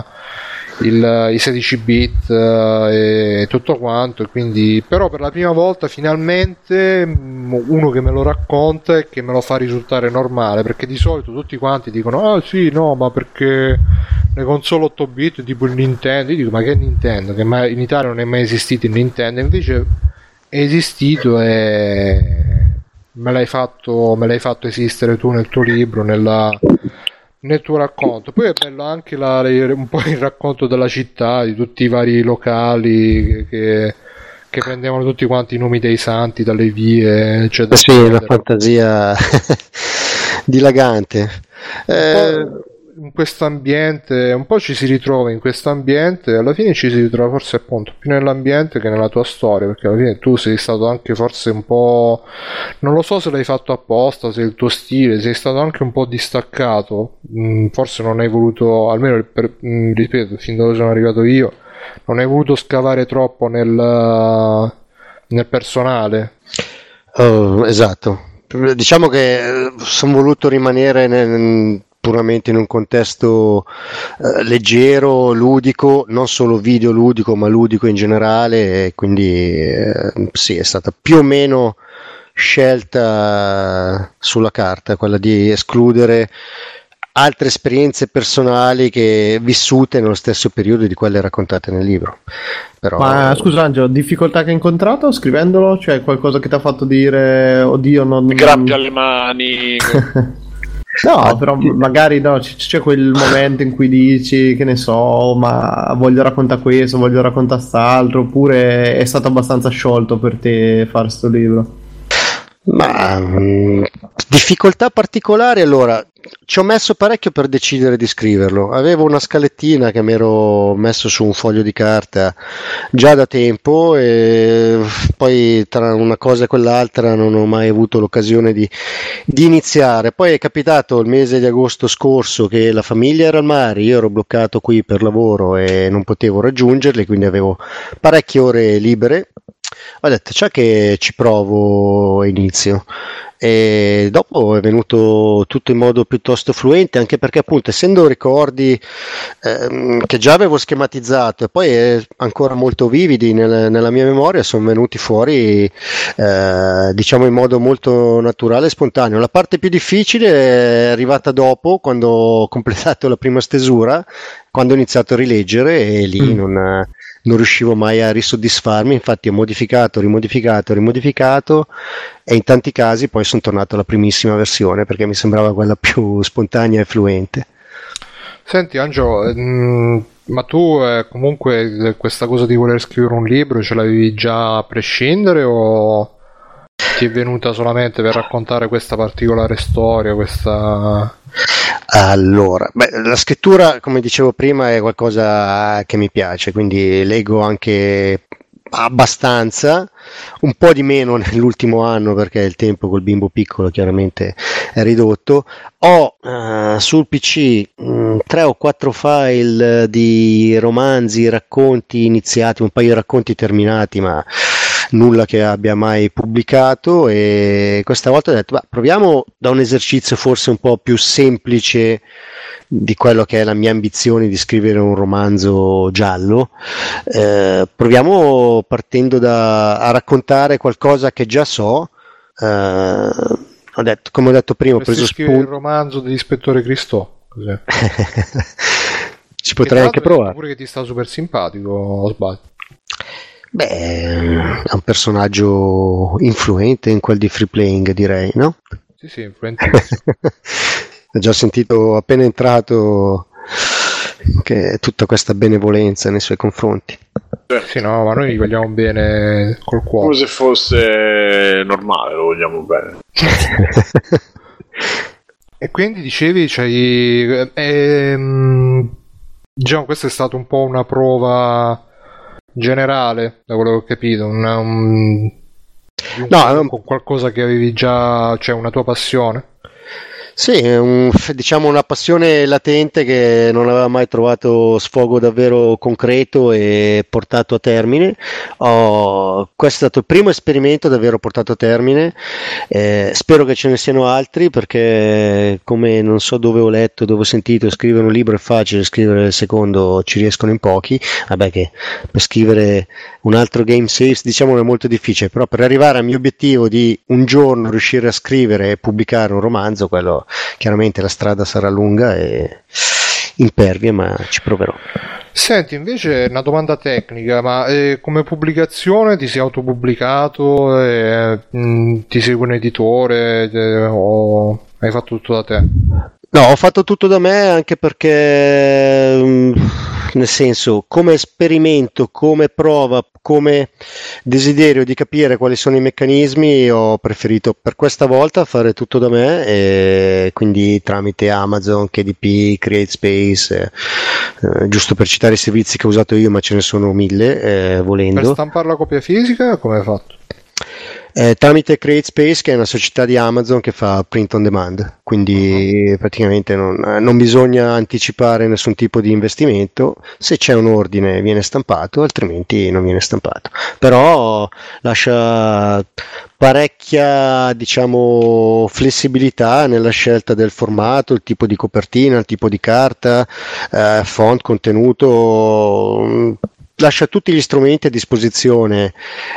i 16 bit e tutto quanto, e quindi però per la prima volta finalmente uno che me lo racconta e che me lo fa risultare normale, perché di solito tutti quanti dicono ah sì, no, ma perché le console 8 bit tipo il Nintendo, io dico ma che Nintendo, che in Italia non è mai esistito il Nintendo, invece è esistito e me l'hai fatto esistere tu nel tuo libro, nel tuo racconto. Poi è bello anche un po' il racconto della città, di tutti i vari locali che prendevano tutti quanti i nomi dei santi dalle vie, eccetera. Sì, una fantasia dilagante. In questo ambiente un po' ci si ritrova, in questo ambiente alla fine ci si ritrova forse appunto più nell'ambiente che nella tua storia, perché alla fine tu sei stato anche forse un po', non lo so se l'hai fatto apposta, se è il tuo stile, sei stato anche un po' distaccato, forse non hai voluto, almeno ripeto, fin da dove sono arrivato io, non hai voluto scavare troppo nel personale. Esatto, diciamo che sono voluto rimanere puramente in un contesto leggero, ludico, non solo videoludico ma ludico in generale, e quindi sì, è stata più o meno scelta sulla carta quella di escludere altre esperienze personali che vissute nello stesso periodo di quelle raccontate nel libro. Però... Ma scusa Angelo, difficoltà che hai incontrato scrivendolo? Cioè qualcosa che ti ha fatto dire oddio non... Grappi alle mani... No, però magari no, c'è quel momento in cui dici, che ne so, ma voglio raccontare questo, voglio raccontare quest'altro, oppure è stato abbastanza sciolto per te fare sto libro? Ma difficoltà particolari, allora ci ho messo parecchio per decidere di scriverlo. Avevo una scalettina che mi ero messo su un foglio di carta già da tempo, e poi tra una cosa e quell'altra non ho mai avuto l'occasione di iniziare. Poi è capitato il mese di agosto scorso che la famiglia era al mare, io ero bloccato qui per lavoro e non potevo raggiungerli, quindi avevo parecchie ore libere. Ho detto, c'è che ci provo e inizio. E dopo è venuto tutto in modo piuttosto fluente, anche perché appunto essendo ricordi che già avevo schematizzato e poi ancora molto vividi nella mia memoria, sono venuti fuori diciamo in modo molto naturale e spontaneo. La parte più difficile è arrivata dopo, quando ho completato la prima stesura, quando ho iniziato a rileggere, e lì non riuscivo mai a risoddisfarmi. Infatti ho modificato, rimodificato, e in tanti casi poi sono tornato alla primissima versione perché mi sembrava quella più spontanea e fluente. Senti Angelo, ma tu comunque questa cosa di voler scrivere un libro ce l'avevi già a prescindere, o ti è venuta solamente per raccontare questa particolare storia, questa... Allora, la scrittura, come dicevo prima, è qualcosa che mi piace, quindi leggo anche abbastanza, un po' di meno nell'ultimo anno perché il tempo col bimbo piccolo chiaramente è ridotto. Ho sul PC 3 o 4 file di romanzi, racconti iniziati, un paio di racconti terminati, ma nulla che abbia mai pubblicato, e questa volta ho detto proviamo da un esercizio forse un po' più semplice di quello che è la mia ambizione di scrivere un romanzo giallo. Proviamo partendo a raccontare qualcosa che già so. Ho detto, come ho detto prima, ho preso spunto il romanzo dell'ispettore Cristò, cos'è? Ci potrei anche provare. Pure che ti sta super simpatico, o sbaglio? Beh, è un personaggio influente in quel di Free Playing, direi, no? Sì, influentissimo. Ho già sentito appena entrato che tutta questa benevolenza nei suoi confronti. Sì, no, ma noi gli vogliamo bene col cuore. Come se fosse normale, lo vogliamo bene. E quindi dicevi, diciamo, questa è stata un po' una prova generale, da quello che ho capito, con qualcosa che avevi già, cioè una tua passione. Sì, diciamo una passione latente che non aveva mai trovato sfogo davvero concreto e portato a termine. Questo è stato il primo esperimento davvero portato a termine. Spero che ce ne siano altri, perché come non so dove ho letto, dove ho sentito, scrivere un libro è facile, scrivere il secondo ci riescono in pochi. Vabbè, che per scrivere un altro Game Saves diciamo è molto difficile, però per arrivare al mio obiettivo di un giorno riuscire a scrivere e pubblicare un romanzo, quello chiaramente la strada sarà lunga e impervia, ma ci proverò. Senti, invece una domanda tecnica, ma come pubblicazione ti sei autopubblicato, ti segue un editore, o hai fatto tutto da te? No, ho fatto tutto da me, anche perché nel senso, come esperimento, come prova, come desiderio di capire quali sono i meccanismi, ho preferito per questa volta fare tutto da me, e quindi tramite Amazon, KDP, CreateSpace, giusto per citare i servizi che ho usato io, ma ce ne sono 1000 volendo. Per stampare la copia fisica come hai fatto? Tramite CreateSpace, che è una società di Amazon che fa print on demand, quindi praticamente non bisogna anticipare nessun tipo di investimento. Se c'è un ordine viene stampato, altrimenti non viene stampato, però lascia parecchia, diciamo, flessibilità nella scelta del formato, il tipo di copertina, il tipo di carta, font, contenuto. Lascia tutti gli strumenti a disposizione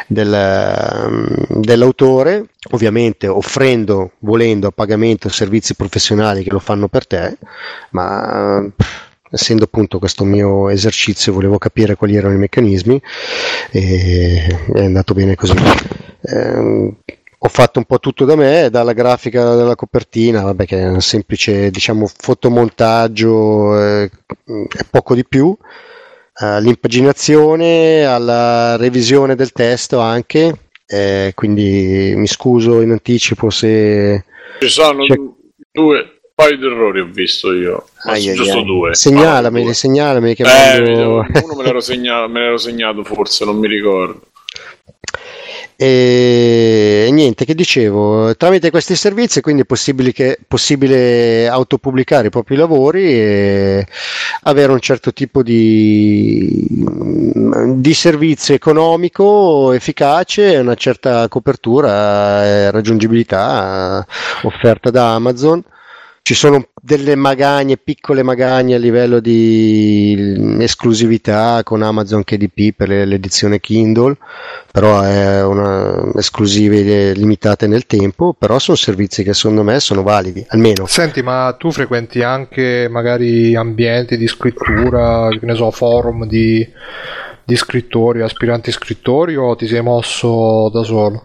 dell'autore, ovviamente offrendo, volendo, a pagamento servizi professionali che lo fanno per te, ma essendo appunto questo mio esercizio volevo capire quali erano i meccanismi, e è andato bene così. Ho fatto un po' tutto da me, dalla grafica della copertina, vabbè, che è un semplice, diciamo, fotomontaggio, e poco di più, all'impaginazione, alla revisione del testo anche, quindi mi scuso in anticipo se ci sono due paio di errori ho visto io, ma giusto due. Segnalameli che uno me l'ero segnato forse, non mi ricordo. E niente, che dicevo, tramite questi servizi quindi è possibile autopubblicare i propri lavori e avere un certo tipo di servizio economico efficace e una certa copertura e raggiungibilità offerta da Amazon. Ci sono delle piccole magagne a livello di esclusività con Amazon KDP per l'edizione Kindle, però è una esclusive limitate nel tempo, però sono servizi che secondo me sono validi, almeno. Senti, ma tu frequenti anche magari ambienti di scrittura, che ne so, forum di scrittori, aspiranti scrittori, o ti sei mosso da solo?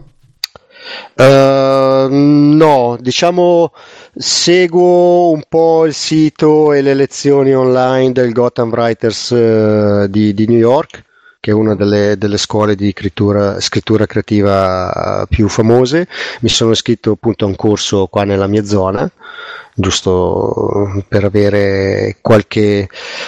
No, diciamo seguo un po' il sito e le lezioni online del Gotham Writers di New York, che è una delle scuole di scrittura creativa più famose. Mi sono iscritto appunto a un corso qua nella mia zona, giusto per avere qualche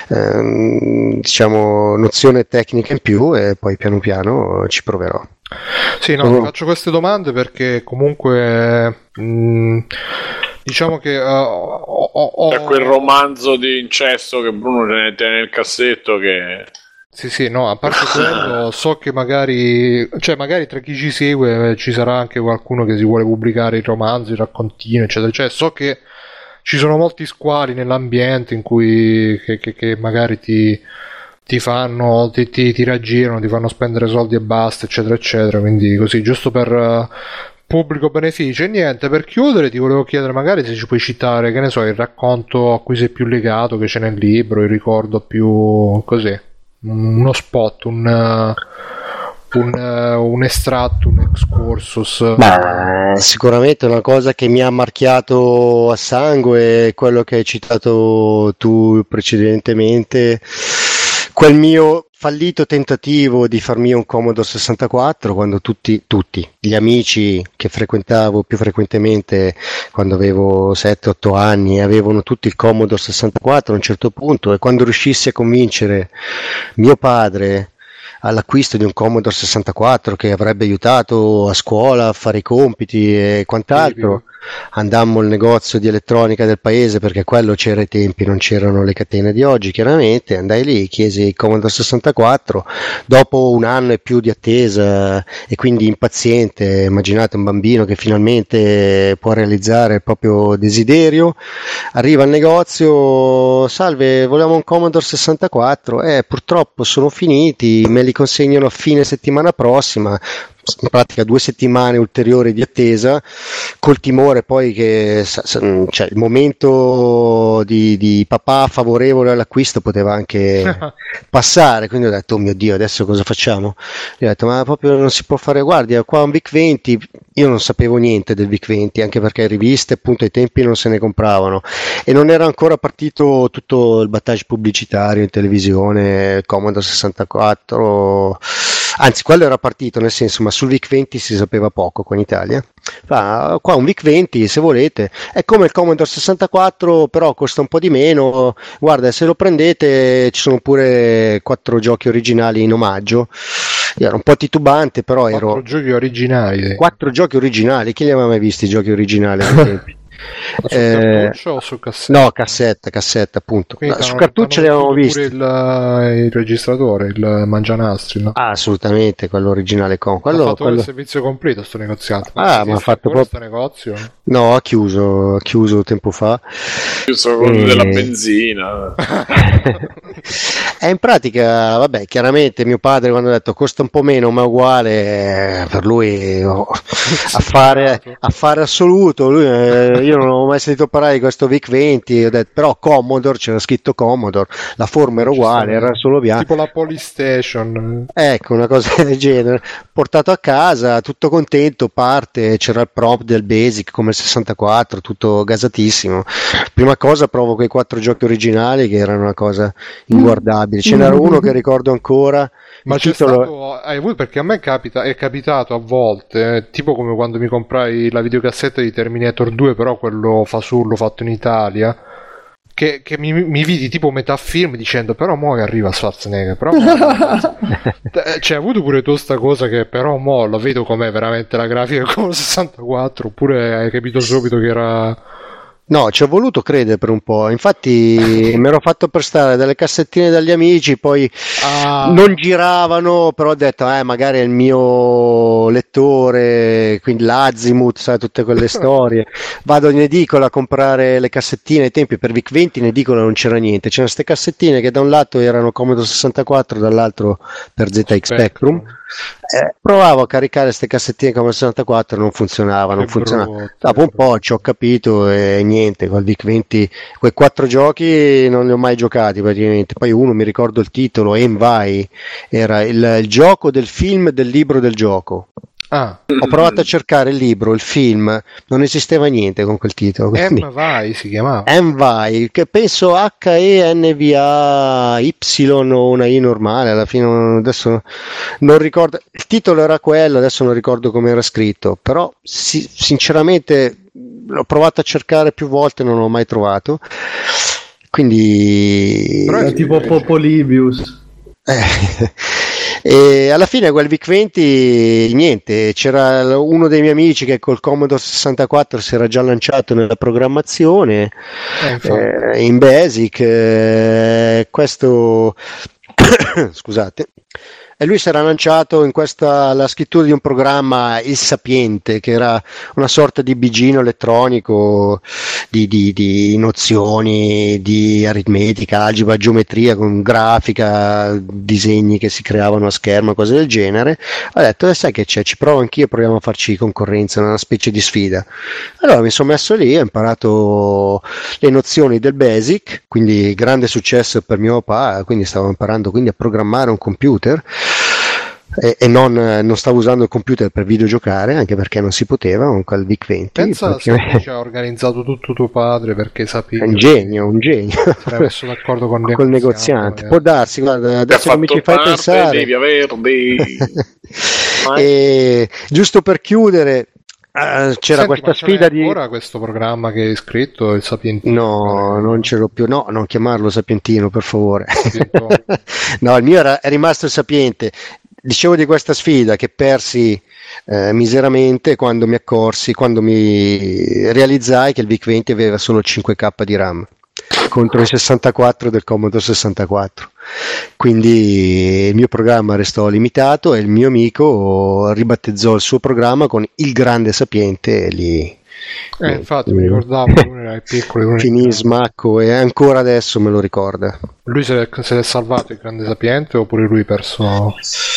diciamo nozione tecnica in più, e poi piano piano ci proverò. Sì, no, ti faccio queste domande perché comunque diciamo che c'è quel romanzo di incesto che Bruno tiene nel cassetto che... Sì, no, a parte quello so che magari tra chi ci segue ci sarà anche qualcuno che si vuole pubblicare i romanzi, i raccontini, eccetera, cioè so che ci sono molti squali nell'ambiente in cui che magari ti raggirano, ti fanno spendere soldi e basta, eccetera, eccetera, quindi così, giusto per pubblico beneficio. E niente, per chiudere ti volevo chiedere magari se ci puoi citare, che ne so, il racconto a cui sei più legato che c'è nel libro, il ricordo più così, uno spot, un estratto, un excursus. Sicuramente una cosa che mi ha marchiato a sangue è quello che hai citato tu precedentemente, quel mio fallito tentativo di farmi un Commodore 64, quando tutti gli amici che frequentavo più frequentemente quando avevo 7-8 anni avevano tutti il Commodore 64 a un certo punto, e quando riuscissi a convincere mio padre all'acquisto di un Commodore 64 che avrebbe aiutato a scuola a fare i compiti e quant'altro, andammo al negozio di elettronica del paese, perché quello c'era ai tempi, non c'erano le catene di oggi, chiaramente. Andai lì, chiesi il Commodore 64, dopo un anno e più di attesa e quindi impaziente, immaginate un bambino che finalmente può realizzare il proprio desiderio, arriva al negozio: salve, volevamo un Commodore 64, purtroppo sono finiti, me li consegnano a fine settimana prossima. In pratica 2 settimane ulteriori di attesa, col timore poi che cioè, il momento di papà favorevole all'acquisto poteva anche passare, quindi ho detto: oh mio Dio, adesso cosa facciamo? Gli ho detto: ma proprio non si può fare, guardi, qua un VIC-20. Io non sapevo niente del VIC-20, anche perché riviste appunto ai tempi non se ne compravano e non era ancora partito tutto il battage pubblicitario in televisione, il Commodore 64. Anzi, quello era partito, nel senso, ma sul VIC-20 si sapeva poco qua in Italia. Qua un VIC-20, se volete, è come il Commodore 64, però costa un po' di meno. Guarda, se lo prendete ci sono pure 4 giochi originali in omaggio. Io ero un po' titubante, però 4 giochi originali. 4 giochi originali, chi li aveva mai visti i giochi originali ai tempi? Su cartuccio o su cassetta? No, cassetta appunto. Su cartucce li avevamo visti. Pure il registratore, il mangianastri, no? Assolutamente, quello originale con quello. Ha fatto il servizio completo sto negoziato. Ma ha fatto proprio questo negozio? No, ha chiuso tempo fa. Chiuso con della benzina. E in pratica, vabbè, chiaramente mio padre, quando ha detto costa un po' meno ma uguale, per lui affare assoluto. Lui, io non ho mai sentito parlare di questo VIC-20, ho detto, però Commodore, c'era scritto Commodore, la forma era uguale, era solo bianca. Tipo la Polystation. Ecco, una cosa del genere. Portato a casa, tutto contento, parte, c'era il prop del Basic come il 64, tutto gasatissimo. Prima cosa provo quei 4 giochi originali che erano una cosa inguardabile. Ce n'era uno che ricordo ancora, Ma il c'è titolo... stato, hai avuto, perché a me è capitato a volte, tipo come quando mi comprai la videocassetta di Terminator 2, però quello fasullo fatto in Italia, che mi vidi tipo metà film dicendo però mo che arriva Schwarzenegger, però cioè hai avuto pure tu sta cosa che però mo lo vedo com'è veramente la grafica con 64, oppure hai capito subito che era... No, ci ho voluto credere per un po', infatti mi ero fatto prestare delle cassettine dagli amici, poi non giravano, però ho detto, magari è il mio lettore, quindi l'Azimuth, sai, tutte quelle storie. Vado in edicola a comprare le cassettine, ai tempi per VIC-20 in edicola non c'era niente, c'erano queste cassettine che da un lato erano Commodore 64, dall'altro per ZX Spectrum. Provavo a caricare queste cassettine come 64, non funzionava. Dopo un po' ci ho capito e niente, col VIC-20 quei 4 giochi non li ho mai giocati praticamente. Poi uno mi ricordo il titolo, Envy, era il gioco del film del libro del gioco. Ho provato a cercare il libro, il film, non esisteva niente con quel titolo. Envy si chiamava. Envy, che penso Henvay o una I normale, alla fine adesso non ricordo. Il titolo era quello, adesso non ricordo come era scritto, però sinceramente l'ho provato a cercare più volte, non l'ho mai trovato. Quindi però è tipo Popolibius. E alla fine quel VIC-20 niente, c'era uno dei miei amici che col Commodore 64 si era già lanciato nella programmazione in Basic, questo scusate, e lui si era lanciato in la scrittura di un programma, il Sapiente, che era una sorta di bigino elettronico di nozioni di aritmetica, algebra, geometria, con grafica, disegni che si creavano a schermo, cose del genere. Ho detto, sai che c'è, ci provo anch'io, proviamo a farci concorrenza, una specie di sfida. Allora mi sono messo lì, ho imparato le nozioni del Basic, quindi grande successo per mio papà, quindi stavo imparando quindi a programmare un computer. E non stavo usando il computer per videogiocare, anche perché non si poteva con quel VIC-20. Pensa se ci ha organizzato tutto tuo padre, perché sapevi un genio si era messo d'accordo con col negoziante. Può darsi, guarda, adesso che mi ci fai pensare e giusto per chiudere, c'era questa sfida di... Ora questo programma che hai scritto, il Sapientino? No, non ce l'ho più. No, non chiamarlo Sapientino, per favore. No, il mio è rimasto il Sapiente. Dicevo di questa sfida che persi miseramente quando mi realizzai che il VIC-20 aveva solo 5K di RAM contro i 64 del Commodore 64. Quindi il mio programma restò limitato e il mio amico ribattezzò il suo programma con il grande Sapiente e lì infatti mi ricordavo, uno era piccolo, finì smacco e ancora adesso me lo ricorda. Lui se l'è salvato il grande Sapiente oppure lui perso?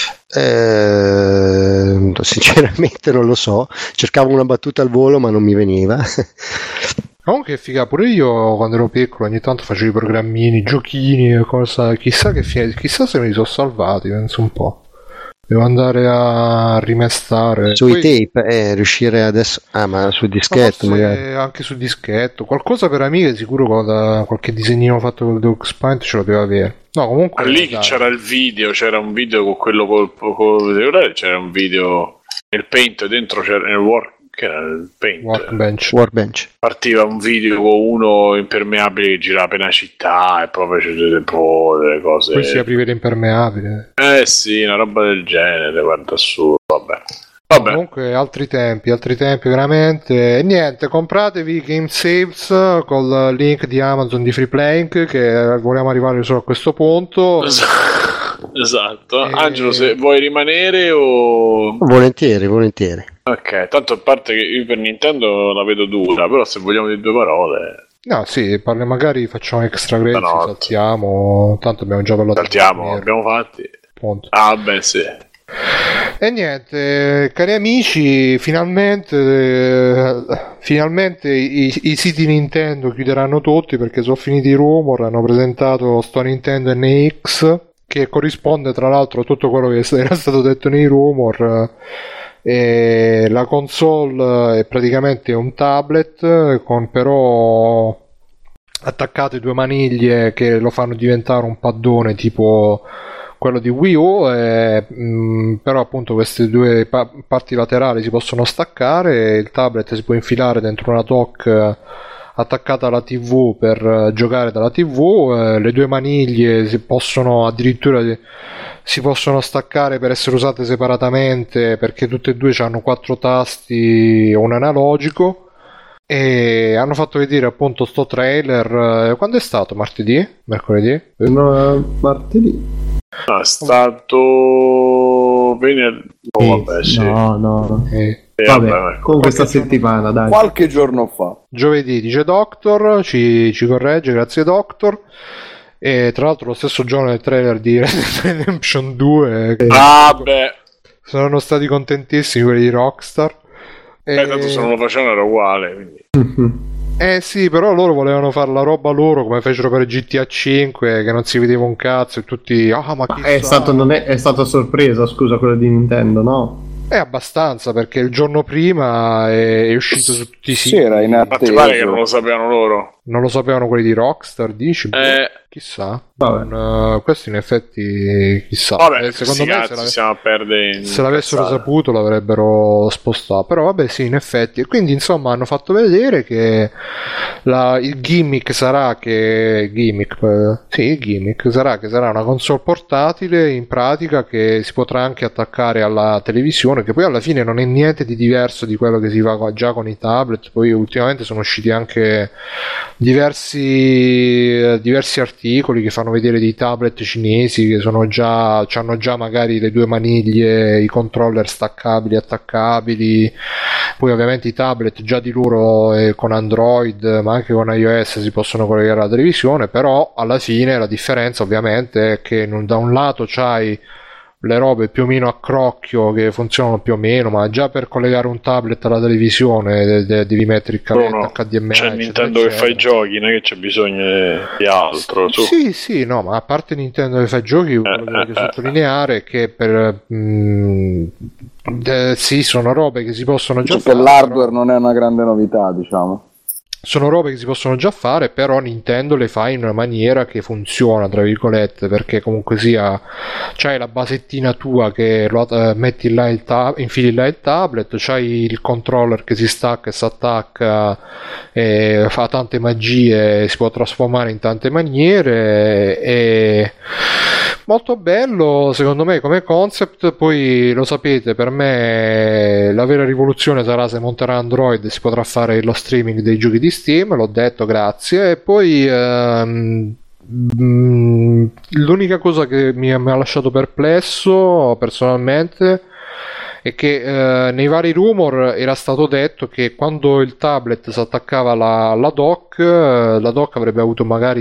Sinceramente non lo so, cercavo una battuta al volo ma non mi veniva. Comunque figa, pure io quando ero piccolo ogni tanto facevo i programmini, giochini, cosa, chissà se me li sono salvati, penso un po'. Devo andare a rimestare sui tape, riuscire adesso. Ma sul dischetto magari. Anche sul dischetto, qualcosa per Amiga sicuro, qualche disegnino fatto con il Deluxe Paint ce lo deve avere. No, comunque lì c'era il video, c'era un video con quello c'era un video nel Paint, dentro c'era nel che era il Paint Workbench. Partiva un video con uno impermeabile che girava per una città e proprio c'è delle cose. Poi si apriva l'impermeabile. Sì, una roba del genere, guarda, assurdo, vabbè. Comunque altri tempi veramente. E niente, compratevi Game Saves col link di Amazon di Freeplank, che vogliamo arrivare solo a questo punto. Esatto. Angelo, se vuoi rimanere o... Volentieri. Ok, tanto a parte che io per Nintendo la vedo dura, però se vogliamo di 2 parole... No, sì, magari facciamo extra credits, saltiamo, tanto abbiamo già parlato. Abbiamo fatti. Punto. Beh, sì. E niente, cari amici, finalmente i siti Nintendo chiuderanno tutti perché sono finiti i rumor, hanno presentato sto Nintendo NX, che corrisponde tra l'altro a tutto quello che era stato detto nei rumor. E la console è praticamente un tablet con però attaccate 2 maniglie che lo fanno diventare un paddone tipo quello di Wii U, però appunto queste due parti laterali si possono staccare, il tablet si può infilare dentro una dock attaccata alla TV per giocare dalla TV, le due maniglie si possono staccare per essere usate separatamente, perché tutte e due hanno 4 tasti e un analogico. E hanno fatto vedere appunto sto trailer. Quando è stato? Martedì? Mercoledì? No, martedì. È stato venerdì. Vabbè, sì. No. Vabbè, con questa settimana, dai. Qualche giorno fa. Giovedì, dice Doctor, ci corregge, grazie Doctor. E tra l'altro lo stesso giorno del trailer di Red Dead Redemption 2. Vabbè. Sono stati contentissimi quelli di Rockstar. Tanto se non lo facevano era uguale, quindi. Sì, però loro volevano fare la roba loro come fecero per GTA 5, che non si vedeva un cazzo e tutti ma chi è stato sorpresa, scusa, quello di Nintendo, no? È abbastanza, perché il giorno prima è uscito su tutti i siti. Sì, era in Ma ti pare che non lo sapevano loro? Non lo sapevano quelli di Rockstar, dici? Chissà. Questo in effetti chissà. Vabbè, secondo me se l'avessero saputo l'avrebbero spostato. Però vabbè, sì, in effetti. E quindi insomma hanno fatto vedere che il gimmick sarà che il gimmick sarà che sarà una console portatile, in pratica, che si potrà anche attaccare alla televisione, che poi alla fine non è niente di diverso di quello che si fa già con i tablet. Poi ultimamente sono usciti anche diversi articoli che fanno vedere dei tablet cinesi che hanno già magari le due maniglie, i controller staccabili, attaccabili. Poi ovviamente i tablet già di loro con Android ma anche con iOS si possono collegare alla televisione, però alla fine la differenza ovviamente è che da un lato c'hai le robe più o meno a crocchio che funzionano più o meno, ma già per collegare un tablet alla televisione devi mettere il cavetto HDMI. C'è Nintendo che fa i giochi, non è che c'è bisogno di altro. Sì, no, ma a parte Nintendo che fa i giochi, quello che voglio sottolineare è che sì, sono robe che si possono già fare. L'hardware non è una grande novità, diciamo. Sono robe che si possono già fare, però Nintendo le fa in una maniera che funziona, tra virgolette, perché comunque sia c'hai la basettina tua che metti là infili là il tablet, c'hai il controller che si stacca e si attacca e fa tante magie, si può trasformare in tante maniere, e molto bello secondo me come concept. Poi lo sapete, per me la vera rivoluzione sarà se monterà Android e si potrà fare lo streaming dei giochi di Steam, l'ho detto, grazie. E poi l'unica cosa che mi ha lasciato perplesso personalmente è che nei vari rumor era stato detto che quando il tablet si attaccava alla dock, la dock avrebbe avuto magari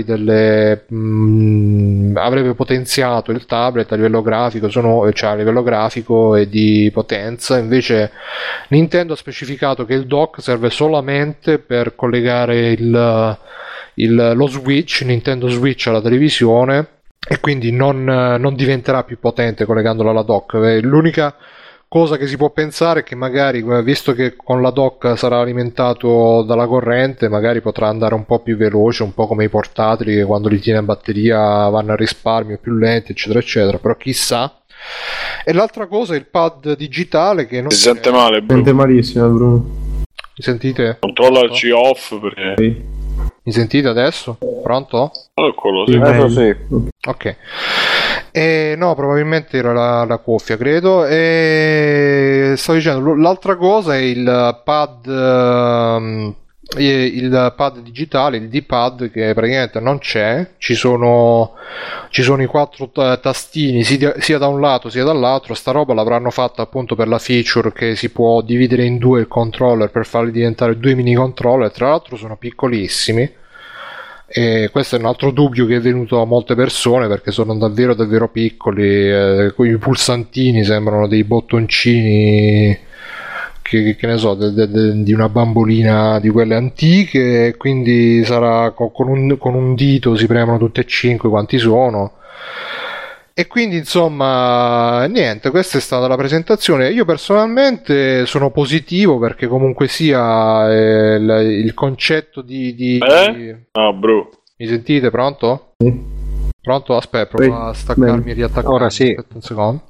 avrebbe potenziato il tablet a livello grafico, cioè a livello grafico e di potenza. Invece Nintendo ha specificato che il dock serve solamente per collegare lo Switch, Nintendo Switch, alla televisione, e quindi non diventerà più potente collegandolo alla dock. L'unica cosa che si può pensare è che magari, visto che con la dock sarà alimentato dalla corrente, magari potrà andare un po' più veloce, un po' come i portatili che quando li tiene a batteria vanno a risparmio, più lenti, eccetera eccetera, però chissà. E l'altra cosa è il pad digitale che non si sente male, Bruno. Sente malissimo, Bruno. Mi sentite? Controllaci off, perché mi sentite adesso? Pronto? Quello sì. Ok. No, probabilmente era la cuffia, credo. E stavo dicendo, l'altra cosa è il pad digitale, il D-pad, che praticamente non c'è. Ci sono i 4 tastini sia da un lato sia dall'altro. Sta roba l'avranno fatta appunto per la feature che si può dividere in due il controller per farli diventare 2 mini controller. Tra l'altro sono piccolissimi, e questo è un altro dubbio che è venuto a molte persone, perché sono davvero davvero piccoli, i pulsantini sembrano dei bottoncini che ne so, di una bambolina di quelle antiche, quindi sarà con un dito si premono tutte e 5 quanti sono. E quindi insomma niente, questa è stata la presentazione. Io personalmente sono positivo, perché comunque sia il concetto di No, bro. Mi sentite? Pronto? Pronto? Aspetta, provo a staccarmi e riattaccarmi. Ora sì. Aspetta un secondo.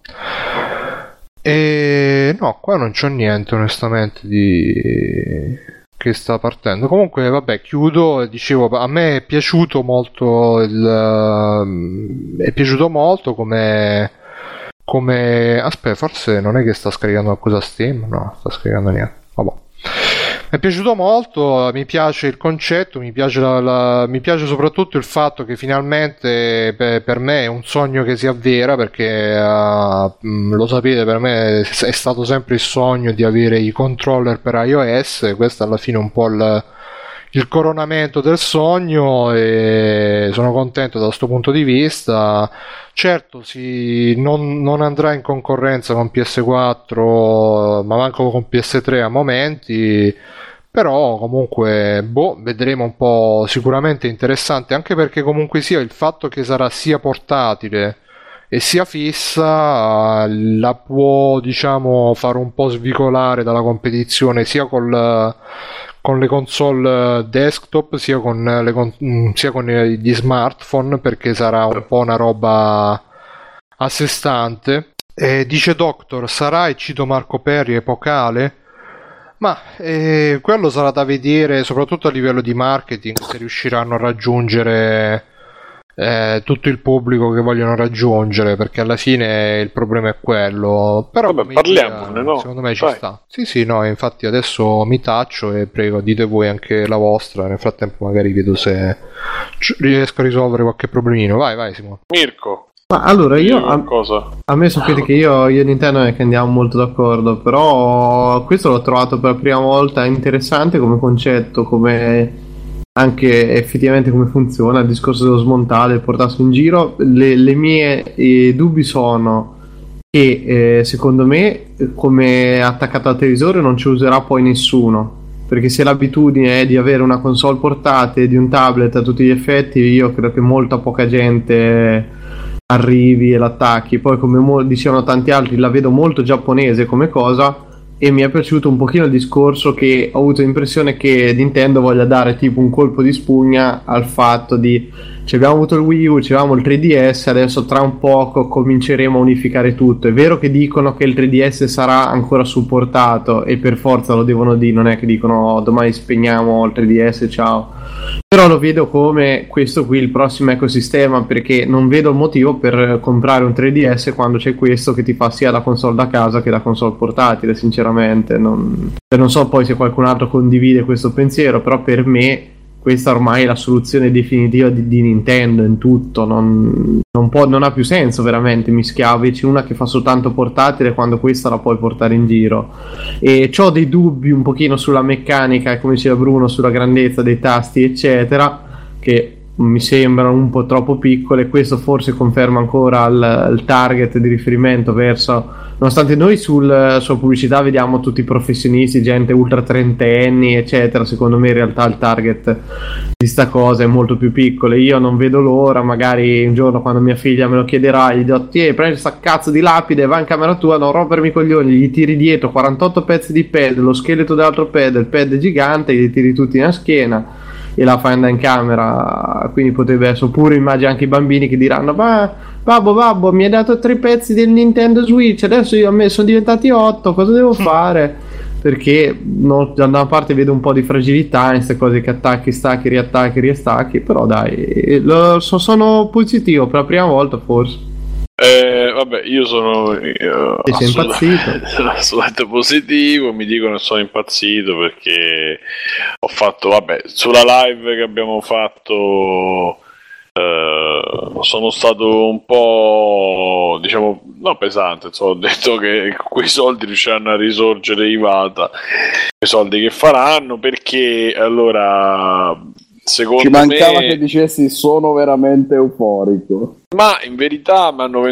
E no, qua non c'ho niente onestamente che sta partendo. Comunque vabbè, chiudo e dicevo, a me è piaciuto molto come aspetta, forse non è che sta scaricando qualcosa Steam, no, sta scaricando niente. Vabbè. Mi è piaciuto molto, mi piace il concetto, mi piace mi piace soprattutto il fatto che finalmente per me è un sogno che si avvera, perché lo sapete, per me è stato sempre il sogno di avere i controller per iOS. Questo alla fine è un po' il coronamento del sogno e sono contento da questo punto di vista. Certo, non andrà in concorrenza con PS4, ma manco con PS3 a momenti, però comunque vedremo un po'. Sicuramente interessante, anche perché comunque sia il fatto che sarà sia portatile e sia fissa la può, diciamo, fare un po' svicolare dalla competizione sia con le console desktop sia con gli smartphone, perché sarà un po' una roba a sé stante. Dice Doctor, sarà, e cito Marco Perri, epocale? Ma quello sarà da vedere, soprattutto a livello di marketing, se riusciranno a raggiungere tutto il pubblico che vogliono raggiungere, perché alla fine il problema è quello. Però vabbè, parliamone, no? Secondo me ci sta. Sì, no, infatti adesso mi taccio e prego, dite voi anche la vostra. Nel frattempo magari vedo se riesco a risolvere qualche problemino. Vai Simone. Mirko. Ma allora a me sapete che io e Nintendo è che andiamo molto d'accordo, però questo l'ho trovato per la prima volta interessante come concetto, come anche effettivamente come funziona il discorso dello smontare, il portarsi in giro. Le mie dubbi sono che secondo me come attaccato al televisore non ci userà poi nessuno, perché se l'abitudine è di avere una console portatile, di un tablet a tutti gli effetti, io credo che molta poca gente arrivi e l'attacchi. Poi come dicevano tanti altri, la vedo molto giapponese come cosa, e mi è piaciuto un pochino il discorso che ho avuto l'impressione che Nintendo voglia dare tipo un colpo di spugna al fatto di abbiamo avuto il Wii U, avevamo il 3DS, adesso tra un poco cominceremo a unificare tutto. È vero che dicono che il 3DS sarà ancora supportato e per forza lo devono dire, non è che dicono domani spegniamo il 3DS, ciao. Però lo vedo come questo qui il prossimo ecosistema, perché non vedo il motivo per comprare un 3DS quando c'è questo che ti fa sia la console da casa che la console portatile, sinceramente. Non so poi se qualcun altro condivide questo pensiero, però per me questa ormai è la soluzione definitiva di Nintendo in tutto. Non ha più senso veramente mischiarci una che fa soltanto portatile quando questa la puoi portare in giro. E c'ho dei dubbi un pochino sulla meccanica e, come diceva Bruno, sulla grandezza dei tasti eccetera, che mi sembrano un po' troppo piccole. Questo forse conferma ancora il target di riferimento verso, nonostante noi sulla pubblicità vediamo tutti i professionisti, gente ultra trentenni eccetera, secondo me in realtà il target di sta cosa è molto più piccolo. Io non vedo l'ora, magari un giorno quando mia figlia me lo chiederà, gli dirò prendi sta cazzo di lapide, vai in camera tua, non rompermi i coglioni, gli tiri dietro 48 pezzi di pad, lo scheletro dell'altro pad, il pad gigante, gli tiri tutti nella schiena e la fai andare in camera. Quindi potrebbe essere, oppure immagino anche i bambini che diranno ma babbo mi hai dato 3 pezzi del Nintendo Switch, adesso a me sono diventati 8, cosa devo fare? Perché da una parte vedo un po' di fragilità in queste cose che attacchi, stacchi, riattacchi, riastacchi, però dai, sono positivo per la prima volta forse. Vabbè, io sono assolutamente positivo. Mi dicono che sono impazzito perché ho fatto, vabbè, sulla live che abbiamo fatto sono stato un po', diciamo, no, pesante, insomma, ho detto che quei soldi riusciranno a risorgere Iwata, quei soldi che faranno, perché allora secondo ci mancava me che dicessi sono veramente euforico. Ma in verità me l'hanno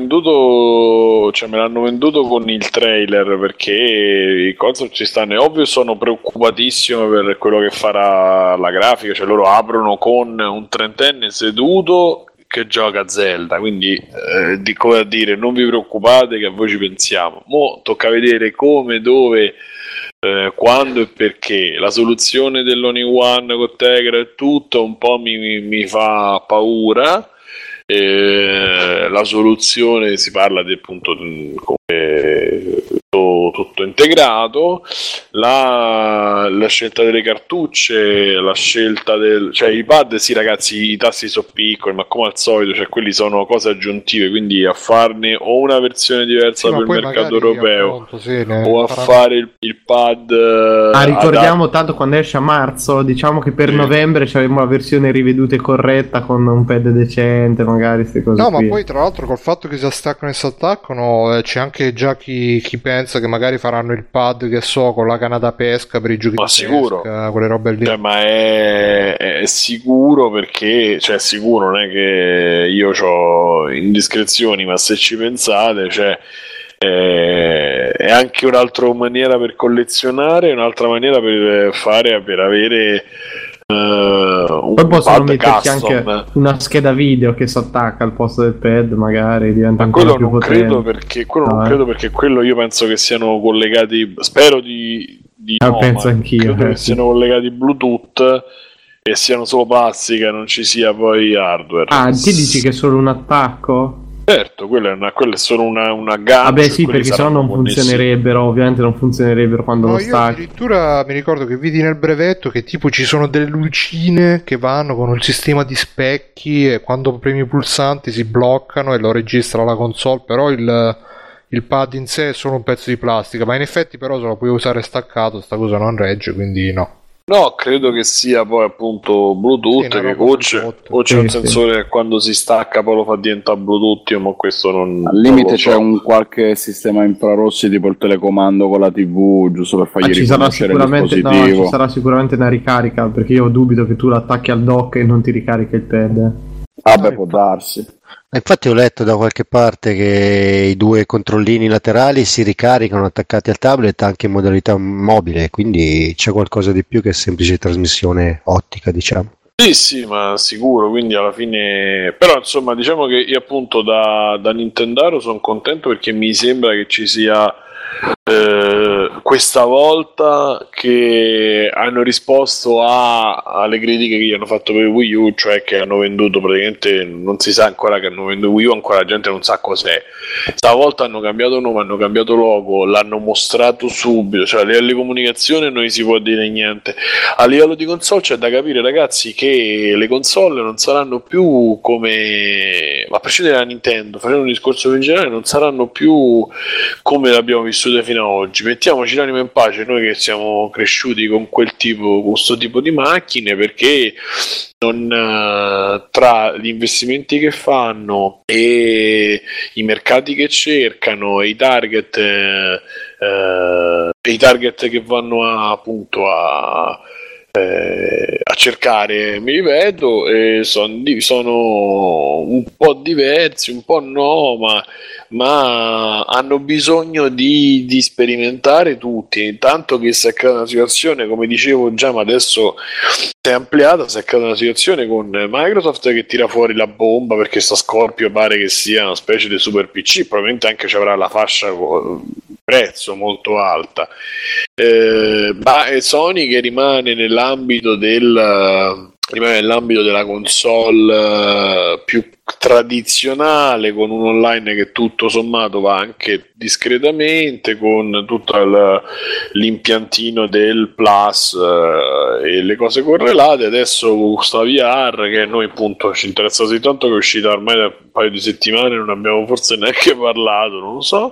venduto con il trailer, perché i console ci stanno. È ovvio, sono preoccupatissimo per quello che farà la grafica. Cioè loro aprono con un trentenne seduto che gioca a Zelda, quindi come a dire, non vi preoccupate che a voi ci pensiamo. Mo' tocca vedere come, dove, quando e perché. La soluzione dell'Only One con Tegra e tutto un po' mi fa paura. la soluzione, si parla di appunto come tutto integrato, la scelta delle cartucce, la scelta cioè i pad, sì ragazzi, i tasti sono piccoli, ma come al solito, cioè quelli sono cose aggiuntive, quindi a farne o una versione diversa per il mercato europeo, appunto, o a fare il pad ricordiamo tanto quando esce a marzo, diciamo che per novembre avremo la versione riveduta e corretta con un pad decente, magari queste cose no, qui. ma poi tra l'altro col fatto che si attaccano e si attaccano, c'è anche già chi pensa che magari faranno il pad, che so, con la canna da pesca per i giochi di sicuro. pesca, quelle robe lì. Cioè, ma è sicuro, perché, cioè, sicuro, non è che io ho indiscrezioni, ma se ci pensate, cioè, è anche un'altra maniera per collezionare, un'altra maniera per fare, per avere poi possono metterci anche una scheda video che si attacca al posto del pad, magari diventa ancora più potente. Credo, perché quello non credo, perché quello io penso che siano collegati, spero di no, penso anch'io, credo che siano collegati Bluetooth e siano solo plastica, non ci sia poi hardware. Ti dici che è solo un attacco? Certo, quella è solo una gancio. Vabbè, sì, perché sennò non funzionerebbero, ovviamente non funzionerebbero quando lo stacchi. Addirittura mi ricordo che vidi nel brevetto che tipo ci sono delle lucine che vanno con il sistema di specchi e quando premi i pulsanti si bloccano e lo registra la console, però il pad in sé è solo un pezzo di plastica, ma in effetti però se lo puoi usare staccato sta cosa non regge, quindi no. No, credo che sia poi appunto Bluetooth, che o c'è un sensore che quando si stacca poi lo fa diventare Bluetooth, ma questo non... Al limite c'è un qualche sistema infrarossi tipo il telecomando con la TV, giusto per fargli riconoscere il dispositivo. No, ci sarà sicuramente una ricarica, perché io dubito che tu l'attacchi al dock e non ti ricarica il pad. Vabbè, può darsi. Infatti ho letto da qualche parte che i due controllini laterali si ricaricano attaccati al tablet anche in modalità mobile, quindi c'è qualcosa di più che semplice trasmissione ottica, diciamo. Sì, ma sicuro, quindi alla fine... Però insomma, diciamo che io appunto da Nintendaro sono contento, perché mi sembra che ci sia questa volta che hanno risposto alle critiche che gli hanno fatto per Wii U, cioè che hanno venduto praticamente, non si sa ancora che hanno venduto Wii U, ancora la gente non sa cos'è. Stavolta hanno cambiato nome, hanno cambiato logo, l'hanno mostrato subito, cioè a livello di comunicazione non si può dire niente. A livello di console c'è da capire, ragazzi, che le console non saranno più come, a prescindere da Nintendo, facendo un discorso in generale, non saranno più come l'abbiamo vissuto fino ad oggi. Mettiamoci l'anima in pace noi che siamo cresciuti con questo tipo di macchine, perché tra gli investimenti che fanno e i mercati che cercano e i target che vanno a cercare, mi ripeto, sono un po' diversi, un po' no, ma hanno bisogno di sperimentare tutti, tanto che si è creata una situazione, come dicevo già, ma adesso si è ampliata, si è creata una situazione con Microsoft che tira fuori la bomba, perché sta Scorpio pare che sia una specie di super PC, probabilmente anche ci avrà la fascia prezzo molto alta, ma Sony che rimane nell'ambito della console più tradizionale, con un online che tutto sommato va anche discretamente, con tutto l'impiantino del Plus e le cose correlate. Adesso con questa VR, che a noi appunto ci interessa così tanto, che è uscita ormai da un paio di settimane, non abbiamo forse neanche parlato, non lo so,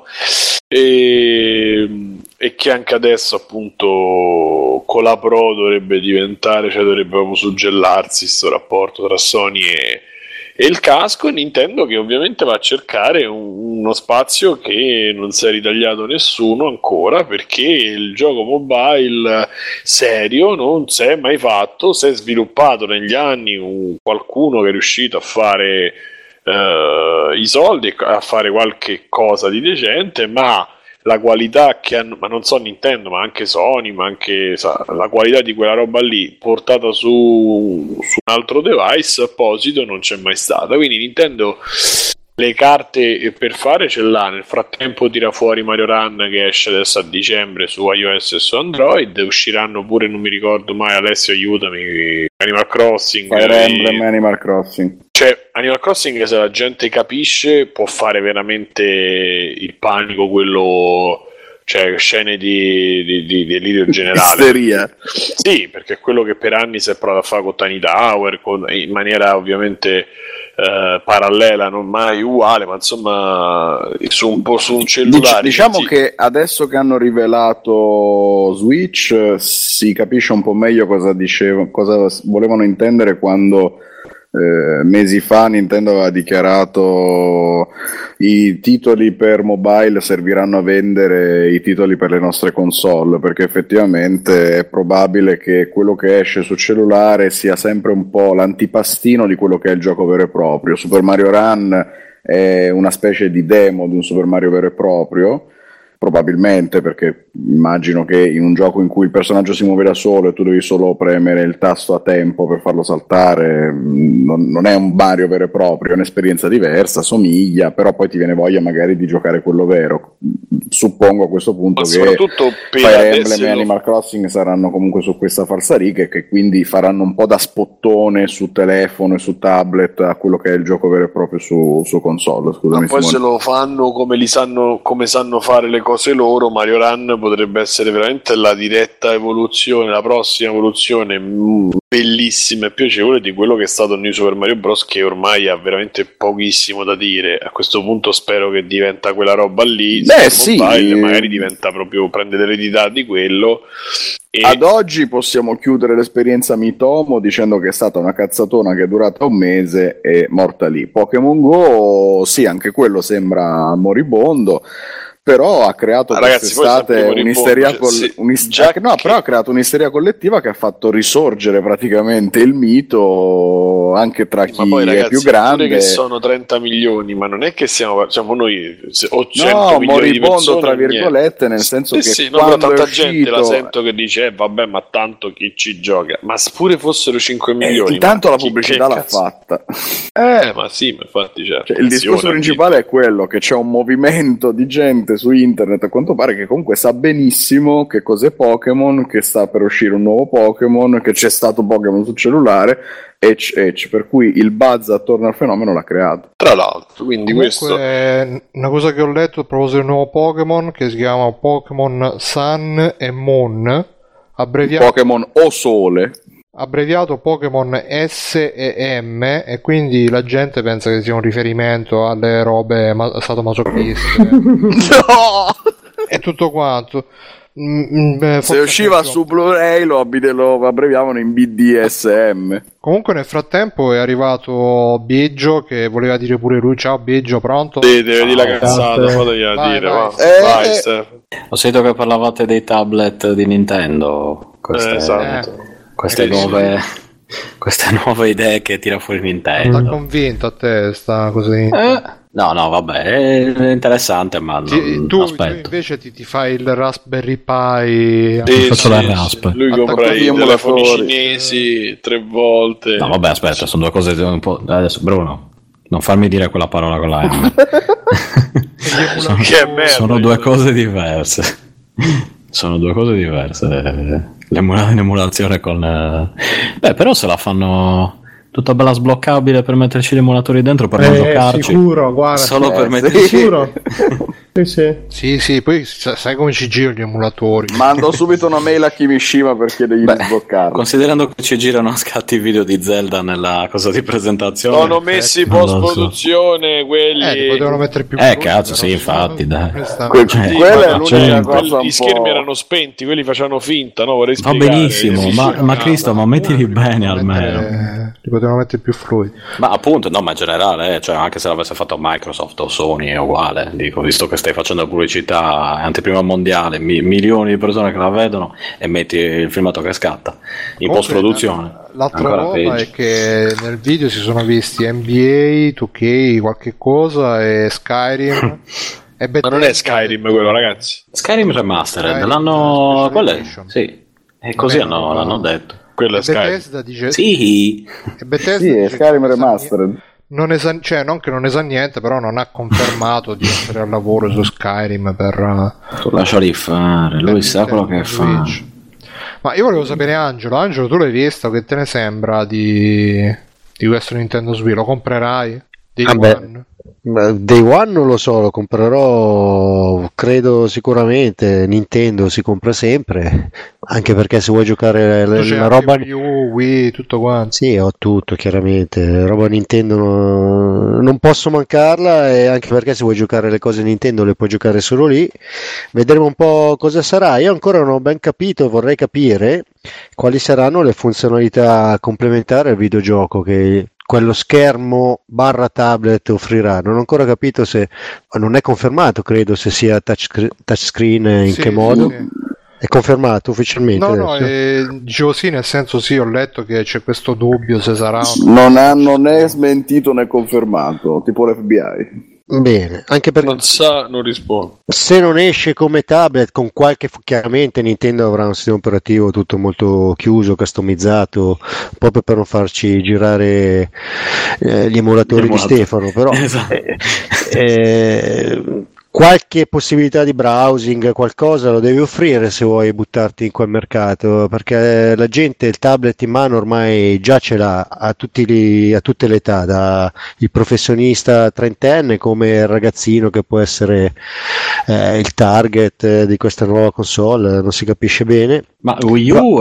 e che anche adesso appunto con la Pro dovrebbe diventare, cioè dovrebbe proprio suggellarsi questo rapporto tra Sony e il casco. Nintendo che ovviamente va a cercare uno spazio che non si è ritagliato nessuno ancora, perché il gioco mobile serio non si è mai fatto. Si è sviluppato negli anni qualcuno che è riuscito a fare i soldi, a fare qualche cosa di decente, ma la qualità che hanno, ma non so Nintendo, ma anche Sony, ma anche la qualità di quella roba lì portata su un altro device apposito non c'è mai stata. Quindi Nintendo le carte per fare ce l'ha. Nel frattempo tira fuori Mario Run, che esce adesso a dicembre su iOS e su Android. Usciranno pure, non mi ricordo mai, Alessio aiutami, Animal Crossing, Fire Emblem e Animal Crossing. Cioè, Animal Crossing, se la gente capisce, può fare veramente il panico, quello, cioè scene di delirio generale. Isteria. Sì, perché è quello che per anni si è provato a fare con Tiny Tower, in maniera ovviamente parallela, non mai uguale, ma insomma su un cellulare. Diciamo che adesso che hanno rivelato Switch si capisce un po' meglio cosa volevano intendere quando mesi fa Nintendo aveva dichiarato i titoli per mobile serviranno a vendere i titoli per le nostre console, perché effettivamente è probabile che quello che esce su cellulare sia sempre un po' l'antipastino di quello che è il gioco vero e proprio. Super Mario Run è una specie di demo di un Super Mario vero e proprio, probabilmente, perché immagino che in un gioco in cui il personaggio si muove da solo e tu devi solo premere il tasto a tempo per farlo saltare, non è un Mario vero e proprio, è un'esperienza diversa, somiglia, però poi ti viene voglia magari di giocare quello vero. Suppongo a questo punto ma che Fire Emblem e Animal Crossing saranno comunque su questa falsariga e che quindi faranno un po' da spottone su telefono e su tablet a quello che è il gioco vero e proprio su console. Scusami, ma poi Simone. se lo fanno come sanno fare le cose loro, Mario Run potrebbe essere veramente la diretta evoluzione, la prossima evoluzione bellissima e piacevole di quello che è stato New Super Mario Bros, che ormai ha veramente pochissimo da dire. A questo punto spero che diventa quella roba lì. Beh, sì, mobile, magari diventa proprio, prende l'eredità di quello. E ad oggi possiamo chiudere l'esperienza Mitomo dicendo che è stata una cazzatona che è durata un mese e morta lì. Pokémon Go, sì, anche quello sembra moribondo, però ha creato quest'estate un'isteria però ha creato un'isteria collettiva che ha fatto risorgere praticamente il mito anche tra chi poi, ragazzi, è più grande. Che sono 30 milioni, ma non è che siamo noi o 100 no, milioni moribondo di persone, tra virgolette, nel senso che quando tanta è uscito, gente la sento che dice vabbè, ma tanto chi ci gioca, ma pure fossero 5 milioni, intanto la pubblicità l'ha fatta, ma sì, ma infatti cioè, il discorso principale è quello che c'è un movimento di gente su internet, a quanto pare, che comunque sa benissimo che cos'è Pokémon, che sta per uscire un nuovo Pokémon, che c'è stato Pokémon sul cellulare, per cui il buzz attorno al fenomeno l'ha creato. Tra l'altro, quindi Comunque, questo una cosa che ho letto a proposito del nuovo Pokémon, che si chiama Pokémon Sun e Moon, abbreviato Pokémon o Sole, abbreviato Pokémon S e M, e quindi la gente pensa che sia un riferimento alle robe sadomasochiste. no! E tutto quanto. Se usciva su Blu-ray lo abbreviavano in BDSM. Comunque nel frattempo è arrivato Biggio, che voleva dire pure lui. Ciao Biggio, pronto? sì, deve dire la cazzata, fategliela Vai, dire, vai. vai Stefano. Ho sentito che parlavate dei tablet di Nintendo, Esatto. queste nuove idee che tira fuori Nintendo. T'ha convinto a te sta così? No, vabbè, è interessante, ma Tu aspetto. invece ti fai il Raspberry Pi. Faccio la Rasp. Lui compra i telefoni cinesi 3 volte. No, vabbè, aspetta, sono due cose un po'. Adesso, Bruno, non farmi dire quella parola con la M. Che merda, sono due cose diverse. Sono due cose diverse. L'emulazione con. Beh, però se la fanno tutta bella sbloccabile per metterci gli emulatori dentro per non giocarci. Sicuro, guarda. Solo per metterci. Sicuro. Sì. Sì, poi sai come ci girano gli emulatori. Mando subito una mail a Kimishima per chiedergli di sbloccarlo. Considerando che ci girano a scatti video di Zelda nella cosa di presentazione, sono messi in post produzione quelli. Li potevano mettere più cazzo, sì, infatti, dai. Quella è l'unica cosa gli schermi erano spenti, quelli facevano finta, no? Vorrei va spiegare. benissimo, ma Cristo, ma mettili bene almeno. Li potevano mettere più fluidi. Ma appunto, no, ma in generale, cioè anche se l'avesse fatto Microsoft o Sony è uguale, dico, visto che stai facendo pubblicità, anteprima mondiale, milioni di persone che la vedono e metti il filmato che scatta in post produzione. L'altra roba è che nel video si sono visti NBA, 2K, qualche cosa, e Skyrim. Ma non è Skyrim quello, ragazzi. Skyrim Remastered, Skyrim l'hanno. Quello è, Edition. sì, e così l'hanno detto. Quello è Skyrim. Bethesda dice Sì, e Bethesda Sì, è dice Skyrim che Remastered. cioè non che non ne sa niente, però non ha confermato di essere al lavoro su Skyrim per lasciali fare, lui sa quello che fa. Ma io volevo sapere, Angelo, tu l'hai visto, che te ne sembra di questo Nintendo Switch? Lo comprerai? Day One non lo so, lo comprerò, credo sicuramente. Nintendo si compra sempre, anche perché se vuoi giocare la roba Wii, tutto quanto. Sì, ho tutto, chiaramente, roba Nintendo non posso mancarla, e anche perché se vuoi giocare le cose Nintendo le puoi giocare solo lì. Vedremo un po' cosa sarà. Io ancora non ho ben capito, vorrei capire quali saranno le funzionalità complementari al videogioco che quello schermo / tablet offrirà. Non ho ancora capito se, non è confermato, credo, se sia touchscreen e in che modo. Sì. È confermato ufficialmente? No, dicevo sì, nel senso sì, ho letto che c'è questo dubbio se sarà non è smentito né confermato, tipo l'FBI. Bene, anche perché non risponde. Se non esce come tablet, con chiaramente Nintendo avrà un sistema operativo tutto molto chiuso, customizzato, proprio per non farci girare gli emulatori di Stefano, però esatto. Qualche possibilità di browsing, qualcosa lo devi offrire se vuoi buttarti in quel mercato, perché la gente il tablet in mano ormai già ce l'ha a tutte le età, da il professionista trentenne come il ragazzino che può essere il target di questa nuova console, non si capisce bene. Ma Wii U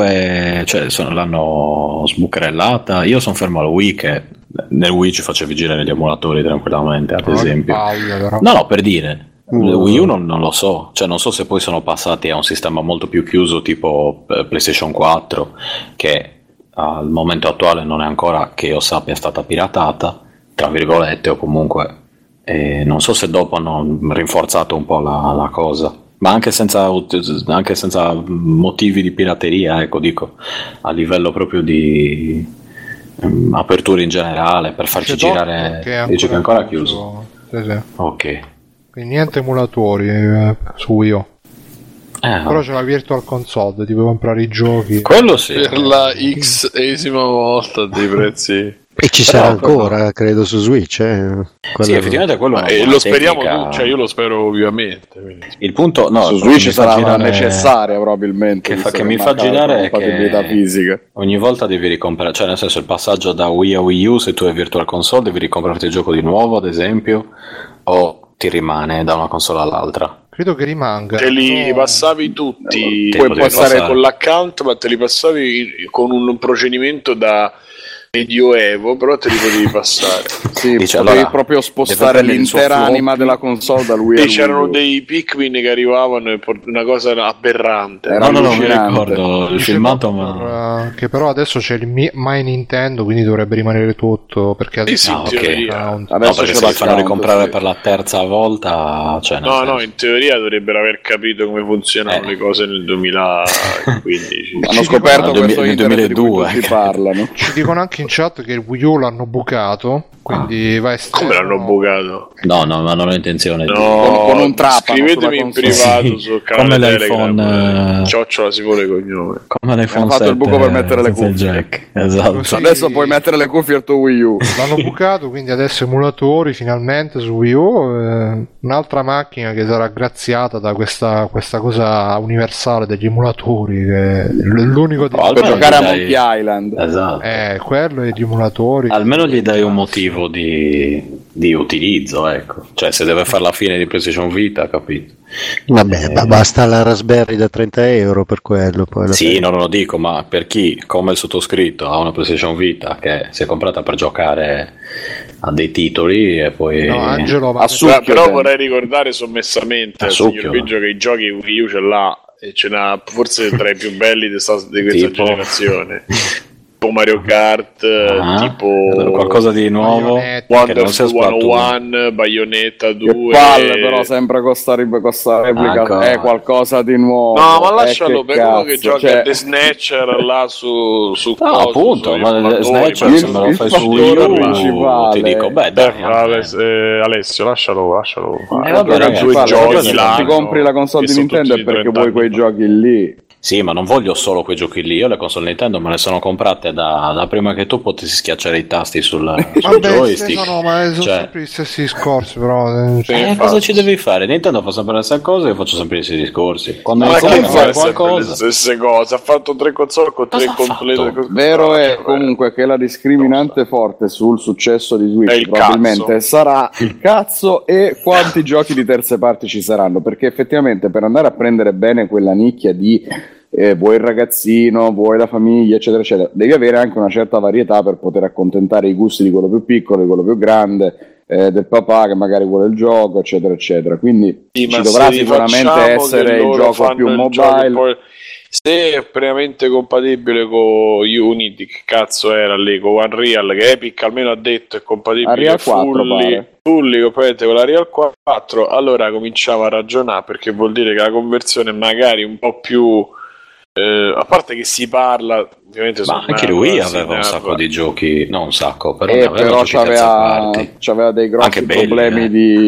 l'hanno sbucherellata. Io sono fermo al Wii, che nel Wii ci facevi girare gli emulatori tranquillamente, ad esempio. No, per dire. Wii U non lo so, cioè non so se poi sono passati a un sistema molto più chiuso tipo PlayStation 4, che al momento attuale non è ancora, che io sappia, stata piratata, tra virgolette, o comunque non so se dopo hanno rinforzato un po' la cosa, ma anche senza motivi di pirateria, ecco, dico, a livello proprio di apertura in generale, per farci girare. Dice che è ancora chiuso. Sì. Ok. Quindi niente emulatori su Wii U. Però c'è la Virtual Console, ti puoi comprare i giochi. Quello sì. Per la X-esima volta dei prezzi. E ci sarà ancora, credo, su Switch. Sì, effettivamente quello lo speriamo tutti, cioè io lo spero ovviamente. Quindi. Il punto, su Switch sarà una necessaria probabilmente. Che mi fa girare è che fisica. Ogni volta devi ricomprare, cioè nel senso il passaggio da Wii a Wii U, se tu hai Virtual Console devi ricomprarti il gioco di nuovo, ad esempio, o ti rimane da una console all'altra? Credo che rimanga. Te li passavi tutti, puoi passare con l'account, ma te li passavi con un procedimento da Medioevo, però te li potevi passare. Sì, potevi proprio spostare l'intera anima della console dal Wii. E c'erano dei Pikmin che arrivavano, una cosa aberrante. Non mi ricordo il filmato, ma che però adesso c'è il My Nintendo, quindi dovrebbe rimanere tutto, perché adesso perché se li fanno ricomprare per la terza volta, cioè no, in teoria dovrebbero aver capito come funzionano le cose nel 2015. Hanno scoperto questo nel 2002 si parlano. Ci dicono anche in chat che il Wii U l'hanno bucato, quindi va esterno. Come l'hanno bucato? No, ma non ho intenzione di con un trapano. Scrivetemi in privato su come l'iPhone Ciocciola si vuole cognome. Come l'iPhone hanno fatto il buco per mettere le cuffie. Jack. Esatto. Così adesso puoi mettere le cuffie al tuo Wii U. L'hanno bucato, quindi adesso emulatori finalmente su Wii U, un'altra macchina che sarà graziata da questa cosa universale degli emulatori, che è l'unico per giocare a Monkey Island. Esatto. Quello e gli emulatori. Almeno gli dai un motivo di utilizzo, ecco. Cioè, se deve fare la fine di PlayStation Vita, capito? Vabbè, basta la Raspberry da 30 euro per quello. Poi sì, non lo dico, ma per chi, come il sottoscritto, ha una PlayStation Vita che si è comprata per giocare a dei titoli e poi... No, Angelo, però vorrei ricordare sommessamente al signor Biggio che i giochi Wii U ce l'ha, e ce n'ha forse tra i più belli di questa generazione. Tipo Mario Kart, tipo qualcosa di nuovo, Wonderful 101, Bayonetta 2. Che palle, però sempre con sta replica è qualcosa di nuovo. No, ma lascialo per uno che gioca a The Snatcher là su appunto, ma Snatcher se me lo fai su Wii U ti dico Alessio, lascialo due giochi là. Ti compri la console di Nintendo è perché vuoi quei giochi lì. Sì, ma non voglio solo quei giochi lì. Io le console Nintendo me le sono comprate da prima che tu potessi schiacciare i tasti sul joystick. No, ma sono sempre gli stessi discorsi, però. Cosa ci devi fare? Nintendo fa sempre le stesse cose, io faccio sempre gli stessi discorsi. Quando Ma iniziamo che a fa fare qualcosa? Le stesse cose, ha fatto 3 console con 3 complete. Vero è comunque che la discriminante forte sul successo di È Switch il probabilmente cazzo. sarà il cazzo e quanti giochi di terze parti ci saranno, perché effettivamente per andare a prendere bene quella nicchia di vuoi il ragazzino, vuoi la famiglia, eccetera, eccetera, devi avere anche una certa varietà per poter accontentare i gusti di quello più piccolo, di quello più grande, del papà che magari vuole il gioco, eccetera, eccetera. Quindi Sì, ci ma dovrà se sicuramente rifacciamo essere che il loro gioco fanno più il mobile. gioco, poi, se è pienamente compatibile con Unity, che cazzo era lì, con Unreal, che Epic almeno ha detto è compatibile Unreal 4 pare. fully compatibile con la Real 4, allora cominciamo a ragionare, perché vuol dire che la conversione magari un po' più a parte che si parla ovviamente, ma anche lui aveva un sacco di giochi, non un sacco, però ne aveva però giochi terze parti. c'aveva dei grossi Anche belli, problemi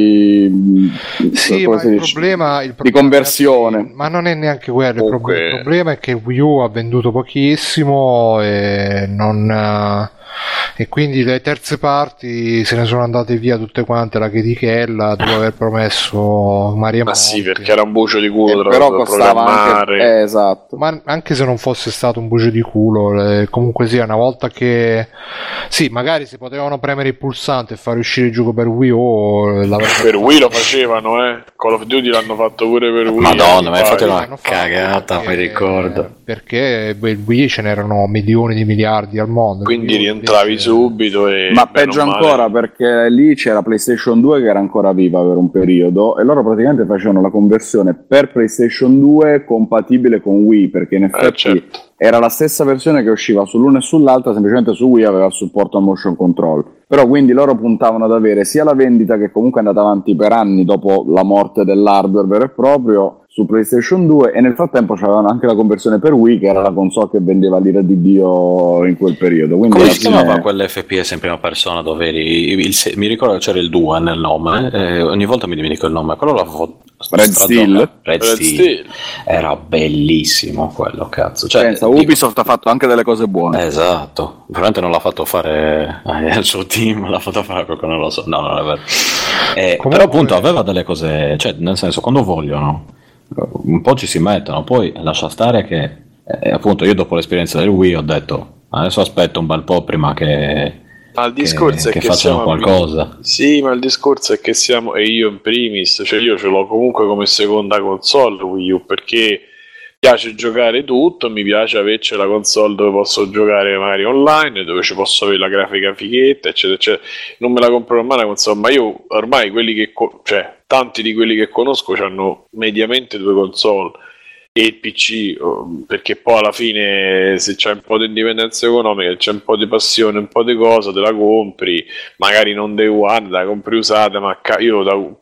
di Sì, come ma si il dice? problema Di conversione. ma non è neanche quello. Comunque- Il problema è che Wii U ha venduto pochissimo e non. E quindi le terze parti se ne sono andate via tutte quante la chetichella dopo aver promesso Maria Ma sì, Monti. perché era un bucio di culo da Però costava programmare. anche esatto. Ma anche se non fosse stato un bucio di culo, comunque sia, una volta che sì, magari si potevano premere il pulsante e fare uscire il gioco per Wii U, Per Wii lo facevano, Call of Duty l'hanno fatto pure per Wii. Madonna, ma hai fatto Poi- una cagata, mi ricordo. perché il Wii ce n'erano milioni di miliardi al mondo, Quindi rientravi subito e Ma bene peggio o male- ancora, perché lì c'era PlayStation 2 che era ancora viva per un periodo e loro praticamente facevano la conversione per PlayStation 2 compatibile con Wii, perché in effetti certo. era la stessa versione che usciva sull'una e sull'altra, semplicemente su Wii aveva il supporto al motion control. Però quindi loro puntavano ad avere sia la vendita, che comunque è andata avanti per anni dopo la morte dell'hardware vero e proprio, su PlayStation 2, e nel frattempo c'avevano anche la conversione per Wii, che era la console che vendeva l'ira di Dio in quel periodo. Quindi Come alla si chiamava fine- quell'FPS in prima persona dove eri mi ricordo che c'era il 2 nel nome, ogni volta mi dimentico il nome, quello l'avevo Red Steel? Red Steel era bellissimo quello, cazzo, cioè, Pensa, dico- Ubisoft ha fatto anche delle cose buone. esatto, veramente non l'ha fatto fare al suo team, l'ha fatto fare qualcuno, non lo so, no, non è vero. Però appunto aveva delle cose, cioè nel senso, quando vogliono un po' ci si mettono, poi lascia stare che appunto io dopo l'esperienza del Wii ho detto adesso aspetto un bel po' prima che Ma il discorso che è che facciano siamo qualcosa. Sì, ma il discorso è che siamo, e io in primis, cioè io ce l'ho comunque come seconda console Wii U, perché piace giocare tutto, mi piace averci la console dove posso giocare magari online, dove ci posso avere la grafica fighetta, eccetera, eccetera. Non me la comprerò mai la console, ma io ormai quelli che cioè tanti di quelli che conosco hanno mediamente 2 console e il PC, perché poi alla fine se c'è un po' di indipendenza economica, c'è un po' di passione, un po' di cosa, te la compri, magari non day one, la compri usata, ma io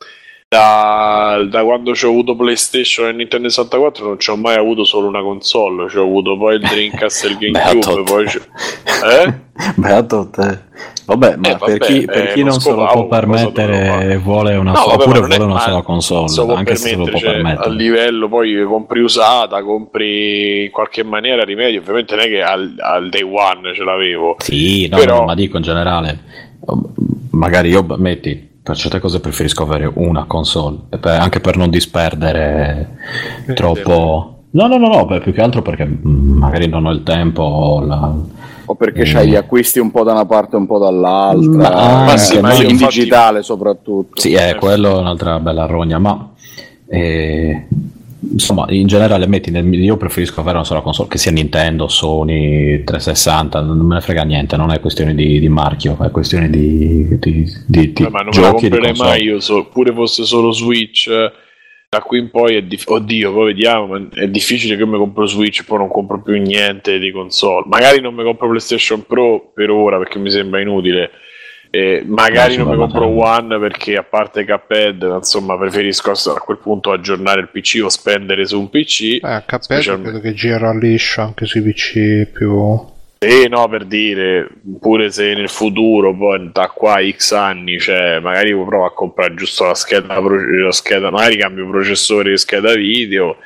da quando ci ho avuto PlayStation e Nintendo 64 non ci ho mai avuto solo una console, ci ho avuto poi il Dreamcast e il GameCube, poi Beato te. Vabbè, ma per chi non se lo può permettere vuole una oppure vuole una sola console, anche se se lo può permettere. A livello poi compri usata, compri in qualche maniera rimedio, ovviamente non è che al day one ce l'avevo. Sì, no, però... no, ma dico in generale, magari io metti per certe cose preferisco avere una console, anche per non disperdere troppo. No, più che altro perché magari non ho il tempo o perché c'hai gli acquisti un po' da una parte e un po' dall'altra, ma sì, ma io in infatti... digitale soprattutto. Sì, quello è un'altra bella rogna, ma insomma, in generale io preferisco avere una sola console, che sia Nintendo, Sony, 360, non me ne frega niente, non è questione di marchio, è questione di ma non giochi, me la comprerei mai io, pure fosse solo Switch. Da qui in poi oddio, poi vediamo, ma è difficile che io mi compro Switch, poi non compro più niente di console. Magari non mi compro PlayStation Pro per ora perché mi sembra inutile. Magari non mi compro One perché a parte Cuphead, insomma, preferisco a quel punto aggiornare il PC o spendere su un PC. Cuphead credo che gira liscio anche sui PC più... No, per dire, pure se nel futuro poi da qua X anni, cioè magari provo a comprare giusto la scheda, magari cambio processore e scheda video,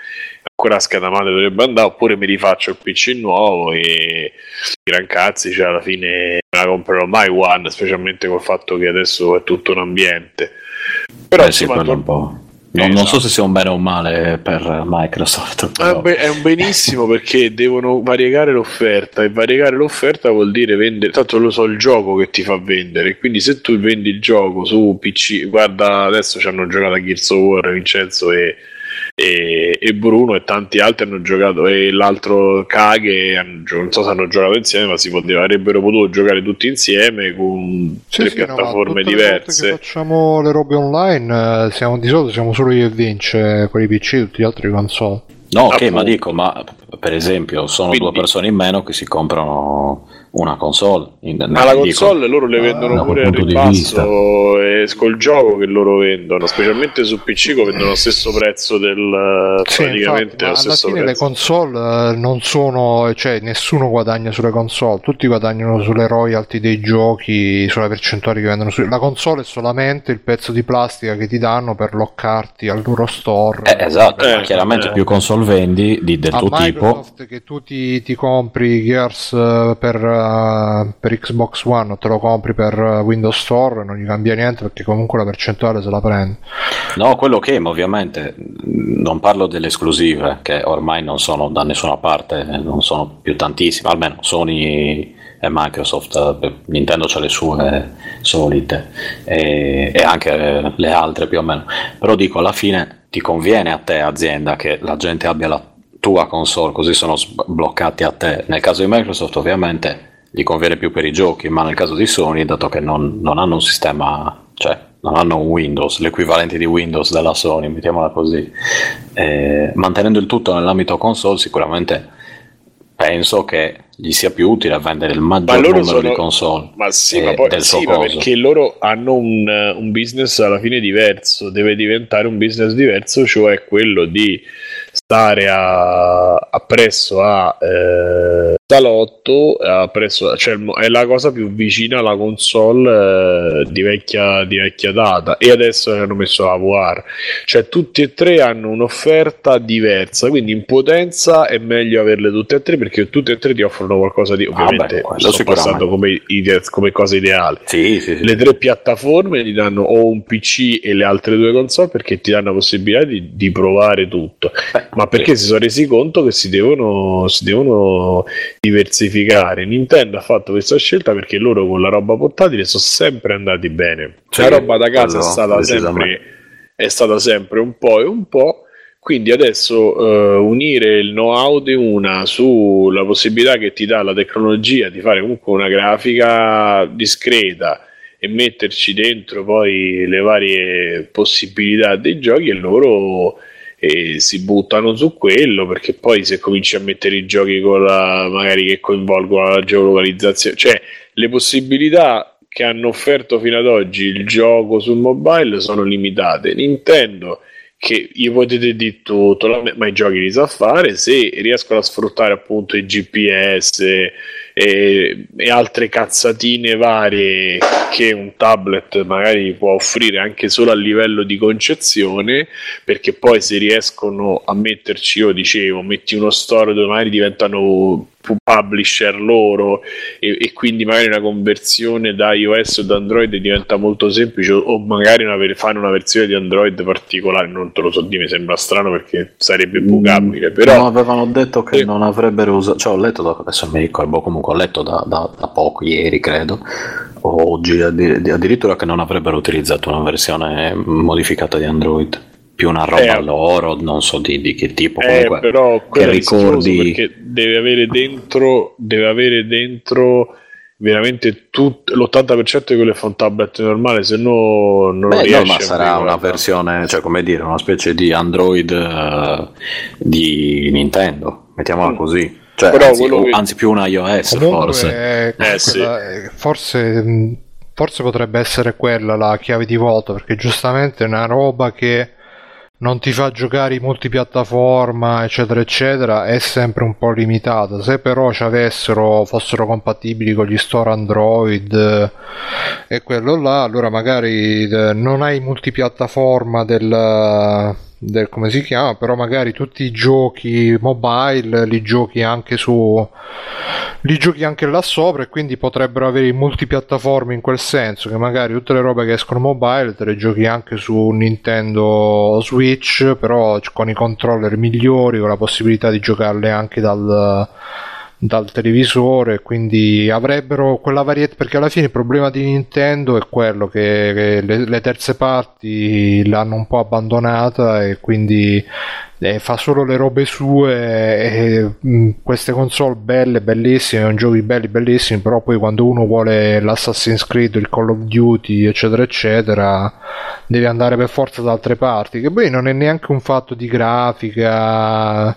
ancora a scheda madre dovrebbe andare, oppure mi rifaccio il PC nuovo e gran cazzi, cioè alla fine non la comprerò mai One, specialmente col fatto che adesso è tutto un ambiente. Però sì, quello un po'. Non so se sia un bene o un male per Microsoft. È un benissimo, perché devono variegare l'offerta, e variegare l'offerta vuol dire vendere. Tanto lo so, il gioco che ti fa vendere, quindi se tu vendi il gioco su PC, guarda, adesso ci hanno giocato a Gears of War Vincenzo e Bruno, e tanti altri hanno giocato, e l'altro Kage, non so se hanno giocato insieme, ma avrebbero potuto giocare tutti insieme con tre piattaforme diverse. Le facciamo le robe online, di solito siamo solo io e Vince, quelli PC, tutti gli altri console. No, ok, ma dico, ma per esempio sono due persone in meno che si comprano una console. Ma la console loro le vendono pure al ribasso, e col gioco che loro vendono, specialmente su PC, vendono lo stesso prezzo del praticamente infatti, lo stesso alla fine prezzo. Le console non sono, cioè nessuno guadagna sulle console, tutti guadagnano sulle royalty dei giochi, sulle percentuali che vendono la console è solamente il pezzo di plastica che ti danno per loccarti al loro store. Esatto, ma chiaramente più console vendi del tuo Microsoft, tipo, che tu ti compri Gears per Xbox One o te lo compri per Windows Store, non gli cambia niente, perché comunque la percentuale se la prende. No, quello che, ma ovviamente non parlo delle esclusive, che ormai non sono da nessuna parte, non sono più tantissime, almeno Sony e Microsoft, Nintendo c'ha le sue solite e anche le altre più o meno, però dico, alla fine ti conviene a te azienda che la gente abbia la tua console, così sono bloccati a te. Nel caso di Microsoft ovviamente gli conviene più per i giochi, ma nel caso di Sony, dato che non hanno un sistema, cioè non hanno un Windows, l'equivalente di Windows della Sony, mettiamola così, mantenendo il tutto nell'ambito console, sicuramente penso che gli sia più utile vendere il maggior numero di console. Ma sì, ma poi ma perché loro hanno un business alla fine diverso, deve diventare un business diverso, cioè quello di stare appresso a salotto, cioè è la cosa più vicina alla console di vecchia data, e adesso hanno messo la VR, cioè tutti e tre hanno un'offerta diversa, quindi in potenza è meglio averle tutte e tre, perché tutte e tre ti offrono qualcosa di, ovviamente sto passando come cosa ideale. Sì. Le tre piattaforme ti danno o un PC e le altre due console, perché ti danno la possibilità di provare tutto, ma perché si sono resi conto che si devono diversificare. Nintendo ha fatto questa scelta perché loro con la roba portatile sono sempre andati bene, la roba da casa è stata sempre un po' e un po'. Quindi adesso unire il know-how di una sulla possibilità che ti dà la tecnologia di fare comunque una grafica discreta e metterci dentro poi le varie possibilità dei giochi, e loro si buttano su quello, perché poi se cominci a mettere i giochi magari che coinvolgono la geolocalizzazione, cioè le possibilità che hanno offerto fino ad oggi il gioco sul mobile sono limitate. Nintendo, che gli potete dire tutto, ma i giochi li sa fare, se riescono a sfruttare appunto i GPS e altre cazzatine varie che un tablet magari può offrire anche solo a livello di concezione, perché poi se riescono a metterci, io dicevo, metti uno store dove magari diventano publisher loro e quindi magari una conversione da iOS o da Android diventa molto semplice, o magari fanno una versione di Android particolare, non te lo so dire, mi sembra strano perché sarebbe buggabile, però no, avevano detto che non avrebbero usato, cioè ho letto adesso mi ricordo, comunque ho letto da poco, ieri credo, o oggi addirittura, che non avrebbero utilizzato una versione modificata di Android, più una roba loro, non so di che tipo, comunque, però che ricordi, perché deve avere dentro veramente l'80% di quello che fa un tablet normale, se no non riesce. Ma sarà una versione, cioè come dire, una specie di Android di Nintendo, mettiamola così, cioè, però anzi più una iOS. Comunque, forse potrebbe essere quella la chiave di volta, perché giustamente è una roba che non ti fa giocare in multipiattaforma eccetera eccetera, è sempre un po' limitata. Se però fossero compatibili con gli store Android e quello là, allora magari non hai multipiattaforma come si chiama, però magari tutti i giochi mobile li giochi anche là sopra, e quindi potrebbero avere multipiattaforme in quel senso, che magari tutte le robe che escono mobile te le giochi anche su Nintendo Switch, però con i controller migliori, con la possibilità di giocarle anche dal televisore, quindi avrebbero quella varietà, perché alla fine il problema di Nintendo è quello che le terze parti l'hanno un po' abbandonata, e quindi fa solo le robe sue, e queste console belle, bellissime, con giochi belli, bellissimi, però poi quando uno vuole l'Assassin's Creed, il Call of Duty, eccetera eccetera, deve andare per forza da altre parti, che poi non è neanche un fatto di grafica.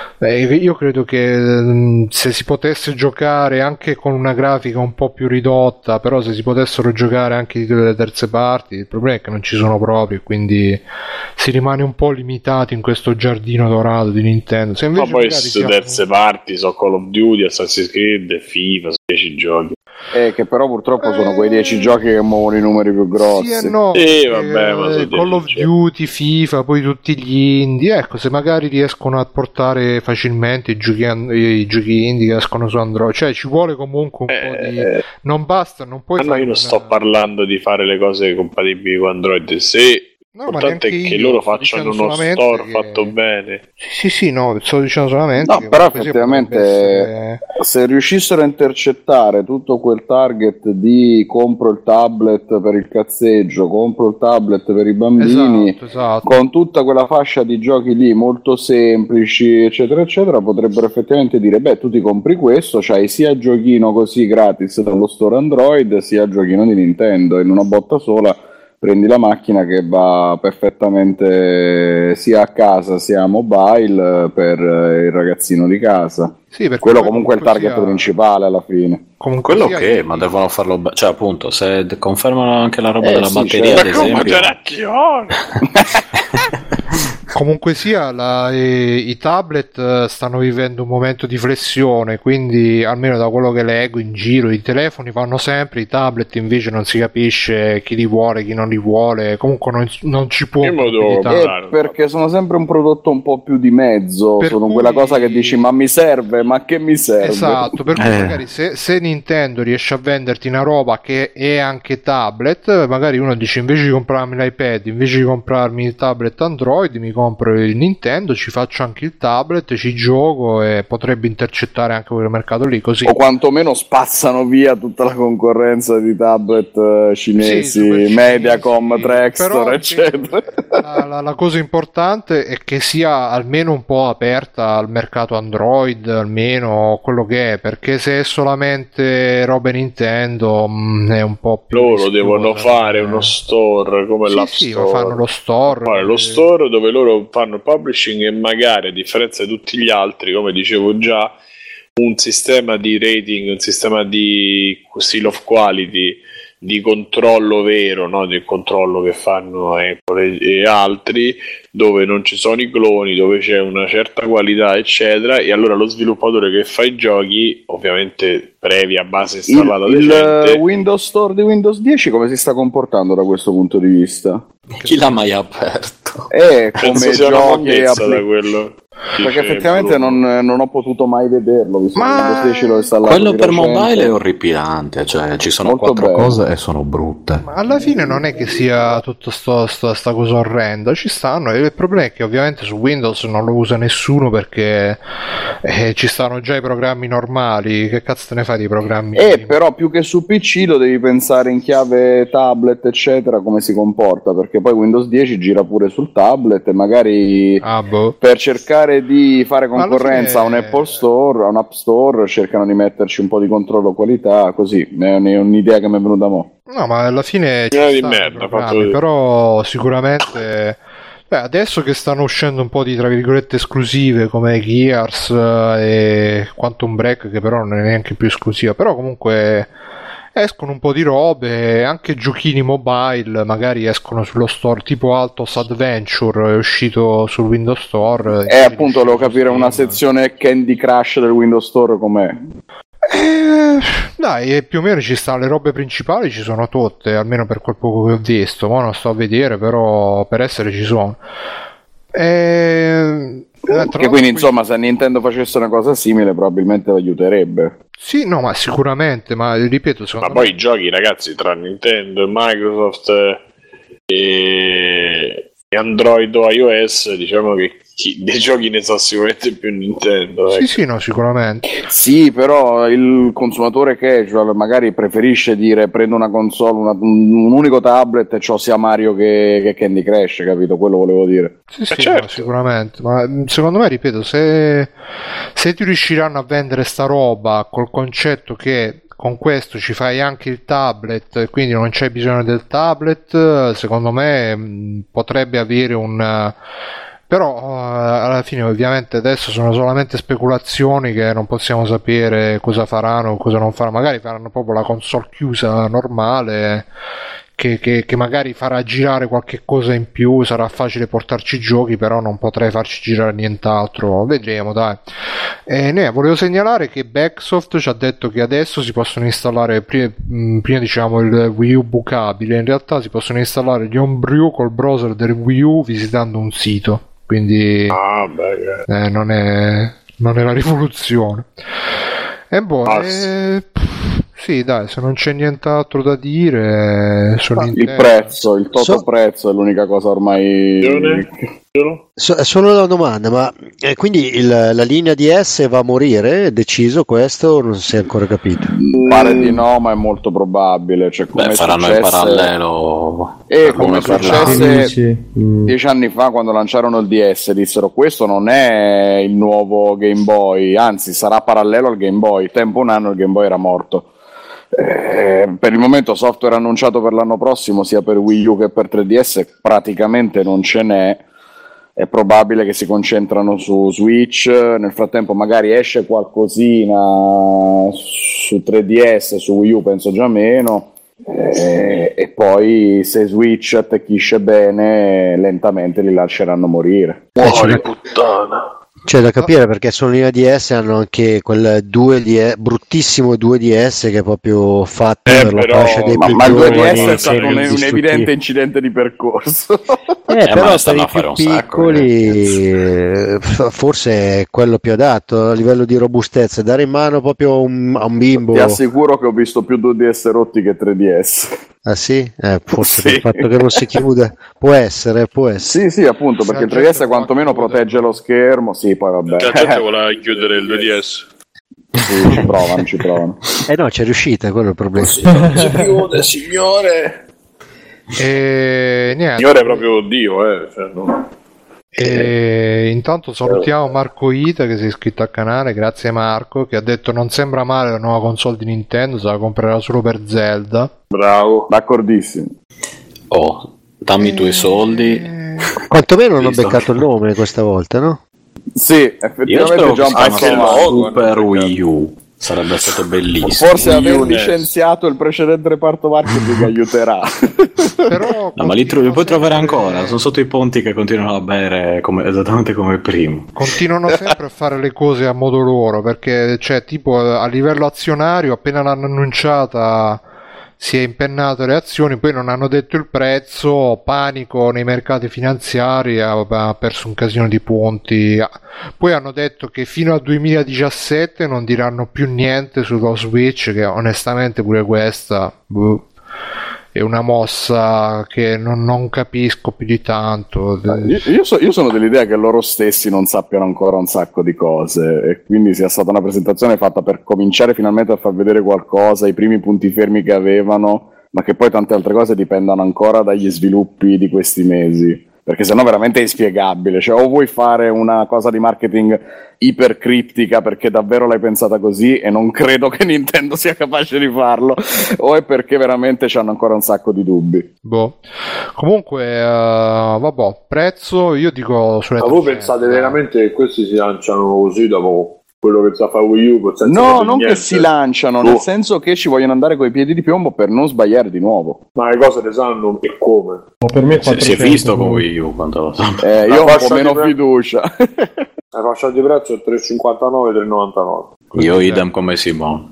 Io credo che se si potesse giocare anche con una grafica un po' più ridotta, però se si potessero giocare anche delle terze parti, il problema è che non ci sono proprio, quindi si rimane un po' limitati in questo giardino dorato di Nintendo. Se invece ma poi queste terze parti sono Call of Duty, Assassin's Creed, FIFA, 10 giochi. Che però purtroppo sono quei 10 giochi che muovono i numeri più grossi. Sì e no, vabbè, ma Call of Duty, FIFA, poi tutti gli indie, ecco, se magari riescono a portare facilmente i giochi indie che escono su Android, cioè ci vuole comunque un po' di... non basta, non puoi io non sto parlando di fare le cose compatibili con Android, se l'importante è che loro facciano uno store fatto bene. Sì, no, sto dicendo solamente che però effettivamente se riuscissero a intercettare tutto quel target di compro il tablet per il cazzeggio, compro il tablet per i bambini, esatto. Con tutta quella fascia di giochi lì molto semplici, eccetera eccetera, potrebbero effettivamente dire: beh, tu ti compri questo, c'hai sia giochino così gratis dallo store Android, sia giochino di Nintendo, in una botta sola prendi la macchina che va perfettamente sia a casa sia a mobile per il ragazzino di casa. Sì, quello comunque è il target principale alla fine. Comunque quello che ma devono farlo cioè appunto se confermano anche la roba della batteria, certo. ad esempio. Comunque sia, i tablet stanno vivendo un momento di flessione, quindi almeno da quello che leggo in giro, i telefoni vanno sempre, i tablet invece non si capisce chi li vuole, chi non li vuole, comunque non ci può perché sono sempre un prodotto un po' più di mezzo, sono quella cosa che dici ma mi serve, ma che mi serve? Esatto, per cui magari se Nintendo riesce a venderti una roba che è anche tablet, magari uno dice invece di comprarmi l'iPad, invece di comprarmi il tablet Android, mi compro il Nintendo, ci faccio anche il tablet, ci gioco, e potrebbe intercettare anche quel mercato lì, così. O quantomeno spazzano via tutta la concorrenza di tablet cinesi, sì, Mediacom, Traxtor, eccetera. La cosa importante è che sia almeno un po' aperta al mercato Android, almeno quello che è, perché se è solamente robe Nintendo è un po' più loro devono fare uno store come l'App Store, fanno lo store, fare lo store dove loro fanno publishing, e magari a differenza di tutti gli altri, come dicevo già, un sistema di rating, un sistema di seal of quality, di controllo vero, no? Del controllo che fanno Apple e altri, dove non ci sono i cloni, dove c'è una certa qualità eccetera, e allora lo sviluppatore che fa i giochi, ovviamente previa base installata il Windows Store di Windows 10 come si sta comportando da questo punto di vista? Chi l'ha mai aperto? Come giochi da quello, perché effettivamente non ho potuto mai vederlo, visto che Windows 10 l'ho installato quello per mobile è orripilante, cioè ci sono molto 4 bello. cose e sono brutte, ma alla fine non è che sia tutto sta cosa orrenda, ci stanno, e il problema è che ovviamente su Windows non lo usa nessuno, perché ci stanno già i programmi normali, che cazzo te ne fai di programmi? Però più che su PC lo devi pensare in chiave tablet eccetera, come si comporta, perché poi Windows 10 gira pure sul tablet, e magari per cercare di fare concorrenza a un Apple Store, a un App Store, cercano di metterci un po' di controllo qualità, così è un'idea che mi è venuta mo'. No, ma alla fine ci di stanno merda, però sicuramente adesso che stanno uscendo un po' di tra virgolette esclusive come Gears e Quantum Break, che però non è neanche più esclusiva, però comunque escono un po' di robe, anche giochini mobile magari escono sullo store, tipo Altos Adventure è uscito sul Windows Store, appunto volevo capire una sezione Candy Crush del Windows Store com'è. Dai, più o meno ci stanno le robe principali, ci sono tutte, almeno per quel poco che ho visto, ma non sto a vedere, però per essere ci sono. Che quindi insomma se Nintendo facesse una cosa simile probabilmente lo aiuterebbe. Sì, no, ma sicuramente, ma ripeto, ma poi i giochi, ragazzi, tra Nintendo e Microsoft e Android o iOS, diciamo che dei giochi ne sa sicuramente più Nintendo. Sì, sì, no, sicuramente. Sì, però il consumatore casual magari preferisce dire prendo una console, un unico tablet e c'ho sia Mario che Candy Crush, capito? Quello volevo dire. Sì, sì, certo. no, sicuramente. Ma secondo me, ripeto, se ti riusciranno a vendere sta roba col concetto che con questo ci fai anche il tablet, quindi non c'è bisogno del tablet, secondo me potrebbe avere un... Però alla fine ovviamente adesso sono solamente speculazioni che non possiamo sapere cosa faranno o cosa non faranno. Magari faranno proprio la console chiusa normale che magari farà girare qualche cosa in più, sarà facile portarci giochi, però non potrei farci girare nient'altro. Vedremo, dai. Volevo segnalare che Backsoft ci ha detto che adesso si possono installare, prima diciamo il Wii U bucabile, in realtà si possono installare gli homebrew col browser del Wii U visitando un sito. Quindi non è la rivoluzione. E sì, dai, se non c'è nient'altro da dire il prezzo, il prezzo è l'unica cosa ormai. Solo una domanda, ma quindi la linea DS va a morire? È deciso questo? Non si è ancora capito. Pare di no, ma è molto probabile. Cioè, come faranno in parallelo. Come successe 10 anni fa quando lanciarono il DS, dissero questo non è il nuovo Game Boy, anzi sarà parallelo al Game Boy. Tempo un anno il Game Boy era morto. Per il momento software annunciato per l'anno prossimo sia per Wii U che per 3DS praticamente non ce n'è. È probabile che si concentrano su Switch, nel frattempo magari esce qualcosina su 3DS, su Wii U penso già meno, e poi se Switch attecchisce bene lentamente li lasceranno morire. Muori puttana. C'è da capire perché sulla linea DS hanno anche quel bruttissimo 2DS che è proprio fatto per la fascia dei più ma il giovani. 2DS è stato un evidente incidente di percorso. Però per i più piccoli forse è quello più adatto a livello di robustezza, dare in mano proprio a un bimbo. Ti assicuro che ho visto più 2DS rotti che 3DS. Ah sì? Forse il fatto che non si chiude può essere. Sì, appunto, perché il 3DS quantomeno protegge lo schermo. Sì, poi vabbè. La gente vuole chiudere il 2DS. Sì, ci provano. No, c'è riuscita, quello è il problema. Si chiude, signore. Niente. Signore è proprio Dio, cioè, no. Intanto salutiamo Marco Ita che si è iscritto al canale, grazie Marco, che ha detto non sembra male la nuova console di Nintendo, se la comprerà solo per Zelda. Bravo, d'accordissimo. Dammi i tuoi soldi. Quantomeno non ho beccato il nome questa volta, no? Sì, effettivamente già un passo Super Wii U sarebbe stato bellissimo. Forse aver licenziato il precedente reparto marketing aiuterà. Però ma li puoi trovare ancora, sono sotto i ponti che continuano a bere esattamente come prima. Continuano sempre a fare le cose a modo loro, perché cioè tipo a livello azionario appena l'hanno annunciata si è impennato le azioni, poi non hanno detto il prezzo, panico nei mercati finanziari, ha perso un casino di punti. Poi hanno detto che fino al 2017 non diranno più niente sullo Switch, che onestamente pure questa è una mossa che non capisco più di tanto. Io sono dell'idea che loro stessi non sappiano ancora un sacco di cose e quindi sia stata una presentazione fatta per cominciare finalmente a far vedere qualcosa, i primi punti fermi che avevano, ma che poi tante altre cose dipendano ancora dagli sviluppi di questi mesi. Perché sennò veramente è inspiegabile, cioè o vuoi fare una cosa di marketing ipercriptica perché davvero l'hai pensata così e non credo che Nintendo sia capace di farlo, o è perché veramente c'hanno ancora un sacco di dubbi. Comunque vabbè, prezzo io dico sulle ma voi pensate veramente che questi si lanciano così dopo quello che sa fa Wii U? No, non che si lanciano, nel senso che ci vogliono andare coi piedi di piombo per non sbagliare di nuovo. Ma le cose le sanno e come? Per me si è visto con Wii U quanto lo so. Io ho un po' meno fiducia. La fascia di prezzo è 3,59 3,99. Io idem come Simone.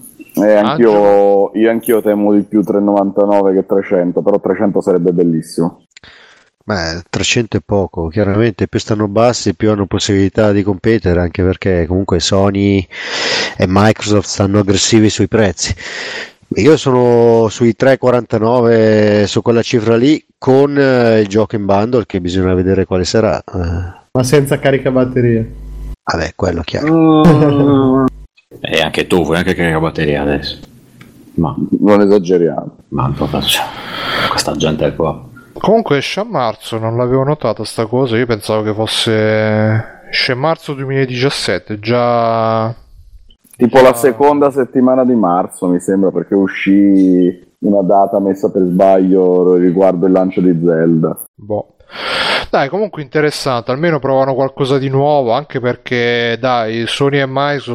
Anch'io temo di più 3,99 che 300, però 300 sarebbe bellissimo. Ma 300 è poco, chiaramente più stanno bassi più hanno possibilità di competere, anche perché comunque Sony e Microsoft stanno aggressivi sui prezzi. Io sono sui 3,49, su quella cifra lì, con il gioco in bundle, che bisogna vedere quale sarà. Ma senza caricabatterie. Vabbè, quello chiaro. E anche tu vuoi anche caricare batteria adesso. Ma Non esageriamo. proprio, cioè, questa gente qua. Comunque esce a marzo, non l'avevo notata sta cosa, io pensavo che fosse... esce marzo 2017, già... Tipo la seconda settimana di marzo, mi sembra, perché uscì una data messa per sbaglio riguardo il lancio di Zelda. Boh. Dai, comunque interessante, almeno provano qualcosa di nuovo, anche perché, dai, Sony e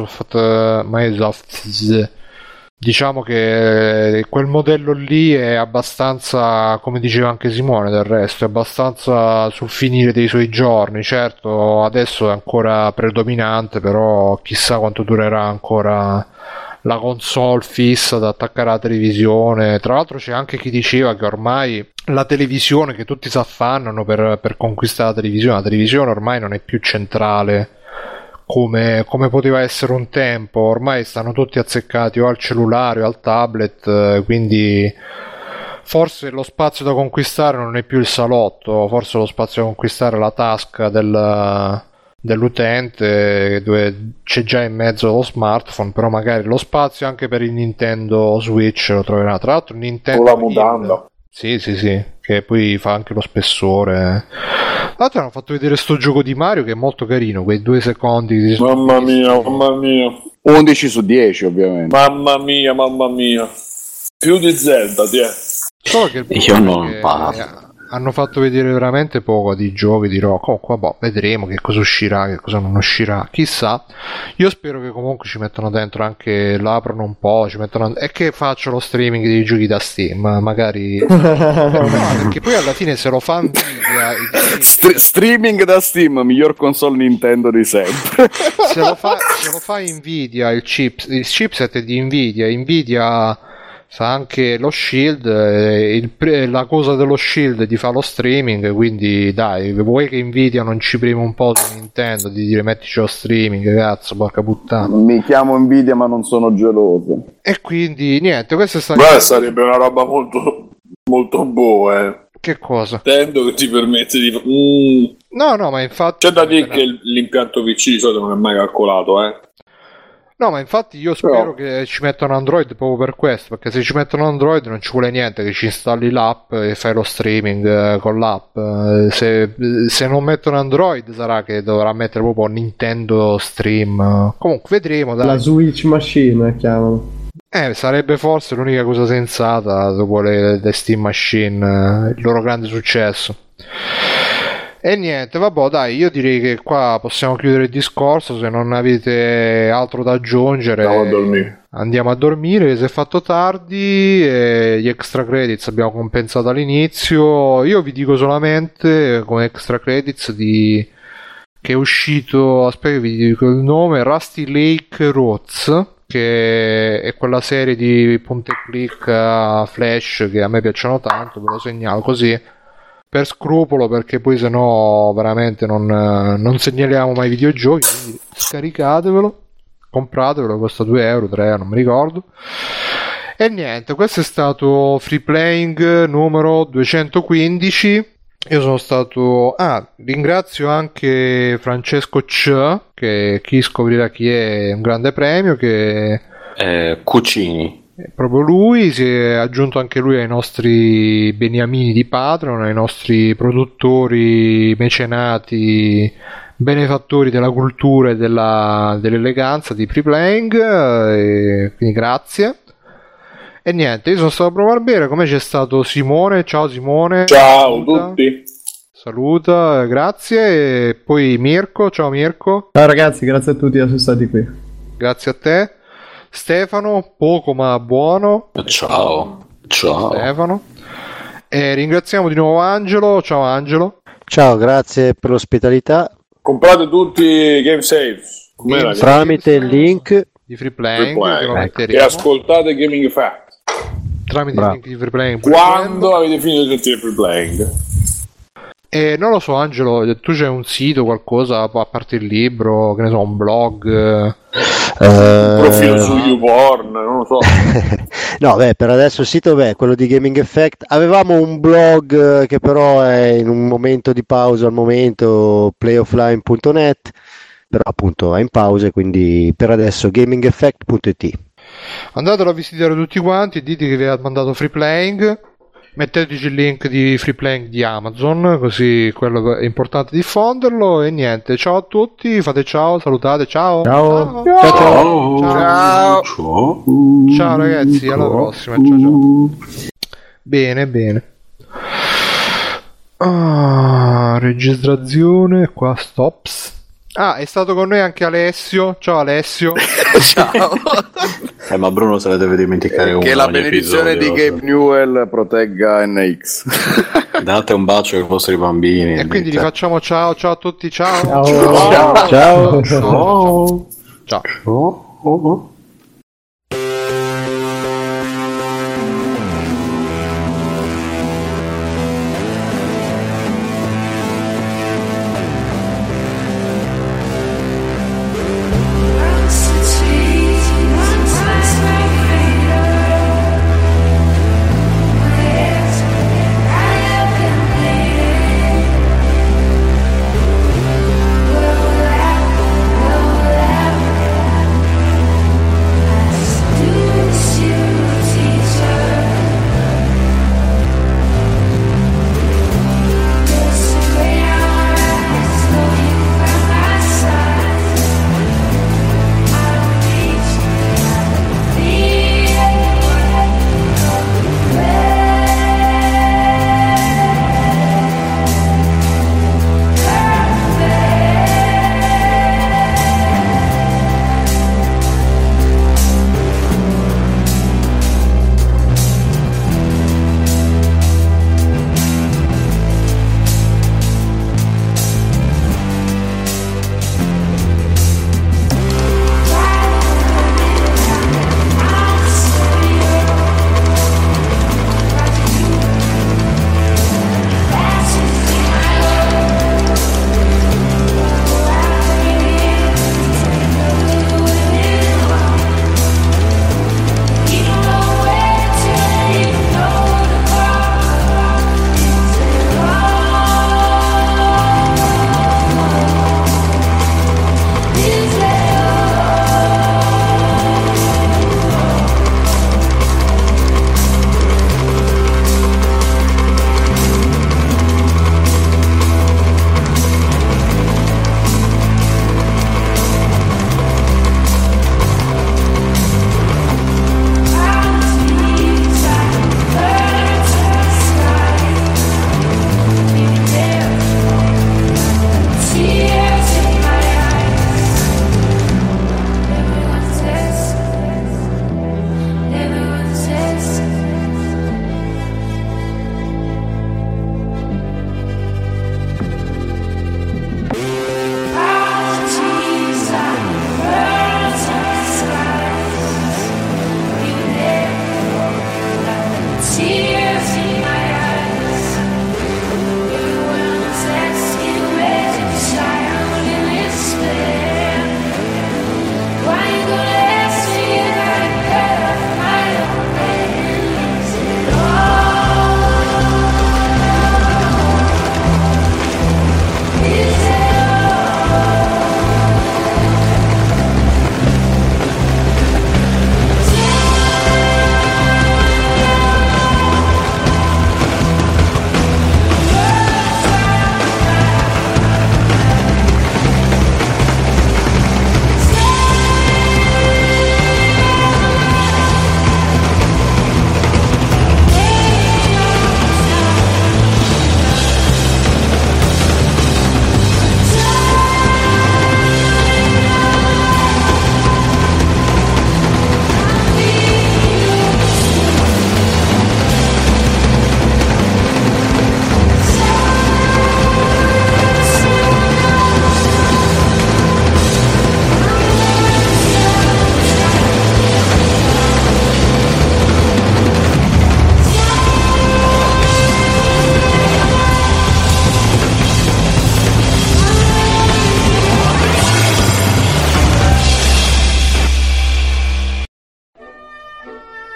Microsoft, diciamo che quel modello lì è abbastanza, come diceva anche Simone del resto, è abbastanza sul finire dei suoi giorni. Certo, adesso è ancora predominante, però chissà quanto durerà ancora la console fissa da attaccare alla televisione. Tra l'altro c'è anche chi diceva che ormai la televisione, che tutti si affannano per conquistare la televisione ormai non è più centrale come poteva essere un tempo. Ormai stanno tutti azzeccati o al cellulare o al tablet, quindi forse lo spazio da conquistare non è più il salotto, forse lo spazio da conquistare è la tasca dell'utente, dove c'è già in mezzo lo smartphone. Però magari lo spazio anche per il Nintendo Switch lo troverà. Tra l'altro Nintendo Con la mutanda. sì, che poi fa anche lo spessore. Tra l'altro hanno fatto vedere sto gioco di Mario che è molto carino, quei 2 secondi di Mamma mia. 11 su 10 ovviamente. Mamma mia. Più di Zelda, ti è. Solo che il Io problema non è che parlo. hanno fatto vedere veramente poco di giochi di rock. Comunque boh, vedremo che cosa uscirà, che cosa non uscirà, chissà. Io spero che comunque ci mettano dentro anche, l'aprono un po', e che faccio lo streaming dei giochi da Steam, magari no, perché poi alla fine se lo fa Nvidia Streaming da Steam, miglior console Nintendo di sempre. se lo fa Nvidia, il chipset di Nvidia fa anche lo Shield, la cosa dello Shield di fa lo streaming, quindi dai, vuoi che Nvidia non ci prima un po' su Nintendo di dire mettici lo streaming, cazzo, porca puttana. Mi chiamo Nvidia ma non sono geloso. E quindi niente, questo è Beh, sarebbe una roba molto molto buona, Che cosa? Nintendo che ti permette di No, ma infatti c'è da dire che l'impianto PC di solito non è mai calcolato, No, ma infatti io spero che ci mettano Android proprio per questo, perché se ci mettono Android non ci vuole niente che ci installi l'app e fai lo streaming con l'app. Se non mettono Android sarà che dovrà mettere proprio Nintendo Stream. Comunque vedremo, dai. La Switch Machine chiamano. Sarebbe forse l'unica cosa sensata dopo le Steam Machine, il loro grande successo. E niente, vabbè, dai, io direi che qua possiamo chiudere il discorso. Se non avete altro da aggiungere, andiamo a dormire. Si è fatto tardi e gli extra credits abbiamo compensato all'inizio. Io vi dico solamente come extra credits che è uscito, aspetta, vi dico il nome, Rusty Lake Roads, che è quella serie di punta e click a flash che a me piacciono tanto. Ve lo segnalo così per scrupolo, perché poi sennò veramente non segnaliamo mai videogiochi. Quindi scaricatevelo, compratevelo, costa 2 euro, 3 euro, non mi ricordo. E niente, questo è stato Free Playing numero 215. Io sono stato... ringrazio anche Francesco C, che chi scoprirà chi è un grande premio, che... Cucini. Proprio lui si è aggiunto anche lui ai nostri beniamini di Patreon, ai nostri produttori, mecenati, benefattori della cultura e dell'eleganza di Free Playing, quindi grazie. E niente, io sono stato a provare bene, come c'è stato Simone. Ciao Simone. Ciao a tutti. Saluta, grazie. E poi Mirko, ciao Mirko. Ciao ragazzi, grazie a tutti di essere stati qui. Grazie a te. Stefano, poco ma buono. Ciao Stefano. E ringraziamo di nuovo Angelo. Ciao Angelo. Ciao, grazie per l'ospitalità. Comprate tutti Game Save tramite il link di Free Playing, che lo metteremo. e ascoltate Gaming Fact tramite il link di Free Playing. quando avete finito di sentire Free Playing. E non lo so, Angelo, tu c'hai un sito, qualcosa a parte il libro, che ne so, un blog? Un profilo su YouPorn, non lo so. No, per adesso il sito è quello di Gaming Effect. Avevamo un blog che però è in un momento di pausa al momento, playoffline.net, però appunto è in pausa, quindi per adesso gamingeffect.it. Andatelo a visitare tutti quanti e dite che vi ha mandato Free Playing. Metteteci il link di Free Playing di Amazon, così quello è importante diffonderlo. E niente, ciao a tutti, fate ciao, salutate, ciao. Ciao. Ciao ragazzi, alla prossima, ciao. Bene. Registrazione, qua stops. È stato con noi anche Alessio. Ciao Alessio. Ciao. Ma Bruno se ne deve dimenticare uno. Che la ogni benedizione episodio. di Gabe Newell protegga NX. Date un bacio ai vostri bambini. E quindi vi facciamo ciao a tutti, ciao. Ciao. Ciao.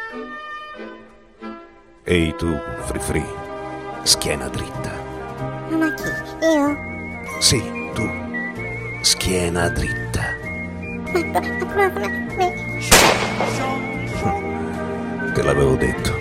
Ehi tu, Free, schiena dritta. Ma chi? Io? Sì, tu, schiena dritta. Ma come? Te l'avevo detto.